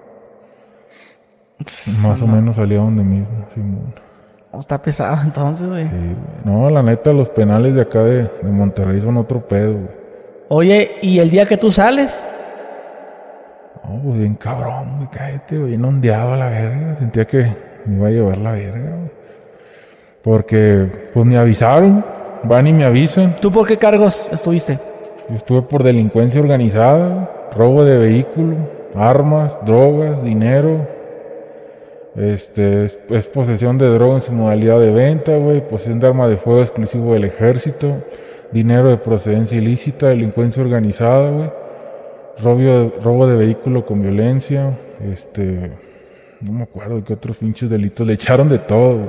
Más o menos salía donde mismo, Simón. Está pesado entonces, güey. Sí, güey. No, la neta, los penales de acá de, de Monterrey son otro pedo, güey. Oye, ¿y el día que tú sales? No, pues bien cabrón, güey, cállate, güey, bien ondeado a la verga. Sentía que me iba a llevar la verga, güey. Porque, pues me avisaron, van y me avisan. ¿Tú por qué cargos estuviste? Yo estuve por delincuencia organizada, güey, robo de vehículo, armas, drogas, dinero. Este, es, es posesión de droga en su modalidad de venta, güey, posesión de arma de fuego exclusivo del ejército, dinero de procedencia ilícita, delincuencia organizada, güey, robo de, robo de vehículo con violencia, este, no me acuerdo de qué otros pinches delitos, le echaron de todo, güey.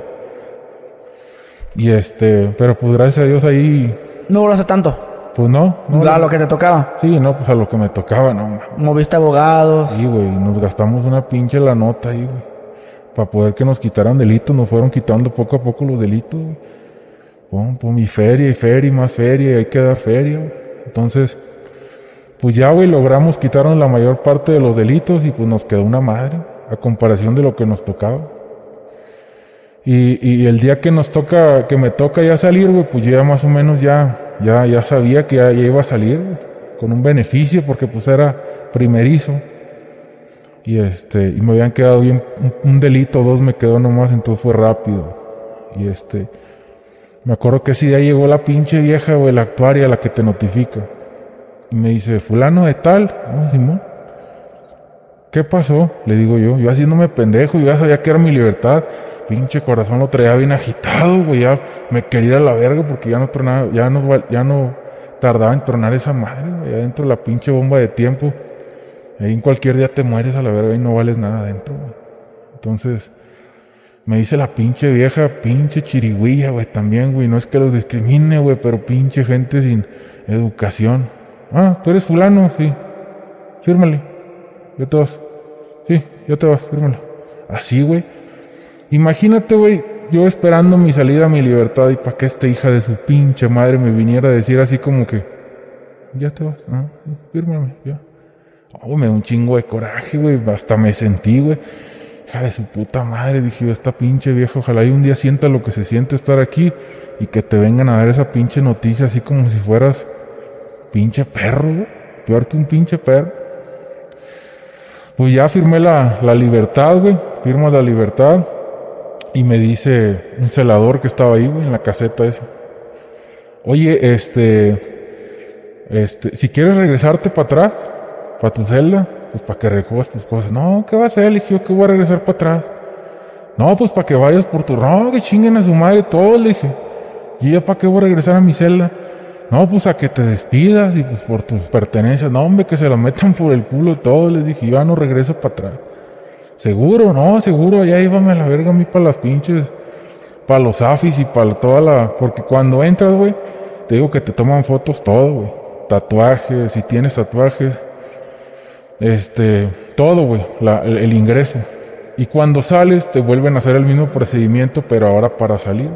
Y este, pero pues gracias a Dios ahí... No duraste tanto. Pues no. no a lo que te tocaba. Sí, no, pues a lo que me tocaba, no. Moviste abogados. Sí, güey, nos gastamos una pinche la nota ahí, güey. Para poder que nos quitaran delitos, nos fueron quitando poco a poco los delitos, güey. Pum, pum, y feria, y feria, y más feria, y hay que dar feria, güey. Entonces, pues ya, güey, logramos quitarnos la mayor parte de los delitos y pues nos quedó una madre, a comparación de lo que nos tocaba. Y, y el día que nos toca, que me toca ya salir, güey, pues yo ya más o menos ya, ya, ya sabía que ya, ya iba a salir, güey, con un beneficio, porque pues era primerizo. Y este, y me habían quedado bien, un, un delito, dos me quedó nomás, entonces fue rápido. Y este, me acuerdo que ese día llegó la pinche vieja, güey, la actuaria, la que te notifica. Y me dice, fulano de tal, ¿no, Simón? ¿Qué pasó? Le digo yo, yo haciéndome pendejo, yo ya sabía que era mi libertad. Pinche corazón lo traía bien agitado, güey, ya me quería ir a la verga porque ya no tronaba, ya no, ya no tardaba en tronar esa madre, güey, adentro de la pinche bomba de tiempo. Ahí en cualquier día te mueres a la verga y no vales nada adentro, güey. Entonces, me dice la pinche vieja, pinche chirigüilla, güey, también, güey. No es que los discrimine, güey, pero pinche gente sin educación. Ah, ¿tú eres fulano? Sí. Fírmale. Ya te vas. Sí, ya te vas, fírmalo. Así, güey. Imagínate, güey, yo esperando mi salida, mi libertad, y para que esta hija de su pinche madre me viniera a decir así como que, ya te vas, ah, fírmame, ya. Oh, me da un chingo de coraje, güey. Hasta me sentí, güey. Hija de su puta madre. Dije yo, esta pinche vieja, ojalá y un día sienta lo que se siente estar aquí y que te vengan a dar esa pinche noticia así como si fueras pinche perro, güey. Peor que un pinche perro. Pues ya firmé la, la libertad, güey. Firmo la libertad. Y me dice un celador que estaba ahí, güey, en la caseta esa. Oye, este... Este... Si quieres regresarte para atrás... para tu celda, Pues para que recojas tus cosas. No, ¿qué va a hacer? Le dije, yo que voy a regresar para atrás. No, pues para que vayas por tu... No, que chinguen a su madre todos, le dije. ¿Y ya para qué voy a regresar a mi celda? No, pues a que te despidas y pues por tus pertenencias. No, hombre, que se la metan por el culo todos. Les dije, yo ya no regreso para atrás. ¿Seguro? No, seguro. Ya íbame a la verga a mí para las pinches... Para los afis y para toda la... Porque cuando entras, güey, te digo que te toman fotos todo, güey. Tatuajes, si tienes tatuajes. Este... Todo, güey. La, el, el ingreso. Y cuando sales, te vuelven a hacer el mismo procedimiento, pero ahora para salir.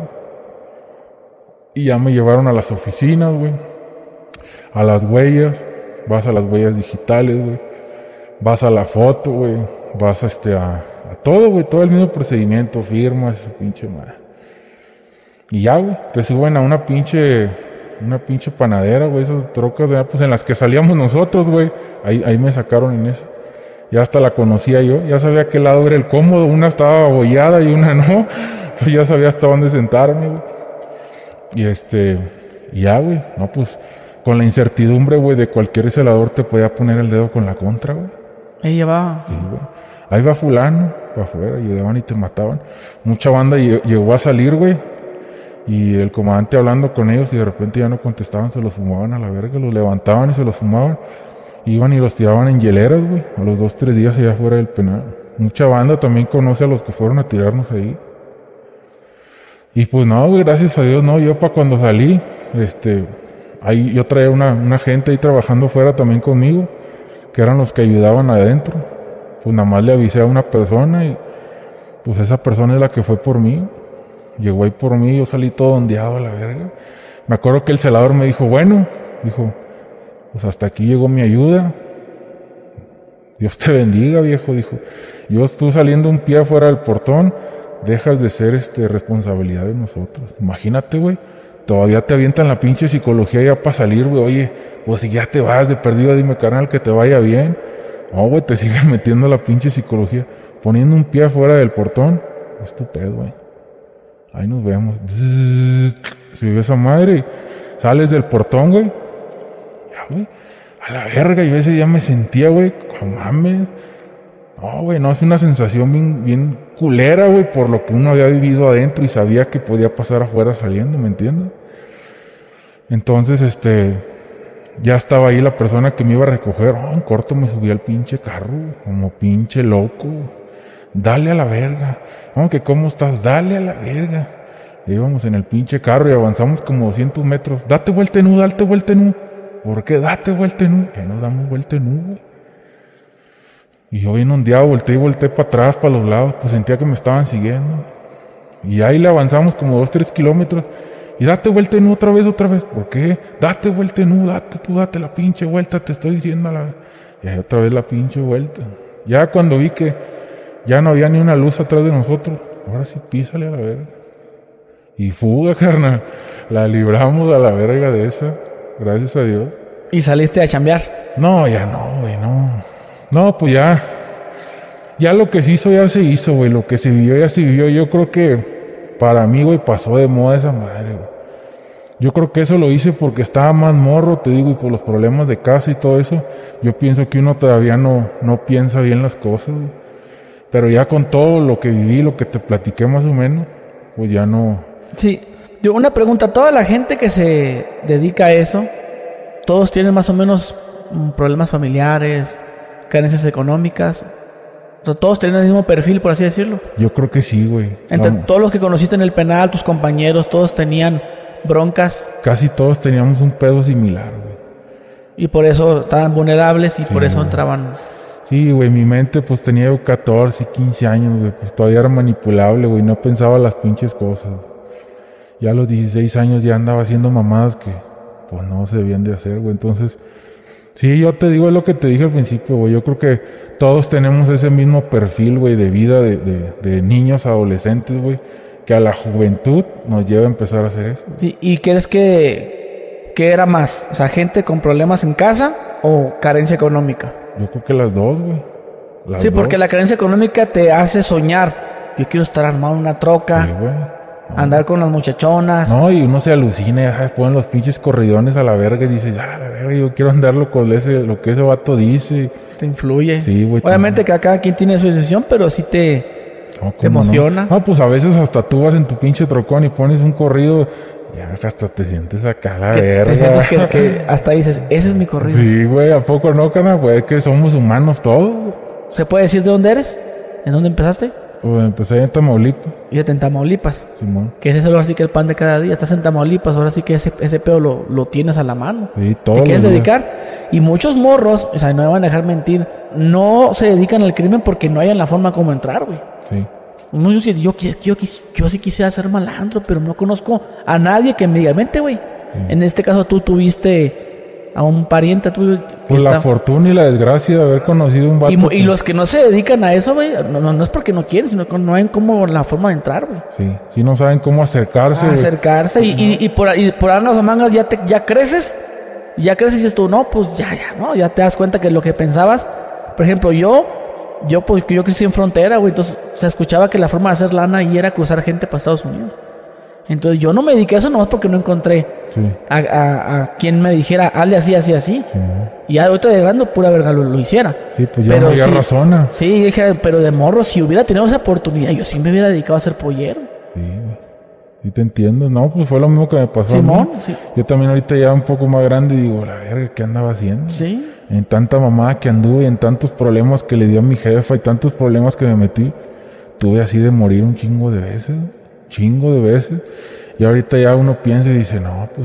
Y ya me llevaron a las oficinas, güey. A las huellas. Vas a las huellas digitales, güey. Vas a la foto, güey. Vas a este a, a todo, güey. Todo el mismo procedimiento. Firmas, pinche madre. Y ya, güey. Te suben a una pinche... Una pinche panadera, güey. Esas trocas, ¿verdad? Pues en las que salíamos nosotros, güey. Ahí, ahí me sacaron en eso. Ya hasta la conocía yo. Ya sabía qué lado era el cómodo. Una estaba abollada y una no. Entonces ya sabía hasta dónde sentarme, güey. Y este... Y ya, güey. No, pues... Con la incertidumbre, güey, de cualquier celador te podía poner el dedo con la contra, güey. Ella va. Sí, güey. Ahí va fulano, para afuera. Llegaban y te mataban. Mucha banda llegó a salir, güey. Y el comandante hablando con ellos y de repente ya no contestaban. Se los fumaban a la verga. Los levantaban y se los fumaban. Iban y los tiraban en hieleras, güey. A los dos, tres días allá fuera del penal. Mucha banda también conoce a los que fueron a tirarnos ahí. Y pues no, güey, gracias a Dios, no. Yo para cuando salí, este... Ahí yo traía una, una gente ahí trabajando afuera también conmigo, que eran los que ayudaban adentro. Pues nada más le avisé a una persona y pues esa persona es la que fue por mí. Llegó ahí por mí, yo salí todo ondeado a la verga. Me acuerdo que el celador me dijo, bueno, dijo, pues hasta aquí llegó mi ayuda. Dios te bendiga, viejo, dijo. Yo estuve saliendo un pie afuera del portón, dejas de ser este responsabilidad de nosotros. Imagínate, güey. Todavía te avientan la pinche psicología ya para salir, güey. Oye, pues si ya te vas de perdido, dime, carnal, que te vaya bien. No, güey, te siguen metiendo la pinche psicología. Poniendo un pie afuera del portón. Es tu pedo, güey. Ahí nos vemos. Si ves a madre y sales del portón, güey. Ya, güey. A la verga. Yo ese día me sentía, güey, como mames. No, güey, no, es una sensación bien, bien culera, güey, por lo que uno había vivido adentro y sabía que podía pasar afuera saliendo, ¿me entiendes? Entonces, este, ya estaba ahí la persona que me iba a recoger. Oh, en corto me subí al pinche carro, como pinche loco. Dale a la verga. Oh, que cómo estás, dale a la verga. Y íbamos en el pinche carro y avanzamos como doscientos metros. Date vuelta en U, date vuelta en U. ¿Por qué? Date vuelta en U. Ya nos damos vuelta en U, güey. Y yo bien ondeado, volteé y volteé para atrás, para los lados, pues sentía que me estaban siguiendo. Y ahí le avanzamos como dos, tres kilómetros. Y date vuelta en U otra vez, otra vez. ¿Por qué? Date vuelta en U, date, tú date la pinche vuelta, te estoy diciendo a la... Y ahí otra vez la pinche vuelta. Ya cuando vi que ya no había ni una luz atrás de nosotros, ahora sí písale a la verga. Y fuga, carnal. La libramos a la verga de esa, gracias a Dios. ¿Y saliste a chambear? No, ya no, güey, no. No, pues ya, ya lo que se hizo ya se hizo, güey, lo que se vivió ya se vivió. Yo creo que para mí, güey, pasó de moda esa madre, güey. Yo creo que eso lo hice porque estaba más morro, te digo, y por los problemas de casa y todo eso, yo pienso que uno todavía no, no piensa bien las cosas, güey. Pero ya con todo lo que viví, lo que te platiqué más o menos, pues ya no... Sí, yo una pregunta, toda la gente que se dedica a eso, todos tienen más o menos problemas familiares, carencias económicas. Todos tienen el mismo perfil, por así decirlo. Yo creo que sí, güey. Entre no. todos los que conociste en el penal, tus compañeros, todos tenían broncas. Casi todos teníamos un pedo similar, güey. Y por eso estaban vulnerables y sí, por eso güey. entraban... Sí, güey, mi mente pues tenía yo catorce, quince años, güey. Pues todavía era manipulable, güey. No pensaba las pinches cosas. Ya a los dieciséis años ya andaba haciendo mamadas que pues no se debían de hacer, güey. Entonces... Sí, yo te digo, es lo que te dije al principio, güey. Yo creo que todos tenemos ese mismo perfil, güey, de vida de, de, de niños, adolescentes, güey, que a la juventud nos lleva a empezar a hacer eso. Sí, ¿y crees que, que era más? O sea, gente con problemas en casa o carencia económica. Yo creo que las dos, güey. Sí, porque dos. La carencia económica te hace soñar. Yo quiero estar armado en una troca. Sí, güey. andar con las muchachonas. No, y uno se alucina, ya sabes, ponen los pinches corridones a la verga y dice, ya, la verga, yo quiero andarlo con ese, lo que ese vato dice. Te influye. Sí, güey. Obviamente que cada quien tiene su decisión, pero sí te, no, te emociona. No? no, pues a veces hasta tú vas en tu pinche trocón y pones un corrido, ya hasta te sientes acá la que verga. Te sientes que, que hasta dices, ese es mi corrido. Sí, güey, ¿a poco no, cana? Pues que somos humanos todos. ¿Se puede decir de dónde eres? ¿En dónde empezaste? Pues empecé en Tamaulipas. Fíjate, en Tamaulipas. Simón. Que ese es ahora sí que el pan de cada día. Estás en Tamaulipas, ahora sí que ese, ese pedo lo, lo tienes a la mano. Sí, todo. ¿Te quieres dedicar? Y muchos morros, o sea, no me van a dejar mentir, no se dedican al crimen porque no hayan la forma como entrar, güey. Sí. Muchos dicen, yo, yo, yo, yo sí quisiera ser malandro, pero no conozco a nadie que me diga, vente, güey. Sí. En este caso tú tuviste a un pariente tuyo. Pues la fortuna y la desgracia de haber conocido un vato. Y, que... y los que no se dedican a eso, güey, no, no, no es porque no quieren, sino que no ven cómo la forma de entrar, güey. Sí, sí no saben cómo acercarse. Ah, acercarse y, y, y por, y por angas o mangas ya, te, ya creces, ya creces y dices tú, no, pues ya, ya, no, ya te das cuenta que lo que pensabas, por ejemplo, yo, yo, pues yo crecí en frontera, güey, entonces se escuchaba que la forma de hacer lana ahí era cruzar gente para Estados Unidos. Entonces yo no me dediqué a eso nomás porque no encontré sí. a, a, a quien me dijera, hazle así, así, así. Sí. Y ahorita de grande pura verga lo, lo hiciera. Sí, pues ya pero no había sí, razón. Sí, dije, pero de morro, si hubiera tenido esa oportunidad, yo sí me hubiera dedicado a ser pollero. Sí, sí te entiendo. No, pues fue lo mismo que me pasó Simón, a mí. Sí. Yo también ahorita ya un poco más grande y digo, la verga, ¿qué andaba haciendo? Sí. En tanta mamada que anduve, en tantos problemas que le di a mi jefa y tantos problemas que me metí, tuve así de morir un chingo de veces, chingo de veces. Y ahorita ya uno piensa y dice, no, pues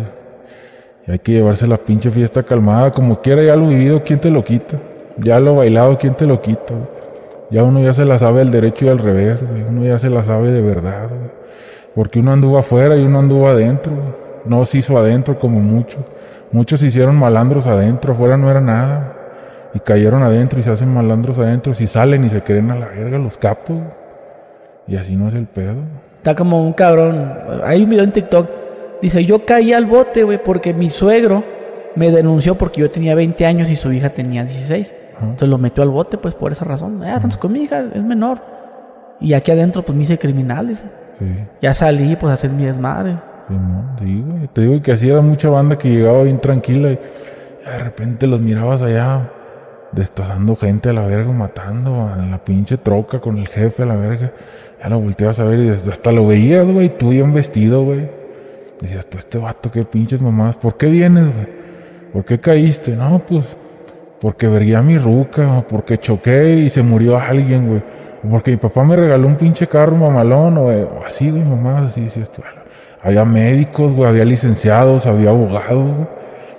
hay que llevarse la pinche fiesta calmada. Como quiera, ya lo vivido, ¿quién te lo quita? Ya lo bailado, ¿quién te lo quita? Ya uno ya se la sabe al derecho y al revés, güey. Uno ya se la sabe de verdad, güey. Porque uno anduvo afuera y uno anduvo adentro, güey. No se hizo adentro como muchos. Muchos se hicieron malandros adentro, afuera no era nada. Y cayeron adentro y se hacen malandros adentro. Si salen y se creen a la verga los capos. Y así no es el pedo. Está como un cabrón. Hay un video en TikTok. Dice, yo caí al bote, güey, porque mi suegro me denunció porque yo tenía veinte años y su hija tenía dieciséis. Uh-huh. Entonces lo metió al bote, pues, por esa razón. Ah, tanto uh-huh. con mi hija, es menor. Y aquí adentro, pues, me hice criminal, dice. Sí. Ya salí, pues, a hacer mi desmadre. Sí, no, sí, güey. Te digo que así era mucha banda que llegaba bien tranquila y de repente los mirabas allá destazando gente a la verga, matando a la pinche troca con el jefe a la verga. Ya lo volteabas a ver y hasta lo veías, güey, tú bien vestido, güey. Decías, tú, este vato, qué pinches mamadas. ¿Por qué vienes, güey? ¿Por qué caíste? No, pues, porque vergué a mi ruca, o porque choqué y se murió alguien, güey. O porque mi papá me regaló un pinche carro mamalón, o, o así, güey, mamadas, así, decías tú. Había médicos, güey, había licenciados, había abogados, güey.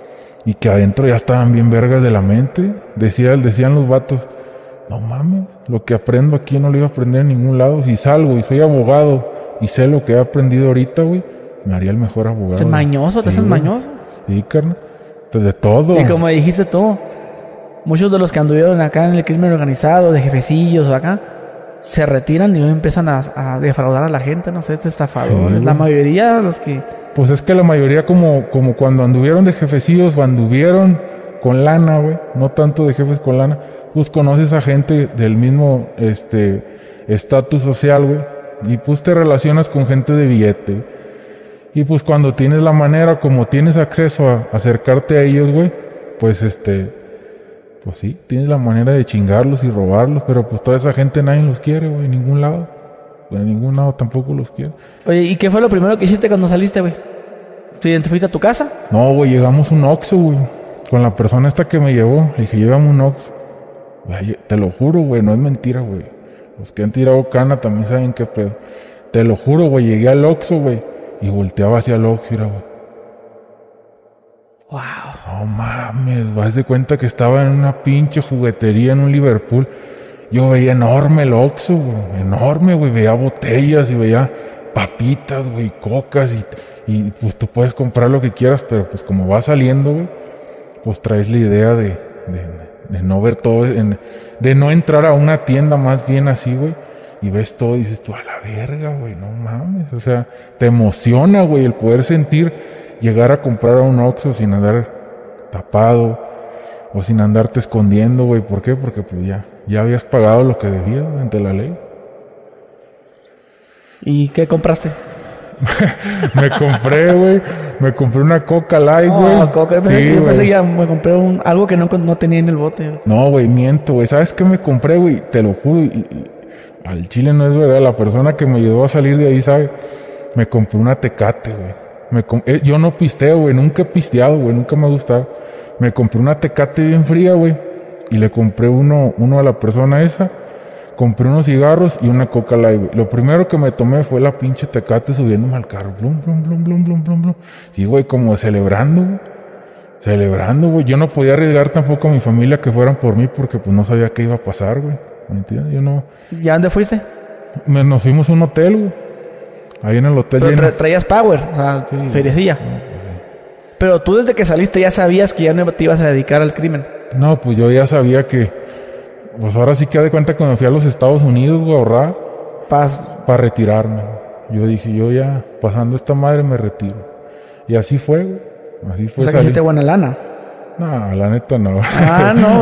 Y que adentro ya estaban bien vergas de la mente. Decía, decían los vatos, no mames, lo que aprendo aquí no lo iba a aprender en ningún lado. Si salgo y soy abogado y sé lo que he aprendido ahorita, güey, me haría el mejor abogado. ¿Te mañoso? ¿Te haces mañoso? Sí, carnal. Pues de todo. Y como dijiste tú, muchos de los que anduvieron acá en el crimen organizado, de jefecillos acá, se retiran y empiezan a, a defraudar a la gente, no sé, este estafador. Sí, la mayoría de los que... Pues es que la mayoría como, como cuando anduvieron de jefecillos o anduvieron con lana, güey, no tanto de jefes con lana, pues conoces a gente del mismo este estatus social, güey, y pues te relacionas con gente de billete, güey. Y pues cuando tienes la manera, como tienes acceso a acercarte a ellos, güey, pues este, pues sí, tienes la manera de chingarlos y robarlos, pero pues toda esa gente nadie los quiere, güey, en ningún lado. En ningún lado tampoco los quiere. Oye, ¿y qué fue lo primero que hiciste cuando saliste, güey? ¿Te fuiste a tu casa? No, güey, llegamos a un Oxxo, güey, con la persona esta que me llevó. Le dije, llévame un Oxxo. Güey, te lo juro, güey, no es mentira, güey. Los que han tirado cana también saben qué pedo. Te lo juro, güey, llegué al Oxxo, güey, y volteaba hacia el Oxxo y era, güey. Wow. No mames, vas de cuenta que estaba en una pinche juguetería en un Liverpool. Yo veía enorme el Oxxo, güey, enorme, güey, veía botellas y veía papitas, güey, cocas y, y pues tú puedes comprar lo que quieras, pero pues como va saliendo, güey, pues traes la idea de, de, de no ver todo, en, de no entrar a una tienda más bien así, güey, y ves todo y dices tú, a la verga, güey, no mames, o sea, te emociona, güey, el poder sentir llegar a comprar a un Oxxo sin andar tapado o sin andarte escondiendo, güey, ¿por qué? Porque pues ya, ya habías pagado lo que debías ante la ley. ¿Y qué compraste? Me compré, güey. Me compré una Coca Light, güey. No, Coca. Yo pensé, Sí, yo pensé güey. que ya me compré un, algo que no, no tenía en el bote. No, güey, miento, güey. ¿Sabes qué me compré, güey? Te lo juro. Y, y- al chile no es verdad. La persona que me ayudó a salir de ahí, ¿sabe? Me compré una Tecate, güey. Me com- eh, yo no pisteo, güey. Nunca he pisteado, güey. Nunca me ha gustado. Me compré una Tecate bien fría, güey. Y le compré uno, uno a la persona esa. Compré unos cigarros y una Coca Light, güey. Lo primero que me tomé fue la pinche Tecate subiéndome al carro. Blum, blum, blum, blum, blum, blum, blum. Sí, güey, como celebrando, güey. Celebrando, güey. Yo no podía arriesgar tampoco a mi familia que fueran por mí porque pues no sabía qué iba a pasar, güey. ¿Me entiendes? Yo no... ¿Ya dónde fuiste? Me- nos fuimos a un hotel, güey. Ahí en el hotel Pero lleno. tra- traías Power, o sea, Sí, feriecilla. no, pues, sí. Pero tú desde que saliste ya sabías que ya no te ibas a dedicar al crimen. No, pues yo ya sabía que... Pues ahora sí que haz de cuenta que me fui a los Estados Unidos, güey, a ahorrar Paz. para retirarme. Yo dije, yo ya pasando esta madre me retiro. Y así fue, güey. Así O fue. sea, que salí. hiciste buena lana. No, la neta no. Ah, no.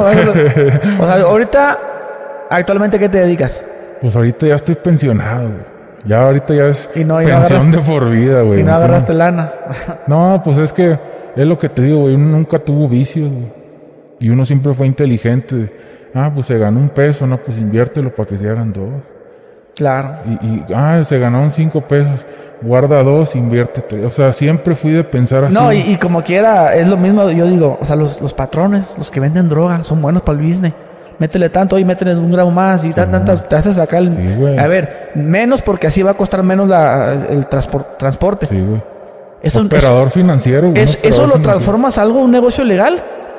O sea, ahorita, actualmente, ¿qué te dedicas? Pues ahorita ya estoy pensionado, güey. Ya ahorita ya es Y no- y no pensión agarraste- de por vida, güey. Y no ¿Me agarraste entiendes? lana. No, pues es que es lo que te digo, güey. Uno nunca tuvo vicios, güey. Y uno siempre fue inteligente. Ah, pues se ganó un peso, no, pues inviértelo para que se hagan dos. Claro. Y, y ah, se ganaron cinco pesos. Guarda dos, invierte tres. O sea, siempre fui de pensar así. No, y, y como quiera, es lo mismo, yo digo, o sea, los, los patrones, los que venden droga, son buenos para el business. Métele tanto y métele un gramo más y tan, tantas, te haces acá el... Sí, güey. A ver, menos porque así va a costar menos la, el transpor- transporte. Sí, güey. Eso, Operador financiero, güey. es- un eso operador lo financiero. transformas a algo, un negocio legal.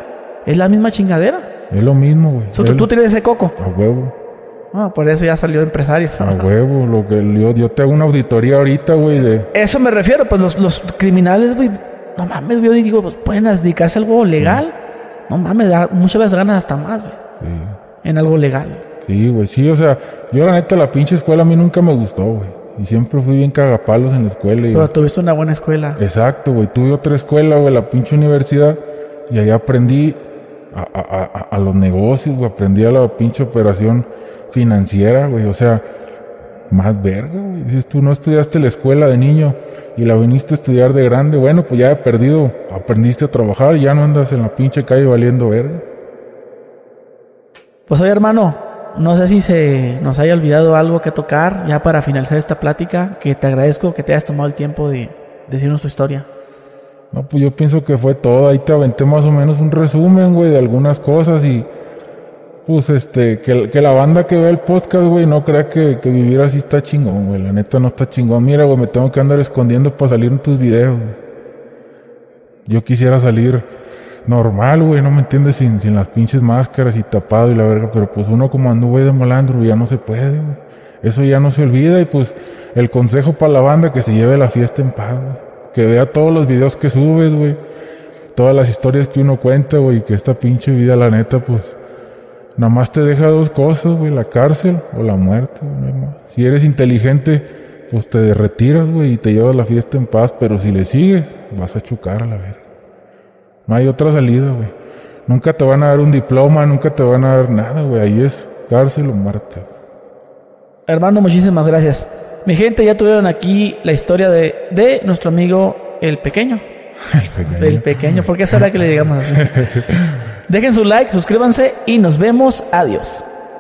Es la misma chingadera. Es lo mismo, güey. O sea, tú, Es- tú tienes ese coco. A huevo. Ah, por eso ya salió empresario. A huevo. Lo que yo, yo te hago una auditoría ahorita, güey, de... Eso me refiero, pues los, los criminales, güey, no mames, yo digo, pues pueden dedicarse a algo legal. No mames, da- muchas veces ganan hasta más, güey, Sí. en algo legal. Sí, güey, sí, o sea, yo la neta la pinche escuela a mí nunca me gustó, güey. Y siempre fui bien cagapalos en la escuela. Y, Pero tuviste una buena escuela. exacto, güey, tuve otra escuela, güey, la pinche universidad. Y ahí aprendí a, a, a, a los negocios, güey, aprendí a la pinche operación financiera, güey. O sea, más verga, güey. Dices, tú no estudiaste la escuela de niño y la viniste a estudiar de grande. Bueno, pues ya he perdido, aprendiste a trabajar y ya no andas en la pinche calle valiendo verga. Pues oye, hermano, no sé si se nos haya olvidado algo que tocar ya para finalizar esta plática, que te agradezco que te hayas tomado el tiempo de decirnos tu historia. No, pues yo pienso que fue todo. Ahí te aventé más o menos un resumen, güey, de algunas cosas y... Pues este, que, que la banda que ve el podcast, güey, no crea que, que vivir así está chingón, güey. La neta no está chingón. Mira, güey, me tengo que andar escondiendo para salir en tus videos, güey. Yo quisiera salir normal, güey, no me entiendes, sin, sin las pinches máscaras y tapado y la verga. Pero pues uno como ando, güey, de malandro, ya no se puede, güey. Eso ya no se olvida y pues el consejo para la banda que se lleve la fiesta en paz, güey. Que vea todos los videos que subes, güey. Todas las historias que uno cuenta, güey. Que esta pinche vida, la neta, pues... Nada más te deja dos cosas, güey, la cárcel o la muerte, güey, no hay más. Si eres inteligente, pues te retiras, güey, y te llevas la fiesta en paz, pero si le sigues, vas a chocar a la verga. No hay otra salida, güey. Nunca te van a dar un diploma, nunca te van a dar nada, güey, ahí es cárcel o muerte. Hermano, muchísimas gracias. Mi gente, ya tuvieron aquí la historia de, de nuestro amigo el pequeño. El pequeño. El pequeño, ¿por qué será que le digamos así? Dejen su like, suscríbanse y nos vemos. Adiós.